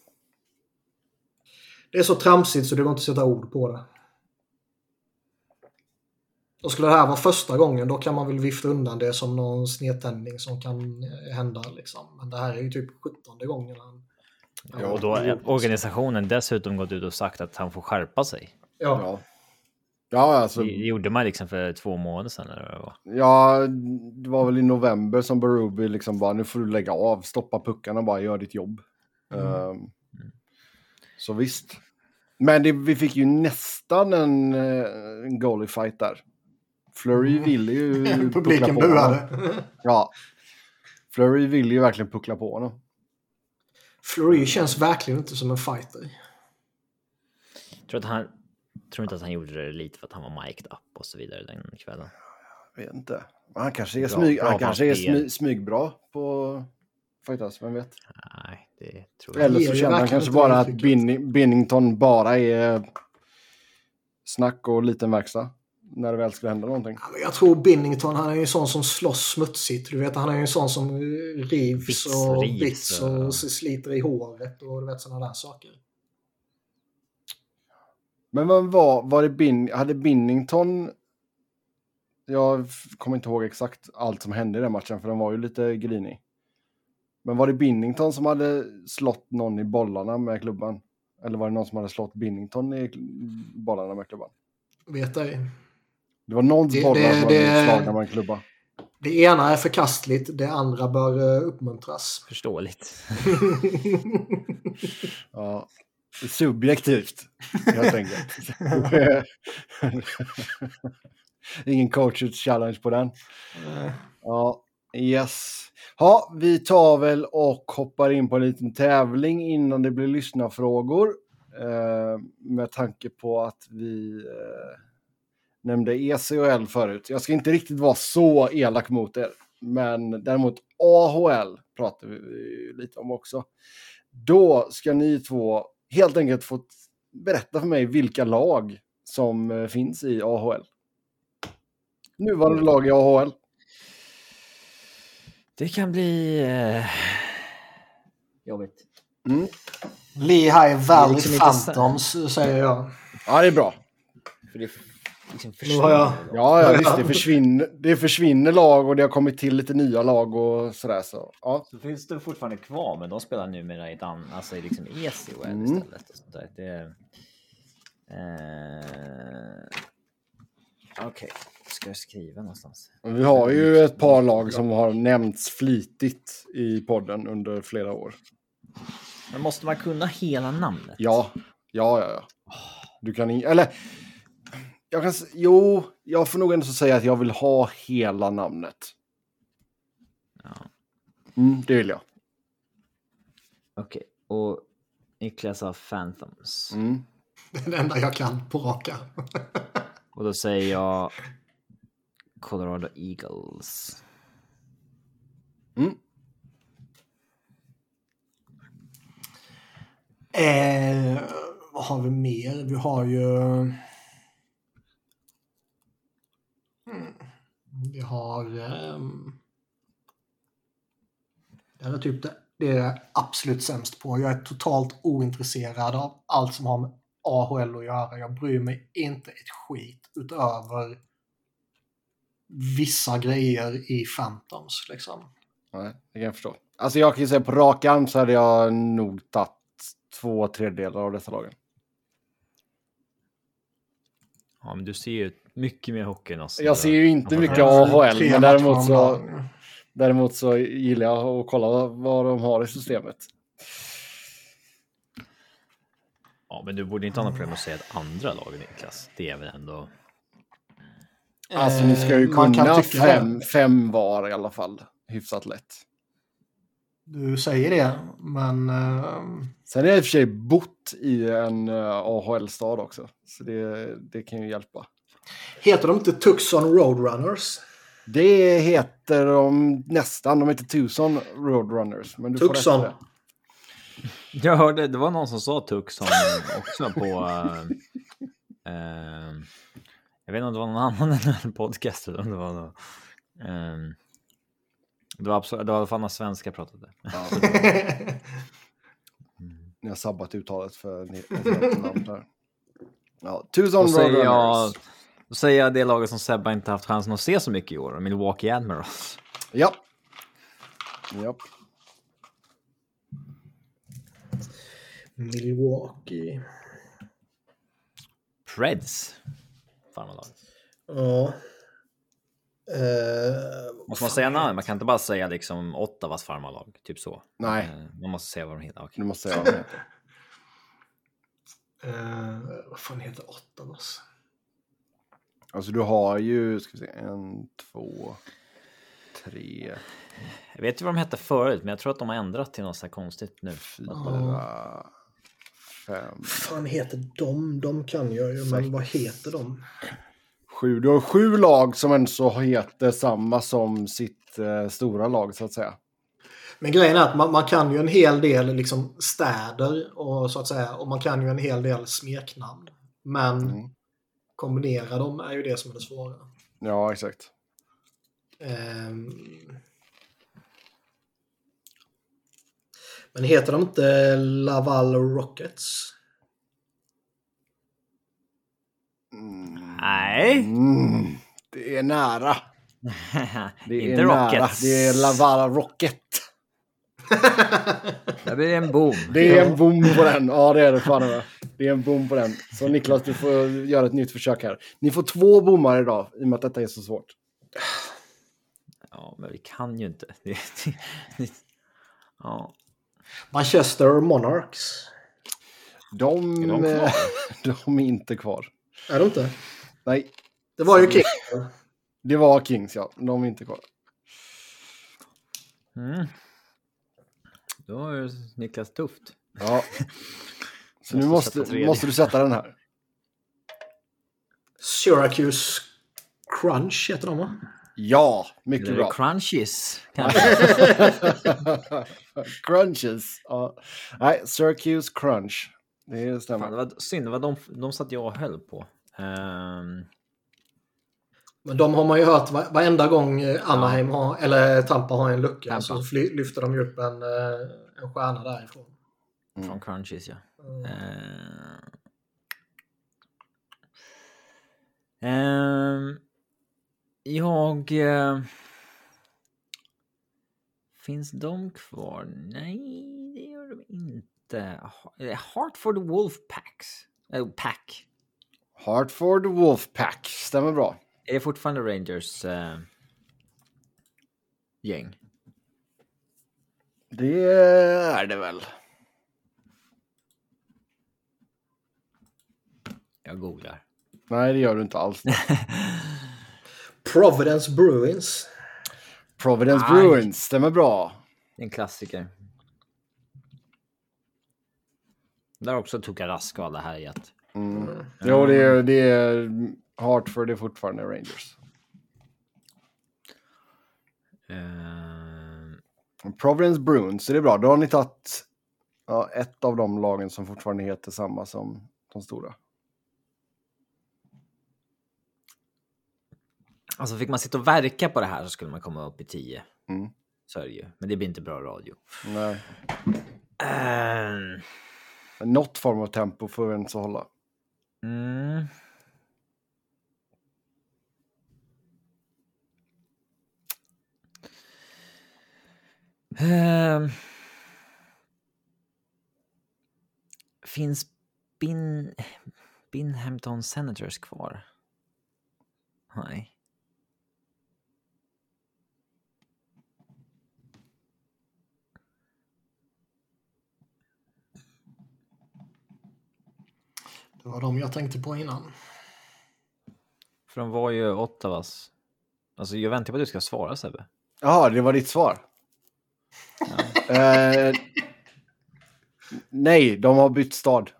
Speaker 2: Det är så tramsigt så det går inte att sätta ord på det. Och skulle det här vara första gången då kan man väl vifta undan det som någon snedtändning som kan hända liksom. Men det här är ju typ sjuttonde gången han
Speaker 3: Ja, och då har organisationen dessutom gått ut och sagt att han får skärpa sig.
Speaker 2: Ja.
Speaker 1: Ja, ja alltså.
Speaker 3: Det gjorde man liksom för två månader sedan. Eller vad?
Speaker 1: Ja, det var väl i november som Berube liksom bara, nu får du lägga av, stoppa puckarna, bara gör ditt jobb. Mm. Um, så visst. Men det, vi fick ju nästan en, en goalie fight där. Fleury mm. ville ju
Speaker 2: publiken buade.
Speaker 1: Ja. Fleury ville ju verkligen puckla på honom.
Speaker 2: Fleury känns verkligen inte som en fighter.
Speaker 3: Jag tror att han tror inte att han gjorde det lite för att han var mic'd up och så vidare den kvällen.
Speaker 1: Jag vet inte. Han kanske är, bra, smyg, bra han kanske är smy, smygbra på fightas, vem vet?
Speaker 3: Nej, det tror jag.
Speaker 1: Eller så känner han kanske bara att Bin, Binnington bara är snack och liten verkstad när det väl ska hända någonting.
Speaker 2: Ja, jag tror Binnington, han är ju en sån som slåss smutsigt. Du vet, han är ju en sån som rivs Bits, och rivs, bits och ja. sliter i håret och du vet sådana där saker.
Speaker 1: Men vad var, var det Bin, hade Binnington, jag kommer inte ihåg exakt allt som hände i den matchen för den var ju lite grinig. Men var det Binnington som hade slått någon i bollarna med klubban? Eller var det någon som hade slått Binnington i bollarna med klubban?
Speaker 2: Vet ej.
Speaker 1: Det var någons det, bollar det, som det, hade slagna med en klubba.
Speaker 2: Det ena är förkastligt, det andra bör uppmuntras.
Speaker 3: Förståeligt.
Speaker 1: Ja. Subjektivt, helt enkelt. Ingen coaches challenge på den. Mm. Ja, yes. Ja, vi tar väl och hoppar in på en liten tävling innan det blir lyssnarfrågor. Eh, med tanke på att vi eh, nämnde E C H L förut. Jag ska inte riktigt vara så elak mot er. Men däremot A H L pratar vi lite om också. Då ska ni två helt enkelt få berätta för mig vilka lag som finns i A H L. Nuvarande lag i A H L.
Speaker 3: Det kan bli eh... jobbigt.
Speaker 1: Mm.
Speaker 2: Lehigh Valley liksom Phantoms säger jag.
Speaker 1: Ja, det är bra.
Speaker 3: För det liksom försvinner.
Speaker 1: Ja, ja, ja visst, det försvinner, det försvinner lag och det har kommit till lite nya lag och sådär. Så, ja.
Speaker 3: Så finns det fortfarande kvar, men de spelar numera i ett annat, alltså i liksom E C H L mm. istället. Och sånt där. Det, eh... Okej, okay. Ska jag skriva någonstans?
Speaker 1: Vi har ju ett par lag som har nämnts flitigt i podden under flera år.
Speaker 3: Men måste man kunna hela namnet?
Speaker 1: Ja, ja, ja. ja. Du kan in... Eller... Jag kan... Jo, jag får nog ändå säga att jag vill ha hela namnet.
Speaker 3: Ja.
Speaker 1: Mm, det vill jag.
Speaker 3: Okej, okay. Och Niklas har Phantoms.
Speaker 1: Mm.
Speaker 2: Det är det enda jag kan på raka.
Speaker 3: Och då säger jag Colorado Eagles.
Speaker 1: Mm.
Speaker 2: Eh, vad har vi mer? Vi har ju... Mm. Vi har... Um... Det är typ det, det är jag absolut sämst på. Jag är totalt ointresserad av allt som har med A H L att göra. Jag bryr mig inte ett skit utöver vissa grejer i Phantoms liksom.
Speaker 1: Nej, det kan jag förstå. Alltså jag kan ju säga på rak arm så hade jag nog tagit två tredjedelar av dessa lagen.
Speaker 3: Ja, men du ser ju mycket mer hockey än oss.
Speaker 1: Jag ser ju inte mycket A H L, men däremot så, däremot så gillar jag att kolla vad de har i systemet.
Speaker 3: Ja, men du borde inte ha något problem att säga att andra lagen, Niklas. Det är väl ändå...
Speaker 1: Alltså ni ska ju kunna fem, fem var i alla fall. Hyfsat lätt.
Speaker 2: Du säger det, men... Uh...
Speaker 1: Sen har jag i och för sig bott i en uh, A H L-stad också. Så det, det kan ju hjälpa.
Speaker 2: Heter de inte Tucson Roadrunners?
Speaker 1: Det heter de nästan. De heter Tucson Roadrunners. Men du
Speaker 2: Tucson.
Speaker 1: Får rätt
Speaker 3: det. Jag hörde, det var någon som sa Tucson också på... Uh, uh, jag vet inte om det var någon annan än en podcast. Eller om det var någon, uh, det var absolut, det var fan svenska pratade.
Speaker 1: Ja. Ni har sabbat uttalet för namn där. Ja, Tucson Roadrunners. Jag,
Speaker 3: då säger jag det laget som Sebba inte haft chansen att se så mycket i år. Milwaukee Admirals.
Speaker 1: Ja. Ja.
Speaker 2: Milwaukee.
Speaker 3: Preds. Farmarlag.
Speaker 2: Ja. Uh,
Speaker 3: måste man säga namn? Man kan inte bara säga liksom Ottawas farmarlag. Typ så.
Speaker 1: Nej.
Speaker 3: Uh, man måste säga vad de heter. Okay.
Speaker 1: Du måste säga vad de heter.
Speaker 2: Uh, vad fan heter Ottawas?
Speaker 1: Alltså du har ju, ska vi se, en, två, tre.
Speaker 3: Jag vet ju vad de hette förut, men jag tror att de har ändrat till något så här konstigt nu.
Speaker 1: Fyra, fem.
Speaker 2: Vad fan heter de? De kan jag ju, sex. Men vad heter de?
Speaker 1: Sju. Du har sju lag som ändå heter samma som sitt eh, stora lag så att säga.
Speaker 2: Men grejen är att man, man kan ju en hel del liksom städer och så att säga, och man kan ju en hel del smeknamn. Men mm. kombinera dem är ju det som är det svåra.
Speaker 1: Ja, exakt.
Speaker 2: Um, men heter de inte Laval Rockets?
Speaker 1: Mm.
Speaker 3: Nej.
Speaker 1: Mm. Det är nära. Det är
Speaker 3: inte
Speaker 1: nära.
Speaker 3: Rockets.
Speaker 1: Det är Laval Rocket.
Speaker 3: Det är en boom.
Speaker 1: Det är en boom på den. Ja, det är det fan. Det är en boom på den. Så Niklas, du får göra ett nytt försök här. Ni får två bommar idag i och med att detta är så svårt.
Speaker 3: Ja, men vi kan ju inte. Ja.
Speaker 2: Manchester Monarchs.
Speaker 1: De,
Speaker 3: är de, kvar?
Speaker 1: de är inte kvar.
Speaker 2: Är de inte?
Speaker 1: Nej.
Speaker 2: Det var ju Kings.
Speaker 1: Det var Kings, ja. De är inte kvar.
Speaker 3: Mm. Då är det Niklas tufft.
Speaker 1: Ja. Så nu måste, måste du sätta den här.
Speaker 2: Syracuse Crunch heter de, va?
Speaker 1: Ja, mycket
Speaker 3: Eller
Speaker 1: bra.
Speaker 3: Crunches.
Speaker 1: Crunches. Ja. Nej, Syracuse Crunch. Det stämmer.
Speaker 3: Fan, det var synd, det var de, de satt jag och höll på. Um...
Speaker 2: Men de har man ju hört varenda gång Anaheim ja. har, eller Tampa har en lucka. Tampa. Så fly, lyfter de ju upp en, en stjärna därifrån.
Speaker 3: Mm. Från Crunches, ja. Mm. Uh... Um... Jag... Uh... Finns de kvar? Nej, det gör de inte. Hartford Wolfpacks. Äh, Pack.
Speaker 1: Hartford Wolfpack. Stämmer bra.
Speaker 3: Är det fortfarande Rangers uh... gäng?
Speaker 1: Det är det väl.
Speaker 3: Jag googlar.
Speaker 1: Nej, det gör du inte alls.
Speaker 2: Providence Bruins.
Speaker 1: Providence Aj. Bruins, stämmer bra.
Speaker 3: En klassiker. Där också tog jag rask av det här i att.
Speaker 1: Mm. Mm. Jo, det är, det är Hartford, det är fortfarande Rangers. Uh... Providence Bruins, så det är bra. Då har ni tagit ja, ett av de lagen som fortfarande heter samma som de stora.
Speaker 3: Alltså fick man sitta och verka på det här så skulle man komma upp i tio.
Speaker 1: Mm.
Speaker 3: Så är det ju. Men det blir inte bra radio.
Speaker 1: Nej.
Speaker 3: Uh...
Speaker 1: Något form av tempo får vi inte så hålla.
Speaker 3: Mm. Uh... Finns Bin... Binghamton Senators kvar? Nej.
Speaker 2: Det var de jag tänkte på innan.
Speaker 3: För de var ju Ottawas. Alltså jag väntar på att du ska svara, Sebbe.
Speaker 1: Jaha, det var ditt svar. Ja. eh, nej, de har bytt stad.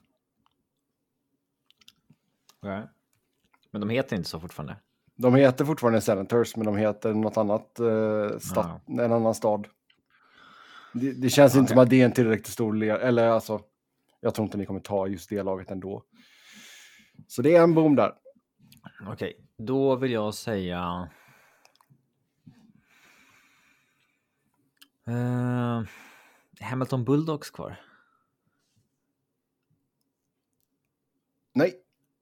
Speaker 3: Okay. Men de heter inte så fortfarande.
Speaker 1: De heter fortfarande Senators, men de heter något annat eh, stad, ja. En annan stad. Det, det känns okay. inte som att det är en tillräckligt stor le- eller alltså, jag tror inte ni kommer ta just det laget ändå. Så det är en boom där.
Speaker 3: Okej, okay. Då vill jag säga uh, Hamilton Bulldogs kvar.
Speaker 1: Nej.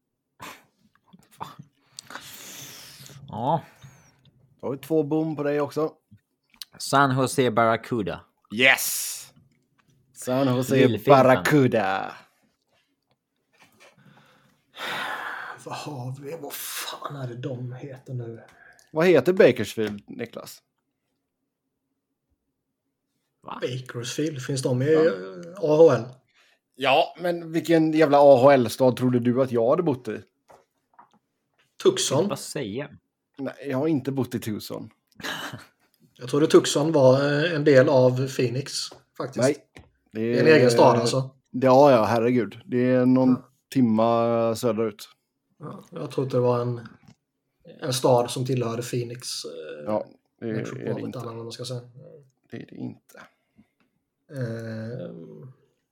Speaker 3: Ja.
Speaker 1: Då har vi två boom på dig också.
Speaker 3: San Jose Barracuda.
Speaker 1: Yes! San Jose
Speaker 3: Lillfinkan.
Speaker 1: Barracuda.
Speaker 2: Vad har vi? Vad fan är det de heter nu?
Speaker 1: Vad heter Bakersfield, Niklas?
Speaker 3: Va?
Speaker 2: Bakersfield, finns de i ja. A H L?
Speaker 1: Ja, men vilken jävla A H L-stad trodde du att jag hade bott i?
Speaker 2: Tucson.
Speaker 3: Vad säger?
Speaker 1: Nej, jag har inte bott i Tucson.
Speaker 2: Jag trodde Tucson var en del av Phoenix, faktiskt.
Speaker 1: Nej. Det är,
Speaker 2: det är en egen stad alltså.
Speaker 1: Ja, ja, herregud. Det är någon ja. timma söderut.
Speaker 2: Ja, jag trodde det var en, en stad som tillhörde Phoenix.
Speaker 1: Ja, det är, är det inte.
Speaker 2: Vad man ska säga.
Speaker 1: Det är det inte.
Speaker 2: Uh...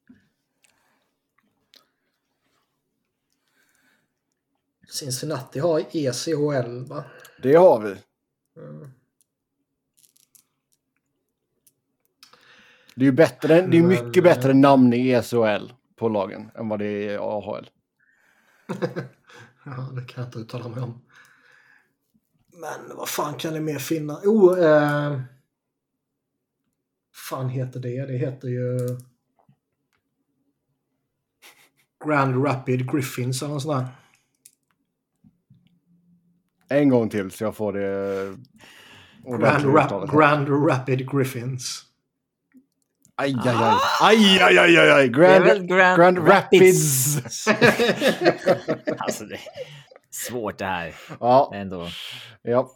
Speaker 2: Cincinnati har E C H L, va?
Speaker 1: Det har vi.
Speaker 2: Mm.
Speaker 1: Det är ju bättre, det är mycket bättre namn i E C H L på lagen än vad det är i A H L.
Speaker 2: Ja, det kan jag inte uttala mig om. Men vad fan kan det mer finna? Oh, eh... fan heter det? Det heter ju Grand Rapid Griffins eller något sånt där.
Speaker 1: En gång till så jag får det...
Speaker 2: Grand, Rap- Grand Rapid Griffins.
Speaker 1: Aj, aj, aj. Aj, aj, aj, aj, aj. Grand,
Speaker 3: Grand,
Speaker 1: Grand Rapids. Rapids.
Speaker 3: Alltså, det är svårt det här.
Speaker 1: Ja.
Speaker 3: Ändå.
Speaker 1: Ja.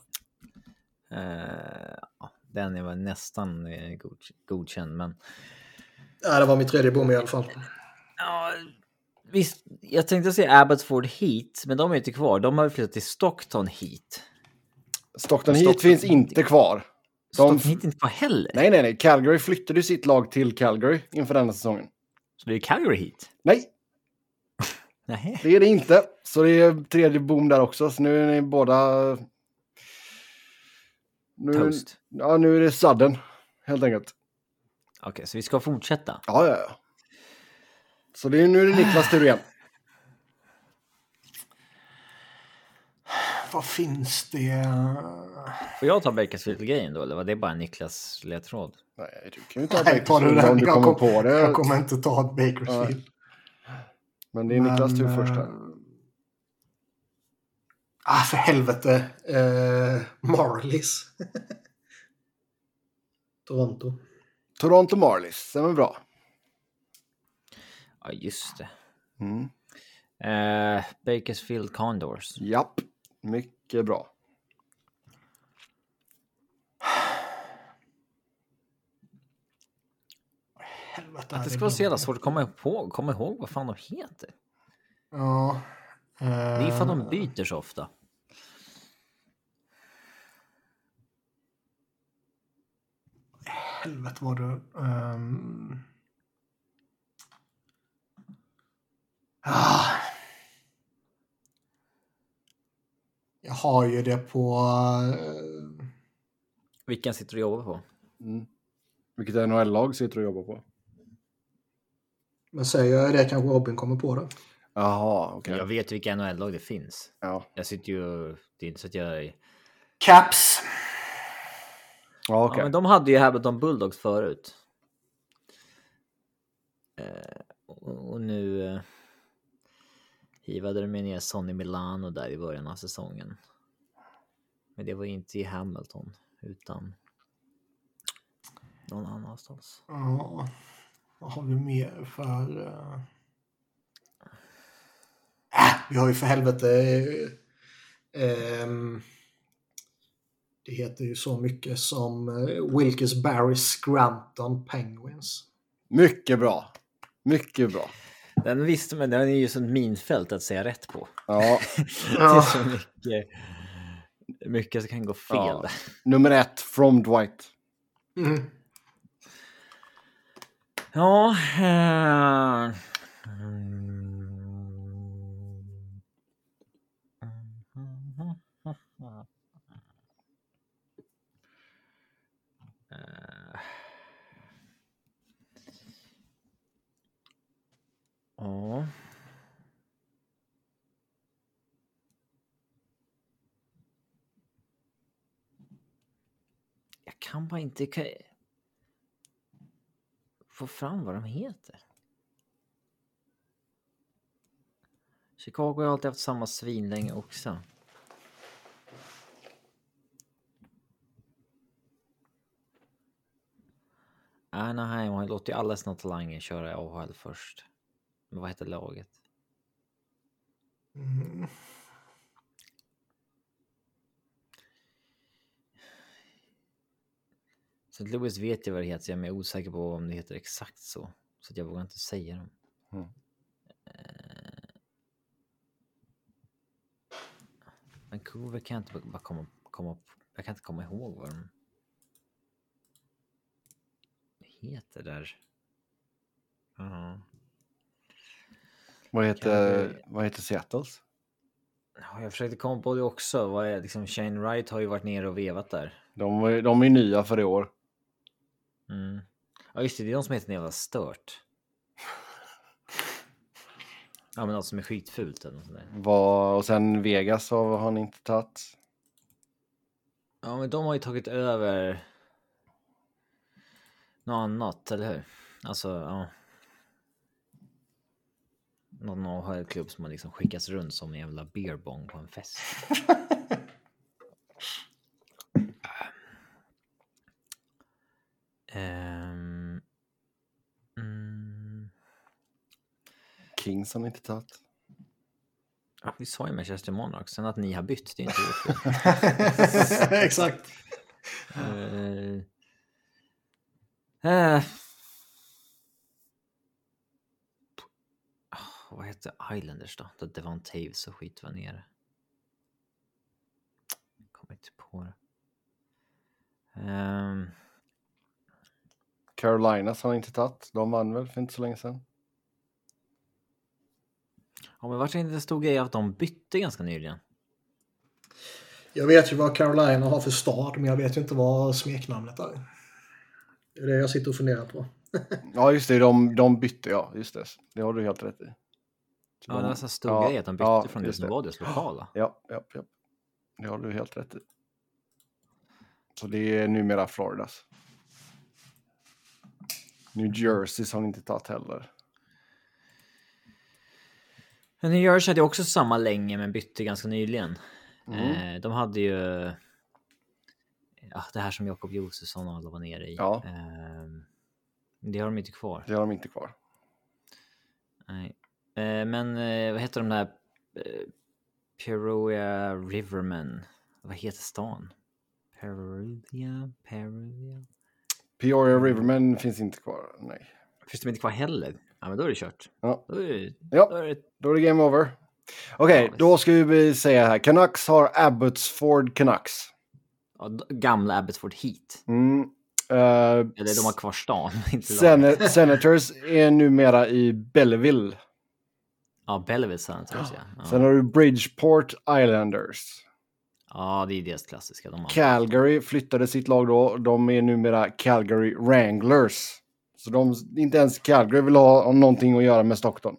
Speaker 3: Uh, den var nästan god, godkänd, men...
Speaker 2: Ja, det var mitt tredje bom i alla fall.
Speaker 3: Ja, visst. Jag tänkte säga Abbotsford Heat, men de är inte kvar. De har flyttat till Stockton Heat.
Speaker 1: Stockton Heat Stockton finns inte kvar.
Speaker 3: De... Stockton Heat inte kvar heller?
Speaker 1: Nej, nej, nej. Calgary flyttade sitt lag till Calgary inför denna säsongen.
Speaker 3: Så det är Calgary Heat?
Speaker 1: Nej.
Speaker 3: Nej.
Speaker 1: Det är det inte. Så det är tredje boom där också. Så nu är ni båda... Nu...
Speaker 3: Toast.
Speaker 1: Ja, nu är det sudden. Helt enkelt.
Speaker 3: Okej, okay, så vi ska fortsätta?
Speaker 1: Ja, ja, ja. Så det är, nu är det Niklas tur igen.
Speaker 2: Vad finns det?
Speaker 3: Får jag ta Bakersfield-grejen då? Eller var det bara Niklas ledtråd?
Speaker 1: Nej, du kan ju ta Bakersfield om du kommer
Speaker 2: kom,
Speaker 1: på det.
Speaker 2: Jag kommer inte ta ett Bakersfield.
Speaker 1: Ja. Men det är Niklas tur först här.
Speaker 2: Ah, för helvete. Uh, Marlies. Toronto.
Speaker 1: Toronto Marlies, det var bra.
Speaker 3: Ja, just det.
Speaker 1: Mm.
Speaker 3: Uh, Bakersfield Condors.
Speaker 1: Japp, mycket bra.
Speaker 2: Helvete,
Speaker 3: att det ska vara så jävla svårt att komma ihåg, komma ihåg vad fan de heter.
Speaker 2: Ja. Uh...
Speaker 3: Det är för att de byter så ofta.
Speaker 2: Helvete var du... Um... Ah. Jag har ju det på... Uh...
Speaker 3: Vilken sitter du och jobbar på?
Speaker 1: Mm. Vilket N H L-lag sitter du och jobbar på?
Speaker 2: Men säger jag det kanske Robin kommer på det.
Speaker 1: Jaha, okej. Okay.
Speaker 3: Jag vet vilka N H L-lag det finns.
Speaker 1: Ja.
Speaker 3: Jag sitter ju... Det är inte så att jag är...
Speaker 2: Caps!
Speaker 1: Ja, okej. Okay.
Speaker 3: Ja, men de hade ju Hamilton Bulldogs förut. Eh, och, och nu... Eh, hivade de ner Sonny Milano där i början av säsongen. Men det var inte i Hamilton, utan någon annanstans.
Speaker 2: Ja, vad har vi mer för... Uh... Äh, vi har ju för helvete... Uh, um... Det heter ju så mycket som uh, Wilkes-Barre Scranton Penguins.
Speaker 1: Mycket bra. Mycket bra.
Speaker 3: Den visste man, den är ju sånt minfält att säga rätt på.
Speaker 1: Ja.
Speaker 3: Det är så mycket, mycket som kan gå fel. Ja.
Speaker 1: Nummer ett, From Dwight.
Speaker 2: Mm.
Speaker 3: Ja. Uh... Ja. Jag kan bara inte... få fram vad de heter. Chicago har alltid haft samma svin länge också. Anaheim har låtit alla sina talanger köra i A H L först. Men vad heter laget?
Speaker 2: Mm.
Speaker 3: Saint Louis vet jag vad det heter, så jag är osäker på om det heter exakt så. Så att jag vågar inte säga dem.
Speaker 1: Mm.
Speaker 3: Vancouver kan jag inte bara komma, komma jag kan inte komma ihåg vad de heter där. Uh-huh.
Speaker 1: Vad heter, det... vad heter Seattles?
Speaker 3: Ja, jag försökte komma på det också. Vad är, liksom, Shane Wright har ju varit nere och vevat där.
Speaker 1: De, de är nya för i år.
Speaker 3: Mm. Ja just det, det är de som heter Neva Stört. Ja men något som är skitfult eller något sånt där.
Speaker 1: Vad, och sen Vegas har han inte tagit.
Speaker 3: Ja men de har ju tagit över något annat, eller hur? Alltså, ja. Någon A H L-klubb som har liksom skickats runt som en jävla beerbong på en fest. um, mm.
Speaker 1: Kings har inte tagit.
Speaker 3: Ja, vi sa ju Manchester Monarchs. Sen att ni har bytt, det är inte vårt.
Speaker 2: Exakt.
Speaker 3: Uh, uh, oh, vad heter Islanders då? Där Devon Taves och skit var nere. Jag kommer inte på det. Um,
Speaker 1: Carolinas har inte tagit. De vann väl för inte så länge sedan.
Speaker 3: Ja, men vart är det stor grej att de bytte ganska nyligen?
Speaker 2: Jag vet ju vad Carolina har för stad, men jag vet ju inte vad smeknamnet är. Det är det jag sitter och funderar på.
Speaker 1: Ja, just det. De, de bytte, ja. Just det. Det har du helt rätt i. Så
Speaker 3: ja,
Speaker 1: de,
Speaker 3: det var så stor
Speaker 1: ja,
Speaker 3: grej att de bytte
Speaker 1: ja,
Speaker 3: från det som var deras lokala.
Speaker 1: Ja, ja, ja. Det har du helt rätt i. Så det är numera Floridas. New Jersey har inte tagit heller.
Speaker 3: Men New Jersey hade också samma länge men bytte ganska nyligen.
Speaker 1: Mm.
Speaker 3: Eh, de hade ju ja, det här som Jakob Josefsson och alla var nere i.
Speaker 1: Ja.
Speaker 3: Eh, det har de inte kvar.
Speaker 1: Det har de inte kvar.
Speaker 3: Nej. Eh, men eh, vad heter de där eh, Peoria Rivermen? Vad heter stan? Perugia? Perugia?
Speaker 1: Peoria Rivermen finns inte kvar, nej.
Speaker 3: Finns de inte kvar heller? Ja, men då är det kört.
Speaker 1: Ja,
Speaker 3: då är det,
Speaker 1: ja.
Speaker 3: Då är det...
Speaker 1: Då är det game over. Okej, okay, då ska vi säga här. Canucks har Abbotsford Canucks.
Speaker 3: Ja, gamla Abbotsford Heat.
Speaker 1: Mm, uh,
Speaker 3: Eller de har kvar stan. Inte
Speaker 1: Sen- Senators är numera i Belleville.
Speaker 3: Ja, Belleville Senators, ja. ja.
Speaker 1: Sen har du Bridgeport Islanders.
Speaker 3: Ja, det är deras klassiska. De har...
Speaker 1: Calgary flyttade sitt lag då. De är numera Calgary Wranglers. Så de, inte ens Calgary vill ha, ha någonting att göra med Stockton.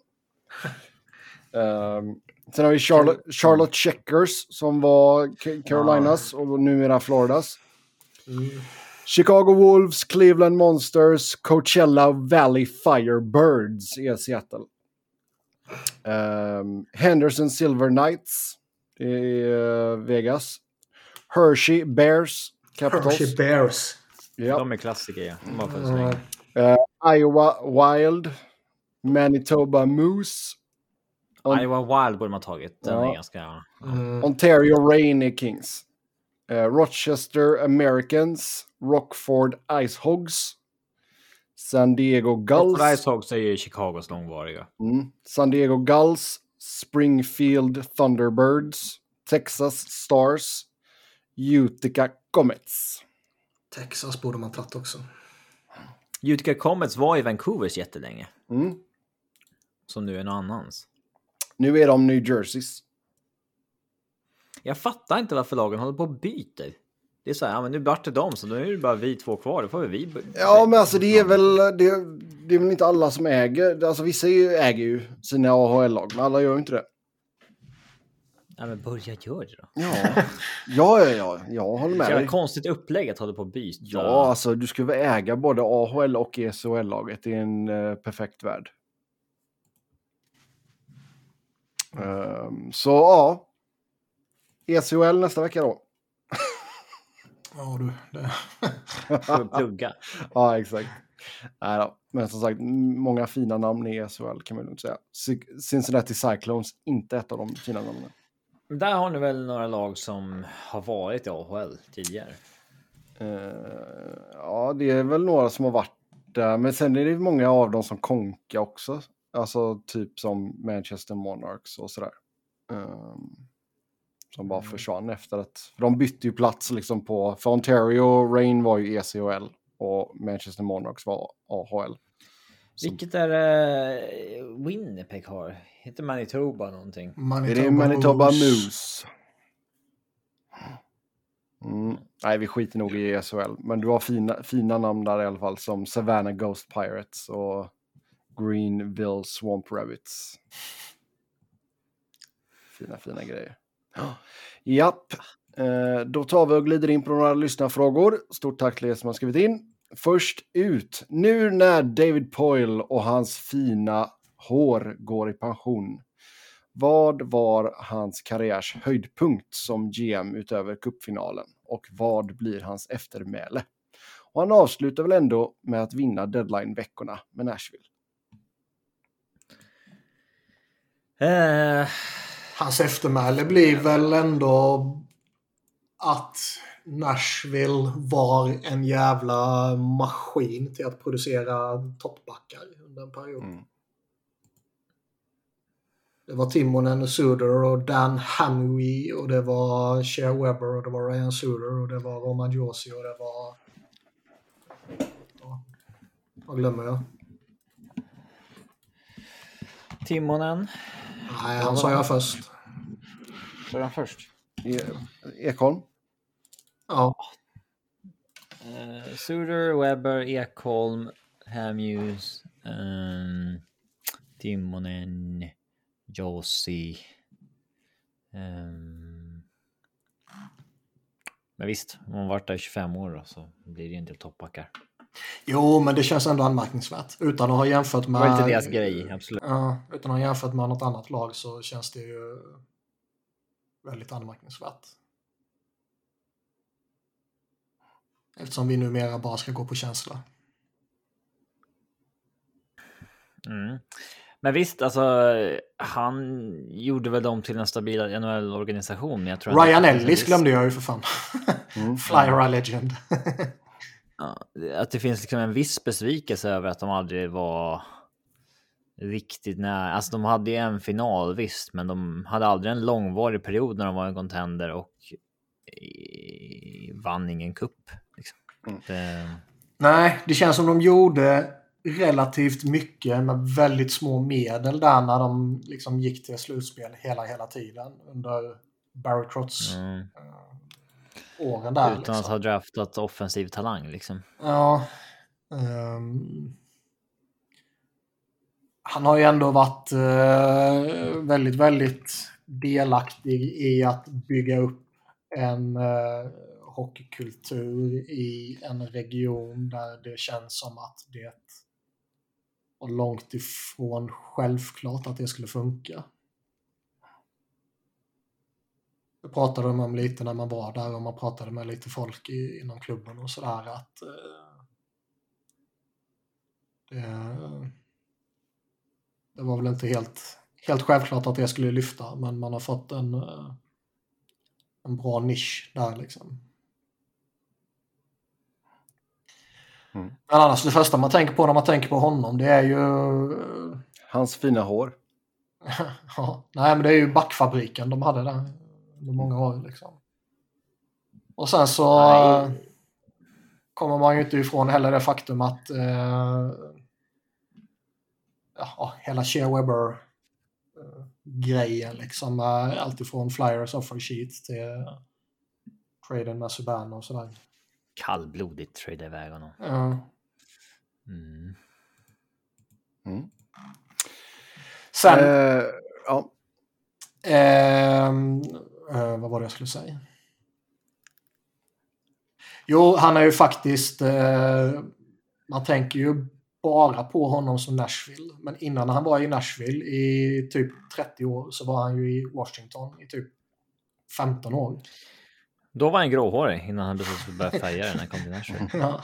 Speaker 1: um, sen har vi Charlotte, Charlotte Checkers som var Carolinas och numera Floridas.
Speaker 2: Mm.
Speaker 1: Chicago Wolves, Cleveland Monsters, Coachella Valley Firebirds i Seattle. Um, Henderson Silver Knights i uh, Vegas. Hershey Bears Capitals.
Speaker 2: Hershey Bears.
Speaker 1: Ja.
Speaker 3: De är klassiker, ja. De var för så länge.
Speaker 1: Uh, Iowa Wild, Manitoba Moose. On-
Speaker 3: Iowa Wild borde man ha tagit. Den
Speaker 1: Ja.
Speaker 3: är ganska... Ja.
Speaker 2: Mm.
Speaker 1: Ontario Reign är Kings. Uh, Rochester Americans, Rockford Ice Hogs, San Diego Gulls.
Speaker 3: Rice Hogs är ju Chicagos långvariga.
Speaker 1: Mm. San Diego Gulls, Springfield Thunderbirds, Texas Stars, Utica Comets.
Speaker 2: Texas borde man tagit också.
Speaker 3: Utica Comets var i Vancouvers jättelänge.
Speaker 1: Mm.
Speaker 3: Som nu är någon annans.
Speaker 1: Nu är de New Jerseys.
Speaker 3: Jag fattar inte varför lagen håller på och byter. Det är så här, ja, men nu vart det dem, så då är det bara vi två kvar. Då får vi... vi...
Speaker 1: Ja, men alltså det är väl det, det är väl inte alla som äger. Alltså vissa äger ju sina A H L-lag, men alla gör ju inte det.
Speaker 3: Ja, men börja göra det då.
Speaker 1: Ja, ja, ja, ja. Jag håller med
Speaker 3: dig. Det är
Speaker 1: dig.
Speaker 3: konstigt upplägg att hålla på att byta.
Speaker 1: Ja, alltså du ska väl äga både A H L och E C H L-laget. Det är en uh, perfekt värld. Um, så ja. E C H L nästa vecka då.
Speaker 2: Ja du, det...
Speaker 3: Får plugga.
Speaker 1: Ja, exakt. Nej då. Men som sagt, många fina namn i E C H L kan man nog säga. Cincinnati Cyclones, inte ett av de fina namnen.
Speaker 3: Där har ni väl några lag som har varit i A H L tidigare?
Speaker 1: Uh, ja, det är väl några som har varit där. Men sen är det många av dem som konka också. Alltså typ som Manchester Monarchs och sådär. Um, som bara mm. försvann efter att... De bytte ju plats liksom på... För Ontario, Reign var ju E C H L. Och Manchester Monarchs var A H L.
Speaker 3: Så... Vilket är uh, Winnipeg har? Heter Manitoba någonting?
Speaker 1: Manitoba det är Manitoba Moose. Moose. Mm. Nej, vi skiter nog i E S H L. Men du har fina, fina namn där i alla fall. Som Savannah Ghost Pirates och Greenville Swamp Rabbits. Fina, fina grejer. Japp. Eh, då tar vi och glider in på några lyssnarfrågor. Stort tack till er som har skrivit in. Först ut. Nu när David Poile och hans fina hår går i pension. Vad var hans karriärs höjdpunkt som G M utöver cupfinalen? Och vad blir hans eftermäle? Och han avslutar väl ändå med att vinna deadline-veckorna med Nashville.
Speaker 2: Uh... Hans eftermäle blir väl ändå att Nashville var en jävla maskin till att producera toppbackar under en period. Mm. Det var Timonen Suter och Dan Hamwee och det var Shea Weber och det var Ryan Suter och det var Roman Josi och det var... Ja, vad glömmer jag?
Speaker 3: Timonen.
Speaker 2: Nej, han sa jag först.
Speaker 3: Sa jag först?
Speaker 1: E- Ekholm?
Speaker 2: Ja.
Speaker 3: Uh, Suter, Weber, Ekholm, Hamhughes, um, Timonen, Josi. Um, men visst, om man varit där i tjugofem år då, så blir det en del toppbackar.
Speaker 2: Jo, men det känns ändå anmärkningsvärt. Utan att ha jämfört med...
Speaker 3: Det var inte deras grej, absolut.
Speaker 2: Ja, utan att ha jämfört med något annat lag så känns det ju väldigt anmärkningsvärt. Eftersom vi numera bara ska gå på känsla.
Speaker 3: Mm. Men visst, alltså han gjorde väl dem till en stabil N H L-organisation. Men jag tror
Speaker 2: Ryan Ellis glömde jag ju för fan. Mm. Flyer Legend.
Speaker 3: Ja, att det finns liksom en viss besvikelse över att de aldrig var riktigt nära. Alltså de hade ju en final visst, men de hade aldrig en långvarig period när de var en contender och vann ingen cup. Liksom. Mm. Det...
Speaker 2: Nej, det känns som de gjorde relativt mycket med väldigt små medel där när de liksom gick till slutspel hela hela tiden under Barry Trotz mm. uh, åren där.
Speaker 3: Utan
Speaker 2: liksom.
Speaker 3: att ha draftat offensiv talang liksom.
Speaker 2: Ja. Um, han har ju ändå varit uh, väldigt, väldigt delaktig i att bygga upp en uh, hockeykultur i en region där det känns som att det var långt ifrån självklart att det skulle funka. Jag pratade med dem lite när man var där och man pratade med lite folk i, inom klubben och sådär att eh, det, det var väl inte helt, helt självklart att det skulle lyfta, men man har fått en, en bra nisch där liksom. Mm. Men annars det första man tänker på när man tänker på honom det är ju
Speaker 1: hans fina hår.
Speaker 2: Ja, nej men det är ju backfabriken de hade där under många år liksom. Och sen så nej. Kommer man ju inte ifrån heller det faktum att eh, ja, hela Shea Weber eh, grejen liksom eh, alltifrån Flyers offer sheet till eh, traden med Subban och sådär.
Speaker 3: Kallblodigt trade iväg honom.
Speaker 2: Ja.
Speaker 3: Mm.
Speaker 2: Mm. Sen
Speaker 1: uh, ja.
Speaker 2: eh, vad jag skulle säga. Jo, han är ju faktiskt... Eh, man tänker ju bara på honom som Nashville. Men innan han var i Nashville i typ trettio år så var han ju i Washington i typ femton år.
Speaker 3: Då var han gråhårig innan han precis började färga när han kom till Nashville.
Speaker 2: Ja.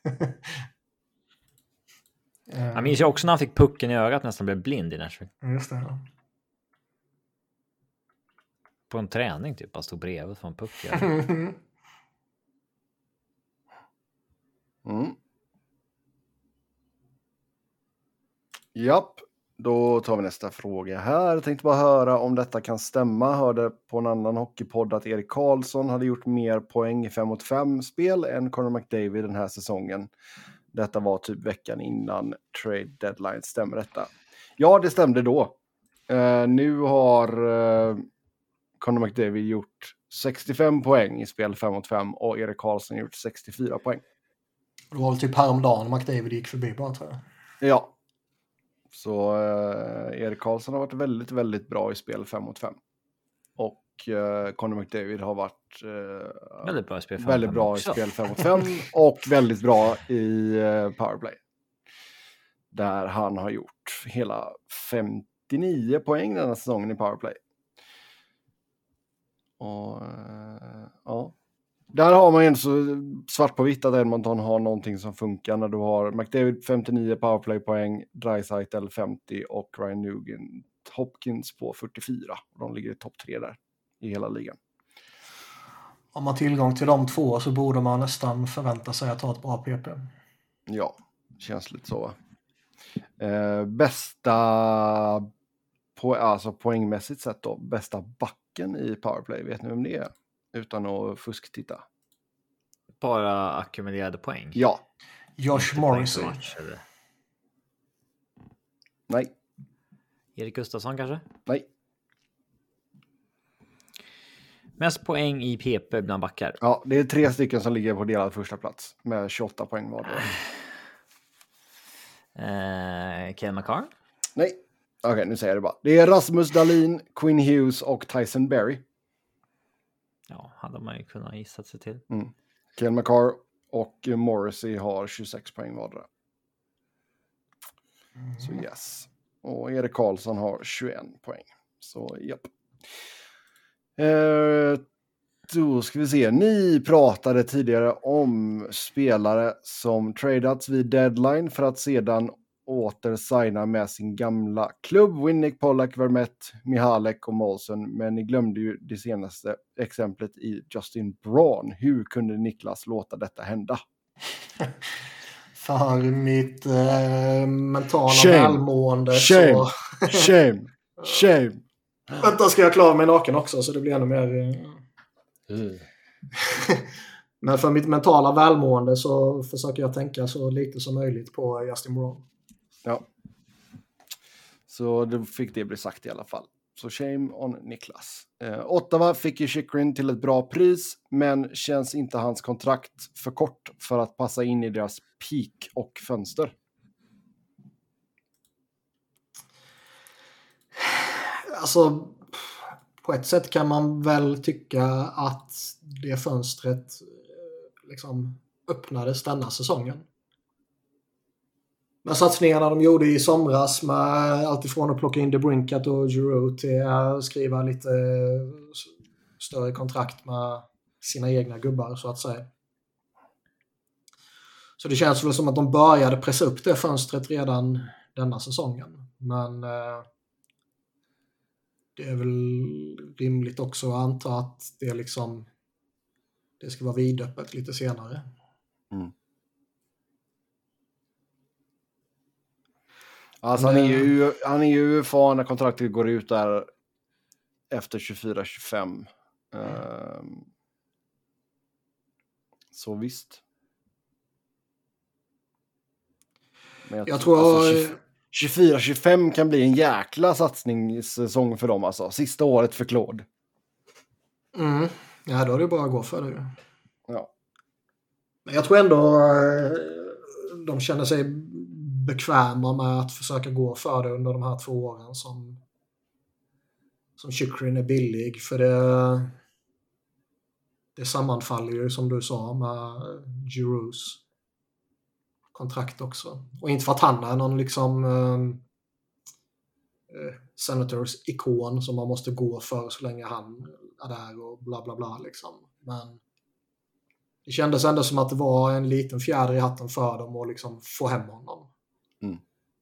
Speaker 3: Jag minns ju också när han fick pucken i ögat nästan blev blind i Nashville.
Speaker 2: Just det, ja.
Speaker 3: På en träning typ, han stod bredvid från puck.
Speaker 1: Mm. Japp, då tar vi nästa fråga här. Jag tänkte bara höra om detta kan stämma. Hörde på en annan hockeypodd att Erik Karlsson hade gjort mer poäng i fem mot fem spel än Connor McDavid den här säsongen. Detta var typ veckan innan trade deadline. Stämmer detta? Ja, det stämde då. Uh, nu har uh, Connor McDavid gjort sextiofem poäng i spel fem mot fem och Erik Karlsson gjort sextiofyra poäng.
Speaker 2: Det var väl typ häromdagen McDavid gick förbi bara, tror jag.
Speaker 1: Ja. Så uh, Erik Karlsson har varit väldigt, väldigt bra i spel fem mot fem. Och uh, Connor McDavid har varit uh,
Speaker 3: väldigt bra i spel fem
Speaker 1: väldigt bra i spel fem mot fem och väldigt bra i uh, powerplay. Där han har gjort hela femtionio poäng den här säsongen i powerplay. Och uh, ja. Där har man ju så svart på vitt att Edmonton har någonting som funkar när du har McDavid femtionio powerplay-poäng, Draisaitl femtio och Ryan Nugent Hopkins på fyrtiofyra. De ligger i topp tre där i hela ligan.
Speaker 2: Om man har tillgång till de två så borde man nästan förvänta sig att ha ett bra P P.
Speaker 1: Ja, känns lite så. Eh, bästa på, alltså poängmässigt sett då, bästa backen i powerplay, vet ni vem det är? Utan att fusktitta.
Speaker 3: Bara ackumulerade poäng?
Speaker 1: Ja.
Speaker 2: Josh Morrissey.
Speaker 3: Match, eller?
Speaker 1: Nej.
Speaker 3: Erik Gustafsson kanske?
Speaker 1: Nej.
Speaker 3: Mest poäng i P P bland backar?
Speaker 1: Ja, det är tre stycken som ligger på delad första plats med tjugoåtta poäng var det.
Speaker 3: Eh, Ken McCarr?
Speaker 1: Nej. Okej, okay, nu säger jag det bara. Det är Rasmus Dahlin, Quinn Hughes och Tyson Berry.
Speaker 3: Ja, hade man ju kunnat gissa sig till.
Speaker 1: Mm. Ken McCarr och Morrissey har tjugosex poäng vardera. Mm. Så yes. Och Erik Karlsson har tjugoett poäng. Så japp. Eh, då ska vi se. Ni pratade tidigare om spelare som tradats vid deadline för att sedan åter signa med sin gamla klubb. Winnick, Pollack, Vermette, Mihalek och Molson. Men ni glömde ju det senaste exemplet i Justin Braun. Hur kunde Niklas låta detta hända?
Speaker 2: För mitt eh, mentala
Speaker 1: shame.
Speaker 2: välmående.
Speaker 1: Shame.
Speaker 2: Så...
Speaker 1: shame. Shame.
Speaker 2: Vänta, ska jag klara mig naken också så det blir ännu mer...
Speaker 1: Mm.
Speaker 2: Men för mitt mentala välmående så försöker jag tänka så lite som möjligt på Justin Braun.
Speaker 1: Ja. Så då fick det bli sagt i alla fall. Så shame on Niklas. Eh, Ottawa fick ju Chychrun till ett bra pris, men känns inte hans kontrakt för kort för att passa in i deras peak och fönster?
Speaker 2: Alltså, på ett sätt kan man väl tycka att det fönstret liksom öppnades denna säsongen. Men satsningarna de gjorde i somras med allt ifrån att plocka in DeBrincat och Giroux till att skriva lite större kontrakt med sina egna gubbar så att säga. Så det känns väl som att de började pressa upp det fönstret redan denna säsongen. Men eh, det är väl rimligt också att anta att det liksom det ska vara vidöppet lite senare.
Speaker 1: Mm. Alltså han är ju han är ju fan när kontraktet går ut där efter tjugofyra tjugofem. Um, så visst. Men jag,
Speaker 2: jag tror
Speaker 1: alltså, tjugofyra tjugofem kan bli en jäkla satsningssäsong för dem alltså. Sista året för Claude.
Speaker 2: Mm. Ja, då är det bara att gå för det.
Speaker 1: Ja.
Speaker 2: Men jag tror ändå de känner sig bekväma med att försöka gå för det under de här två åren som som Chychrun är billig. För det det sammanfaller ju som du sa med Giroux kontrakt också. Och inte för att han är någon liksom eh, Senators ikon som man måste gå för så länge han är där och bla bla bla liksom. Men det kändes ändå som att det var en liten fjäder i hatten för dem att liksom få hem honom.
Speaker 1: Mm.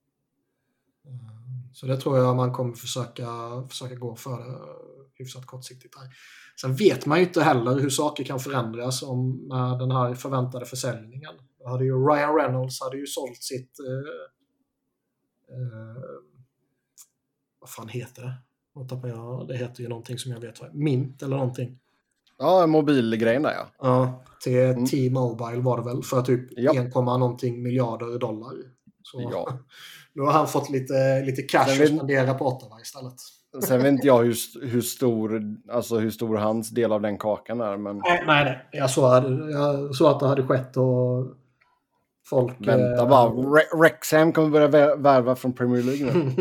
Speaker 2: Så det tror jag man kommer försöka, försöka gå för det hyfsat kortsiktigt här. Sen vet man ju inte heller hur saker kan förändras om med den här förväntade försäljningen. Då hade ju Ryan Reynolds hade ju sålt sitt eh, eh, vad fan heter det? Det heter ju någonting som jag vet vad Mint eller någonting.
Speaker 1: Ja, mobilgrejen där ja.
Speaker 2: Ja, till
Speaker 1: Mm.
Speaker 2: T-Mobile var det väl för typ
Speaker 1: Ja.
Speaker 2: en komma någonting miljarder dollar. Så
Speaker 1: Ja.
Speaker 2: nu har han fått lite, lite cash
Speaker 1: Sen
Speaker 2: att
Speaker 1: vet-
Speaker 2: spendera på Ottawa istället.
Speaker 1: Sen vet inte jag hur, hur, stor, alltså hur stor hans del av den kakan är, men
Speaker 2: Nej, nej, nej. Jag såg, jag såg att det hade skett och folk...
Speaker 1: vänta
Speaker 2: eh,
Speaker 1: bara. Re- Wrexham kommer börja vä- värva från Premier League nu.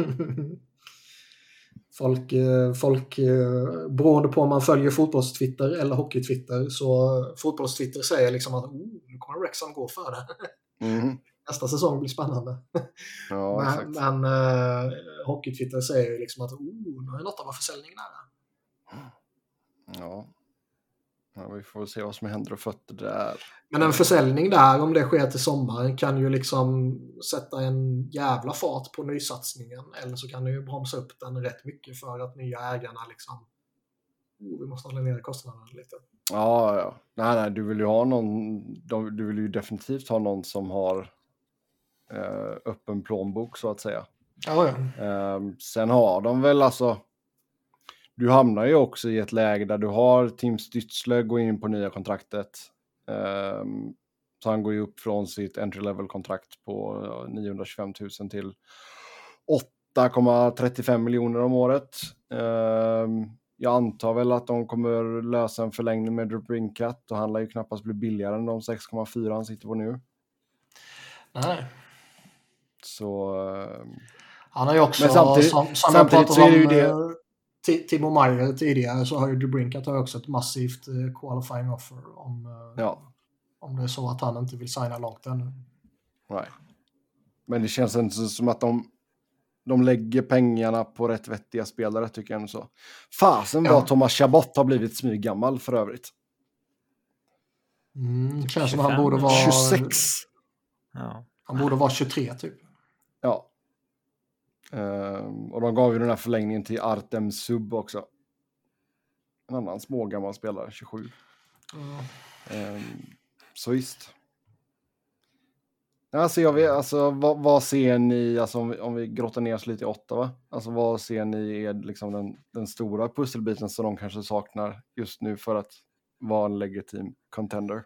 Speaker 2: folk, eh, folk eh, beroende på om man följer fotbollstwitter eller hockeytwitter, så fotbollstwitter säger liksom att oh, nu kommer Wrexham gå för det.
Speaker 1: Mhm.
Speaker 2: Nästa säsong blir spännande.
Speaker 1: Ja,
Speaker 2: men
Speaker 1: exakt.
Speaker 2: men eh, hockeytwitter säger ju liksom att oh, nu är något av försäljningen nära.
Speaker 1: Ja. Ja, vi får se vad som händer och fötter där.
Speaker 2: Men en försäljning där, om det sker till sommaren, kan ju liksom sätta en jävla fart på nysatsningen. Eller så kan det ju bromsa upp den rätt mycket för att nya ägarna liksom oh, vi måste hålla ner kostnaderna lite.
Speaker 1: Ja, ja. Nej, nej, du vill ju ha någon, de- du vill ju definitivt ha någon som har eh, öppen plånbok så att säga.
Speaker 2: Ja, ja.
Speaker 1: Eh, sen har de väl alltså, du hamnar ju också i ett läge där du har Tim Stützle gå in på nya kontraktet. Eh, så han går ju upp från sitt entry level kontrakt på ja, niohundratjugofem tusen till åtta komma trettiofem miljoner om året. Eh, jag antar väl att de kommer lösa en förlängning med Drew Brinkat, och han lär ju knappast bli billigare än de sex komma fyra han sitter på nu.
Speaker 2: Nej.
Speaker 1: Så eh,
Speaker 2: Han har ju också,
Speaker 1: Men samtidigt-
Speaker 2: som, som
Speaker 1: samtidigt
Speaker 2: jag
Speaker 1: så
Speaker 2: pratade
Speaker 1: är
Speaker 2: om
Speaker 1: ju det-
Speaker 2: eh, Ti- Timo Meyer tidigare, så har ju DeBrincat har ju också ett massivt eh, qualifying offer om, eh,
Speaker 1: ja,
Speaker 2: om det är så att han inte vill signa långt ännu.
Speaker 1: nej. Men det känns inte som att de de lägger pengarna på rätt vettiga spelare, tycker jag ändå så. Fasen vad
Speaker 2: Ja.
Speaker 1: Thomas Chabot har blivit smyggammal för övrigt.
Speaker 2: Mm, känns som
Speaker 3: tjugofem,
Speaker 2: han borde vara
Speaker 1: tjugosex.
Speaker 3: Ja.
Speaker 2: Han borde vara tjugotre typ.
Speaker 1: Ja. Ehm, och de gav ju den här förlängningen till Artem Sub också. En annan smågammal spelare, tjugosju.
Speaker 2: Mm.
Speaker 1: Ehm, så visst. Alltså, jag vet, alltså vad, vad ser ni, alltså om vi, om vi grottar ner oss lite i Ottawa, alltså vad ser ni är liksom den, den stora pusselbiten som de kanske saknar just nu för att vara en legitim contender?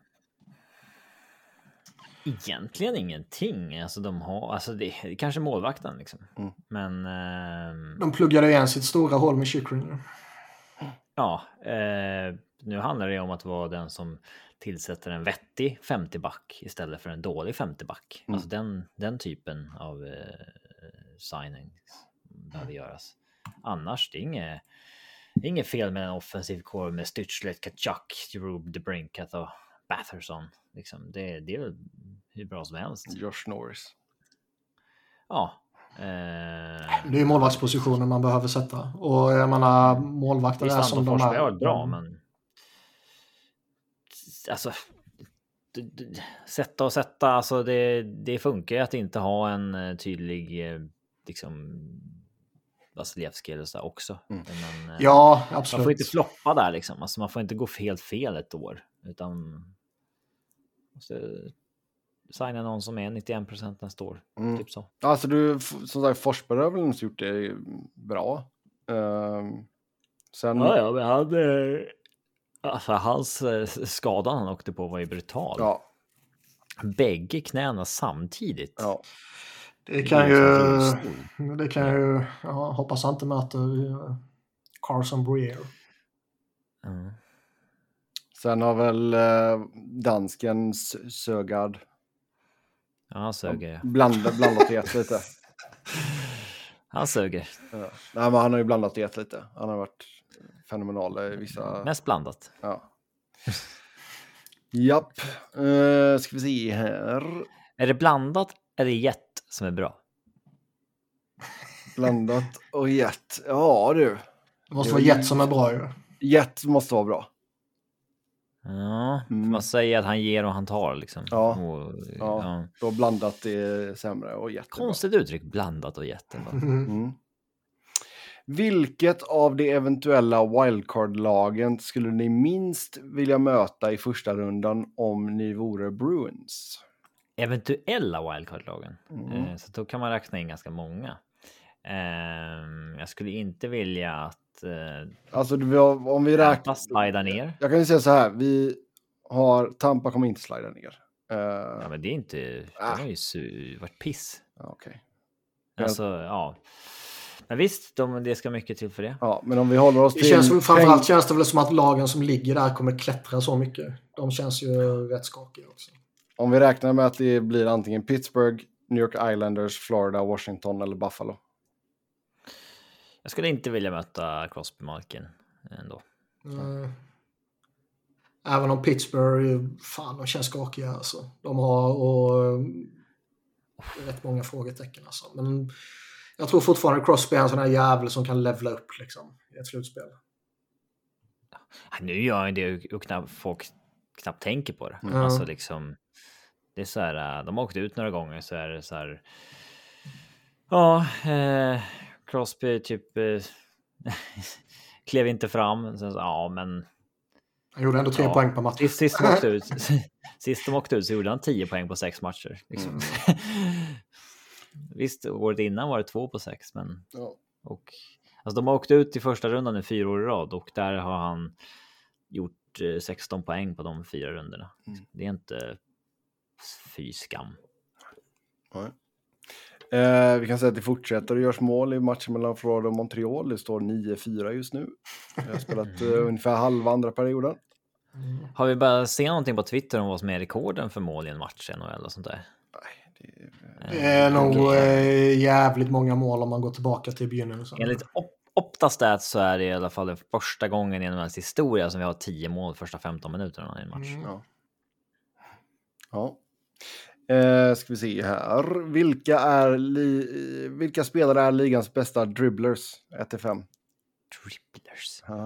Speaker 3: Egentligen ingenting. Alltså de har, alltså det, det är kanske målvakten liksom.
Speaker 1: Mm.
Speaker 3: Men ehm,
Speaker 2: De pluggade igen sitt stora hål med Chychrun.
Speaker 3: ja, eh, nu handlar det om att vara den som tillsätter en vettig femtioback istället för en dålig femtioback.
Speaker 1: Mm.
Speaker 3: Alltså den, den typen av eh, signing behöver göras. Annars det är inget, inget fel med en offensiv core med Stützle, Tkachuk, Giroux, DeBrincat och Batherson. Liksom, det, det är väl hur bra som helst.
Speaker 1: Josh Norris.
Speaker 3: Ja. Eh,
Speaker 2: Det är ju målvaktspositionen man behöver sätta. Och jag menar, målvakter är
Speaker 3: Visst,
Speaker 2: som
Speaker 3: Anton
Speaker 2: de
Speaker 3: Forsberg
Speaker 2: är.
Speaker 3: har varit bra,
Speaker 2: De-
Speaker 3: men alltså d- d- sätta och sätta, alltså det, det funkar ju att inte ha en eh, tydlig eh, liksom Vasilevski eller så också.
Speaker 1: Mm.
Speaker 3: Men, eh,
Speaker 2: Ja,
Speaker 3: man
Speaker 2: absolut.
Speaker 3: får inte floppa där liksom, alltså man får inte gå helt fel ett år, utan måste signa någon som är nittioen procent nästa år,
Speaker 1: Mm.
Speaker 3: typ så.
Speaker 1: Alltså du, f- som sagt, Forsberg har väl inte gjort det bra. Ehm, sen,
Speaker 3: Ja, ja, men han, eh, alltså hans eh, skada han åkte på var ju brutal.
Speaker 1: ja,
Speaker 3: Bägge knäna samtidigt.
Speaker 1: ja.
Speaker 2: Det kan
Speaker 3: Det är
Speaker 2: ju...
Speaker 3: som rullstol.
Speaker 2: Det kan ju... Ja, hoppas han inte möter eh, Carson Breer.
Speaker 3: Mm.
Speaker 1: Sen har väl eh, dansken S- Sögaard
Speaker 3: Ja, han söger.
Speaker 1: blandat, blandat i ett lite.
Speaker 3: Han söger.
Speaker 1: Ja. Nej, men han har ju blandat i ett lite. Han har varit fenomenal i vissa...
Speaker 3: Mest blandat.
Speaker 1: Ja. Japp. Uh, ska vi se här.
Speaker 3: Är det blandat eller jet som är bra?
Speaker 1: Blandat och jet. Ja du.
Speaker 2: Det måste vara jet som är bra ju.
Speaker 1: Jet måste vara bra.
Speaker 3: Ja,
Speaker 1: Mm.
Speaker 3: man säger att han ger och han tar liksom.
Speaker 1: Ja,
Speaker 3: och,
Speaker 1: ja.
Speaker 3: ja.
Speaker 1: Då blandat är sämre och jet är bra.
Speaker 3: Konstigt uttryck, blandat och jet.
Speaker 1: Mm. Vilket av de eventuella wildcard-lagen skulle ni minst vilja möta i första rundan om ni vore Bruins?
Speaker 3: Eventuella wildcard-lagen.
Speaker 1: Mm.
Speaker 3: Eh, så då kan man räkna in ganska många. Eh, jag skulle inte vilja att eh,
Speaker 1: alltså vi har, om vi räknar
Speaker 3: slida ner.
Speaker 1: Jag kan ju säga så här, vi har Tampa kommer inte slida ner. Uh,
Speaker 3: ja, men det är inte det har ju su- varit piss.
Speaker 1: Okej.
Speaker 3: Okay. Alltså, ja. Men visst, de, det ska mycket till för det.
Speaker 1: Ja, men om vi håller oss
Speaker 2: det
Speaker 1: till...
Speaker 2: Känns, framförallt känns det väl som att lagen som ligger där kommer klättra så mycket. De känns ju rätt skakiga också.
Speaker 1: Om vi räknar med att det blir antingen Pittsburgh, New York Islanders, Florida, Washington eller Buffalo.
Speaker 3: Jag skulle inte vilja möta Crosby Malkin ändå.
Speaker 2: Mm. Även om Pittsburgh, fan, de känns skakiga alltså. De har och, rätt många frågetecken alltså. Men jag tror fortfarande Crosby är en sån här jävel som kan levla upp liksom i ett slutspel.
Speaker 3: Ja, nu gör han det och knappt, folk knappt tänker på det.
Speaker 2: Mm.
Speaker 3: Alltså liksom, det är så här, de har åkt ut några gånger så är det så här. Ja, eh, Crosby typ eh, klev inte fram. Sen så, ja, men
Speaker 2: han gjorde ändå tre
Speaker 3: ja,
Speaker 2: poäng på match.
Speaker 3: Sist, sist, de åkte ut, sist de åkte ut så gjorde han tio poäng på sex matcher. Liksom. Mm. Visst, året innan var det två på sex, men
Speaker 1: ja.
Speaker 3: Och alltså de har åkt ut i första rundan i fyra år i rad och där har han gjort eh, sexton poäng på de fyra rundorna. Mm. Det är inte fy skam.
Speaker 1: Nej. Eh, vi kan säga att det fortsätter att görs mål i matchen mellan Florida och Montreal. Det står nio fyra just nu. Jag har spelat eh, ungefär halva andra perioden.
Speaker 3: Mm. Har vi bara sett någonting på Twitter om vad som är rekorden för mål i en match eller sånt där?
Speaker 1: Nej, det är,
Speaker 2: det är nog äh, jävligt många mål om man går tillbaka till begynnelsen.
Speaker 3: Enligt op- Opta Stats så är det i alla fall den första gången i en mänsklig historia som vi har tio mål första femton minuterna i en match.
Speaker 1: Mm. Ja. Ja. Eh, ska vi se här. Vilka, är li- vilka spelare är ligans bästa dribblers? ett till fem.
Speaker 3: Dribblers?
Speaker 1: Ja.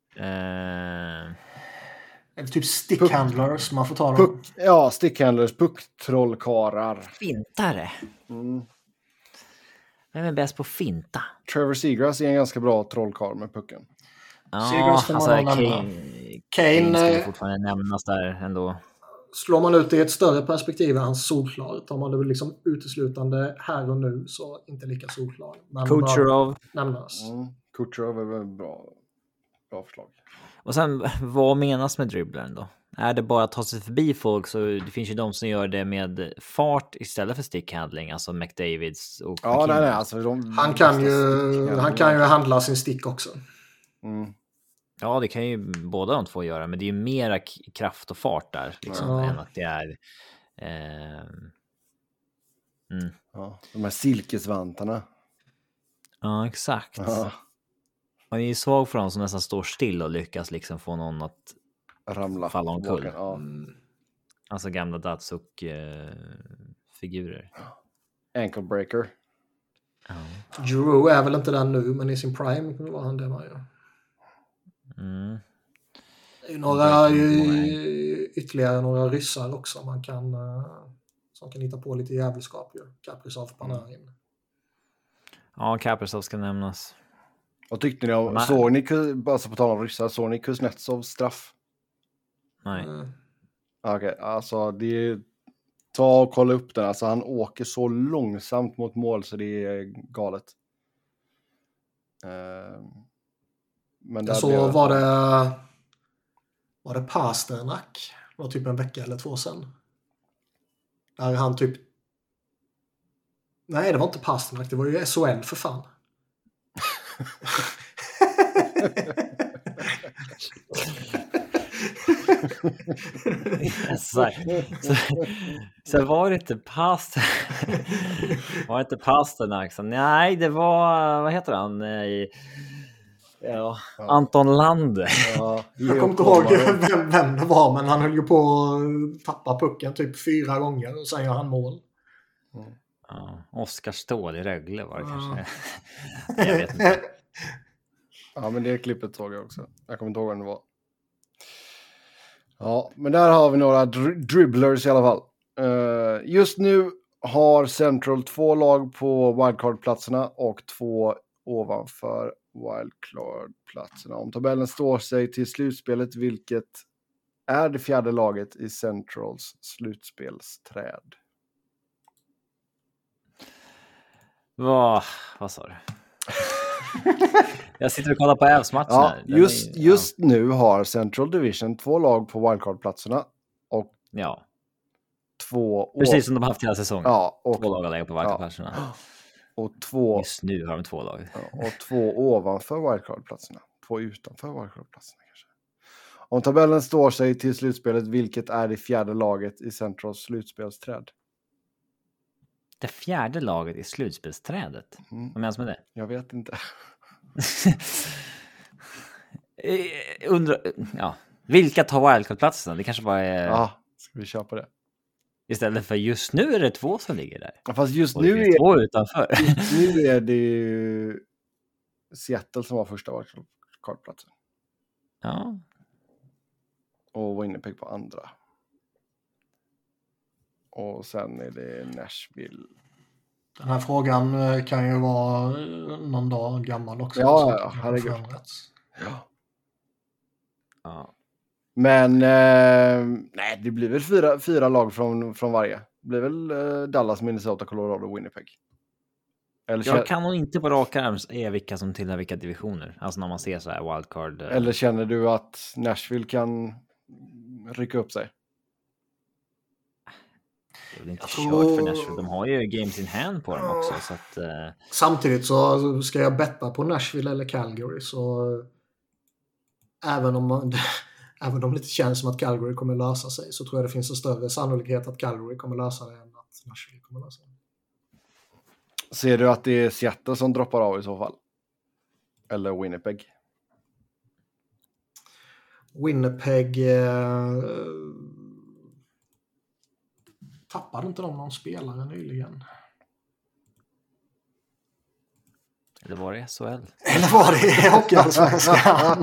Speaker 3: Eh...
Speaker 2: Eller typ stickhandlers, man får ta dem.
Speaker 1: Puck, ja, stickhandlers, pucktrollkarlar.
Speaker 3: Fintare.
Speaker 1: Mm.
Speaker 3: Vem är bäst på finta?
Speaker 1: Trevor Seagrass är en ganska bra trollkarl med pucken.
Speaker 3: Ja,
Speaker 2: Seagrass
Speaker 3: alltså
Speaker 2: Kane,
Speaker 3: Kane,
Speaker 2: Kane
Speaker 3: skulle fortfarande nämnas där ändå.
Speaker 2: Slår man ut det i ett större perspektiv är han solklar. Tar man det liksom uteslutande här och nu så inte lika solklar.
Speaker 3: Kucherov.
Speaker 2: Nämnas.
Speaker 1: Mm. Kucherov är väl bra, bra förslag.
Speaker 3: Och sen, vad menas med dribblern då? Är det bara att ta sig förbi folk så det finns ju de som gör det med fart istället för stickhandling, alltså McDavids och
Speaker 1: ja, nej, nej, alltså de,
Speaker 2: han kan ju han kan ju handla sin stick också.
Speaker 1: Mm.
Speaker 3: Ja, det kan ju båda de två göra, men det är ju mera k- kraft och fart där liksom,
Speaker 2: ja.
Speaker 3: än att det är eh... mm.
Speaker 1: ja, de här silkesvantarna.
Speaker 3: Ja, exakt.
Speaker 1: Ja.
Speaker 3: Man är ju svag för dem som nästan står still och lyckas liksom få någon att
Speaker 1: ramla,
Speaker 3: falla omkull.
Speaker 1: Ja.
Speaker 2: Mm.
Speaker 3: Alltså gamla Datsuk eh, figurer.
Speaker 1: Ankle breaker.
Speaker 3: Ja.
Speaker 2: Drew är väl inte den nu, men i sin prime var han det man gör.
Speaker 3: Mm.
Speaker 2: Det är några y- ytterligare några ryssar också man kan som kan hitta på lite jävelskap ju. Kaprizov, Panarin. Mm.
Speaker 3: Ja, Kaprizov ska nämnas.
Speaker 1: Vad tyckte ni om, Men... såg ni, alltså på tal om ryssar, såg ni Kuznetsovs straff?
Speaker 3: Nej.
Speaker 2: Mm.
Speaker 1: Okej, okay, alltså det ta och kolla upp den, alltså han åker så långsamt mot mål så det är galet. Uh, men
Speaker 2: så
Speaker 1: blev...
Speaker 2: var det var det Pasternak, det var typ en vecka eller två sedan. Där han typ nej, det var inte Pasternak, det var ju S H L för fan.
Speaker 3: så, så, så var det inte Paster var det inte Pasternak så nej det var vad heter han i Ja. Ja. Anton Lander.
Speaker 2: Ja, jag kommer inte ihåg vem, vem det var, men han höll ju på att tappa pucken typ fyra gånger och sen gör han mål.
Speaker 3: Mm. Ja, Oskar Ståhl i Rögle var det ja. kanske. Jag vet inte.
Speaker 1: Ja, men det klippet såg jag också. Jag kommer inte ihåg vem det var. Ja, men där har vi några dri- dribblers i alla fall. Uh, just nu har Central två lag på wildcard-platserna och två ovanför wildcard-platserna. Om tabellen står sig till slutspelet, vilket är det fjärde laget i Centrals slutspelsträd?
Speaker 3: Vad, vad sa du? Jag sitter och kollar på Ävs-matchen
Speaker 1: ja,
Speaker 3: här.
Speaker 1: Just,
Speaker 3: är,
Speaker 1: just
Speaker 3: ja.
Speaker 1: nu har Central Division två lag på wildcard-platserna och
Speaker 3: ja.
Speaker 1: två...
Speaker 3: Precis som de har haft hela säsongen.
Speaker 1: Ja, och,
Speaker 3: två lag har legat på wildcard-platserna.
Speaker 1: Ja. Och två...
Speaker 3: Just nu har de två lag.
Speaker 1: Ja, och två ovanför wildcard-platserna. Två utanför wildcard-platserna kanske. Om tabellen står sig till slutspelet, vilket är det fjärde laget i Centrals slutspelsträd?
Speaker 3: Det fjärde laget i slutspelsträdet? Mm. Vad menas med det?
Speaker 1: Jag vet inte.
Speaker 3: Undra, ja. Vilka tar wildcard-platserna? Det kanske bara är...
Speaker 1: Ja, ska vi köpa det?
Speaker 3: Istället för just nu är det två som ligger där.
Speaker 1: Ja, fast just
Speaker 3: och
Speaker 1: nu är
Speaker 3: två utanför.
Speaker 1: Just nu är det ju Seattle som var första wildcard-platsen.
Speaker 3: Ja.
Speaker 1: Och Winnipeg på andra. Och sen är det Nashville.
Speaker 2: Den här frågan kan ju vara någon dag gammal också.
Speaker 1: Ja, ja, herregud.
Speaker 3: Ja. Ja.
Speaker 1: Men eh, nej, det blir väl fyra, fyra lag från, från varje. Det blir väl eh, Dallas, Minnesota, Colorado och Winnipeg.
Speaker 3: Eller jag kan nog inte på rak arm säga vilka som tillhör vilka divisioner. Alltså när man ser så här wildcard. Eh...
Speaker 1: Eller känner du att Nashville kan rycka upp sig?
Speaker 3: Det är väl inte tror... kört för Nashville. De har ju games in hand på dem också. Så att, eh...
Speaker 2: Samtidigt så ska jag betta på Nashville eller Calgary. Så även om, man, även om det inte känns som att Calgary kommer lösa sig, så tror jag det finns en större sannolikhet att Calgary kommer lösa det än att Nashville kommer lösa det.
Speaker 1: Ser du att det är Seattle som droppar av i så fall? Eller Winnipeg?
Speaker 2: Winnipeg... Eh... Tappade inte de någon spelare nyligen?
Speaker 3: Eller var det S H L?
Speaker 2: Eller var det Hockeyallsvenskan?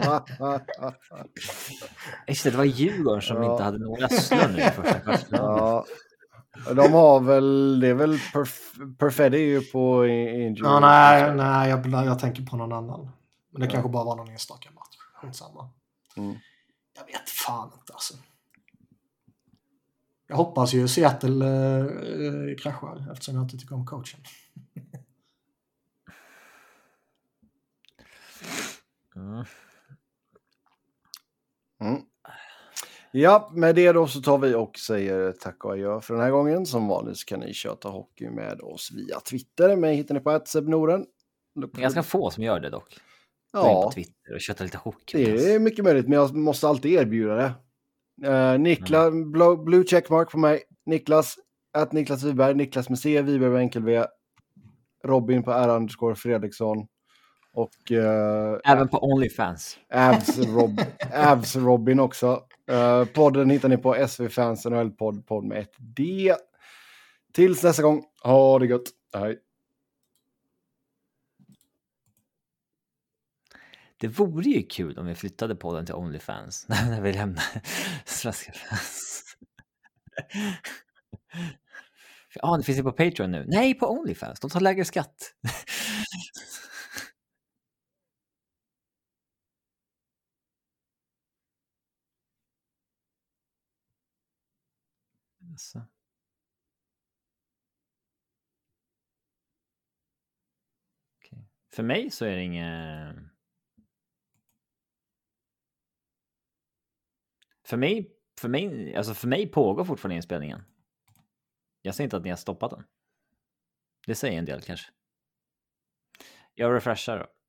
Speaker 3: Just det, det var Djurgården som ja. inte hade några slön i första kvarten.
Speaker 1: Ja. De har väl, det är väl perf- Perfetti är ju på injury.
Speaker 2: Ja, nej, nej jag, jag tänker på någon annan. Men det ja. kanske bara var någon enstaka match. Skitsamma. Mm. Jag vet fan inte alltså. Jag hoppas ju Seattle äh, kraschar eftersom jag inte tycker om coachen.
Speaker 1: mm. Mm. Ja, med det då så tar vi och säger tack och adjö för den här gången. Som vanligt så kan ni köta hockey med oss via Twitter. Mig hittar ni på att Sebnoren.
Speaker 3: Det är ganska få som gör det dock.
Speaker 1: Ja.
Speaker 3: Gå in på Twitter och köta lite hockey.
Speaker 1: Det är mycket möjligt, men jag måste alltid erbjuda det. Uh, Niklas, mm. blue, blue checkmark på mig. Niklas, att Niklas Wiberg. Niklas med C, Wiberg med enkel V. Robin på R underscore Fredriksson. Och uh,
Speaker 3: även på OnlyFans.
Speaker 1: Avs, Rob, Avs Robin också. Uh, podden hittar ni på S V Fans N H L-podd, podd med ett D. Tills nästa gång, ha det gott. Hej.
Speaker 3: Det vore ju kul om vi flyttade podden till OnlyFans när vi lämnar Svenska Fans. Ja, ah, det finns ju på Patreon nu. Nej, på OnlyFans. De tar lägre skatt. Alltså. Okay. För mig så är det inget... För mig, för mig, alltså för mig pågår fortfarande inspelningen. Jag säger inte att ni har stoppat den. Det säger en del kanske. Jag refreshar då.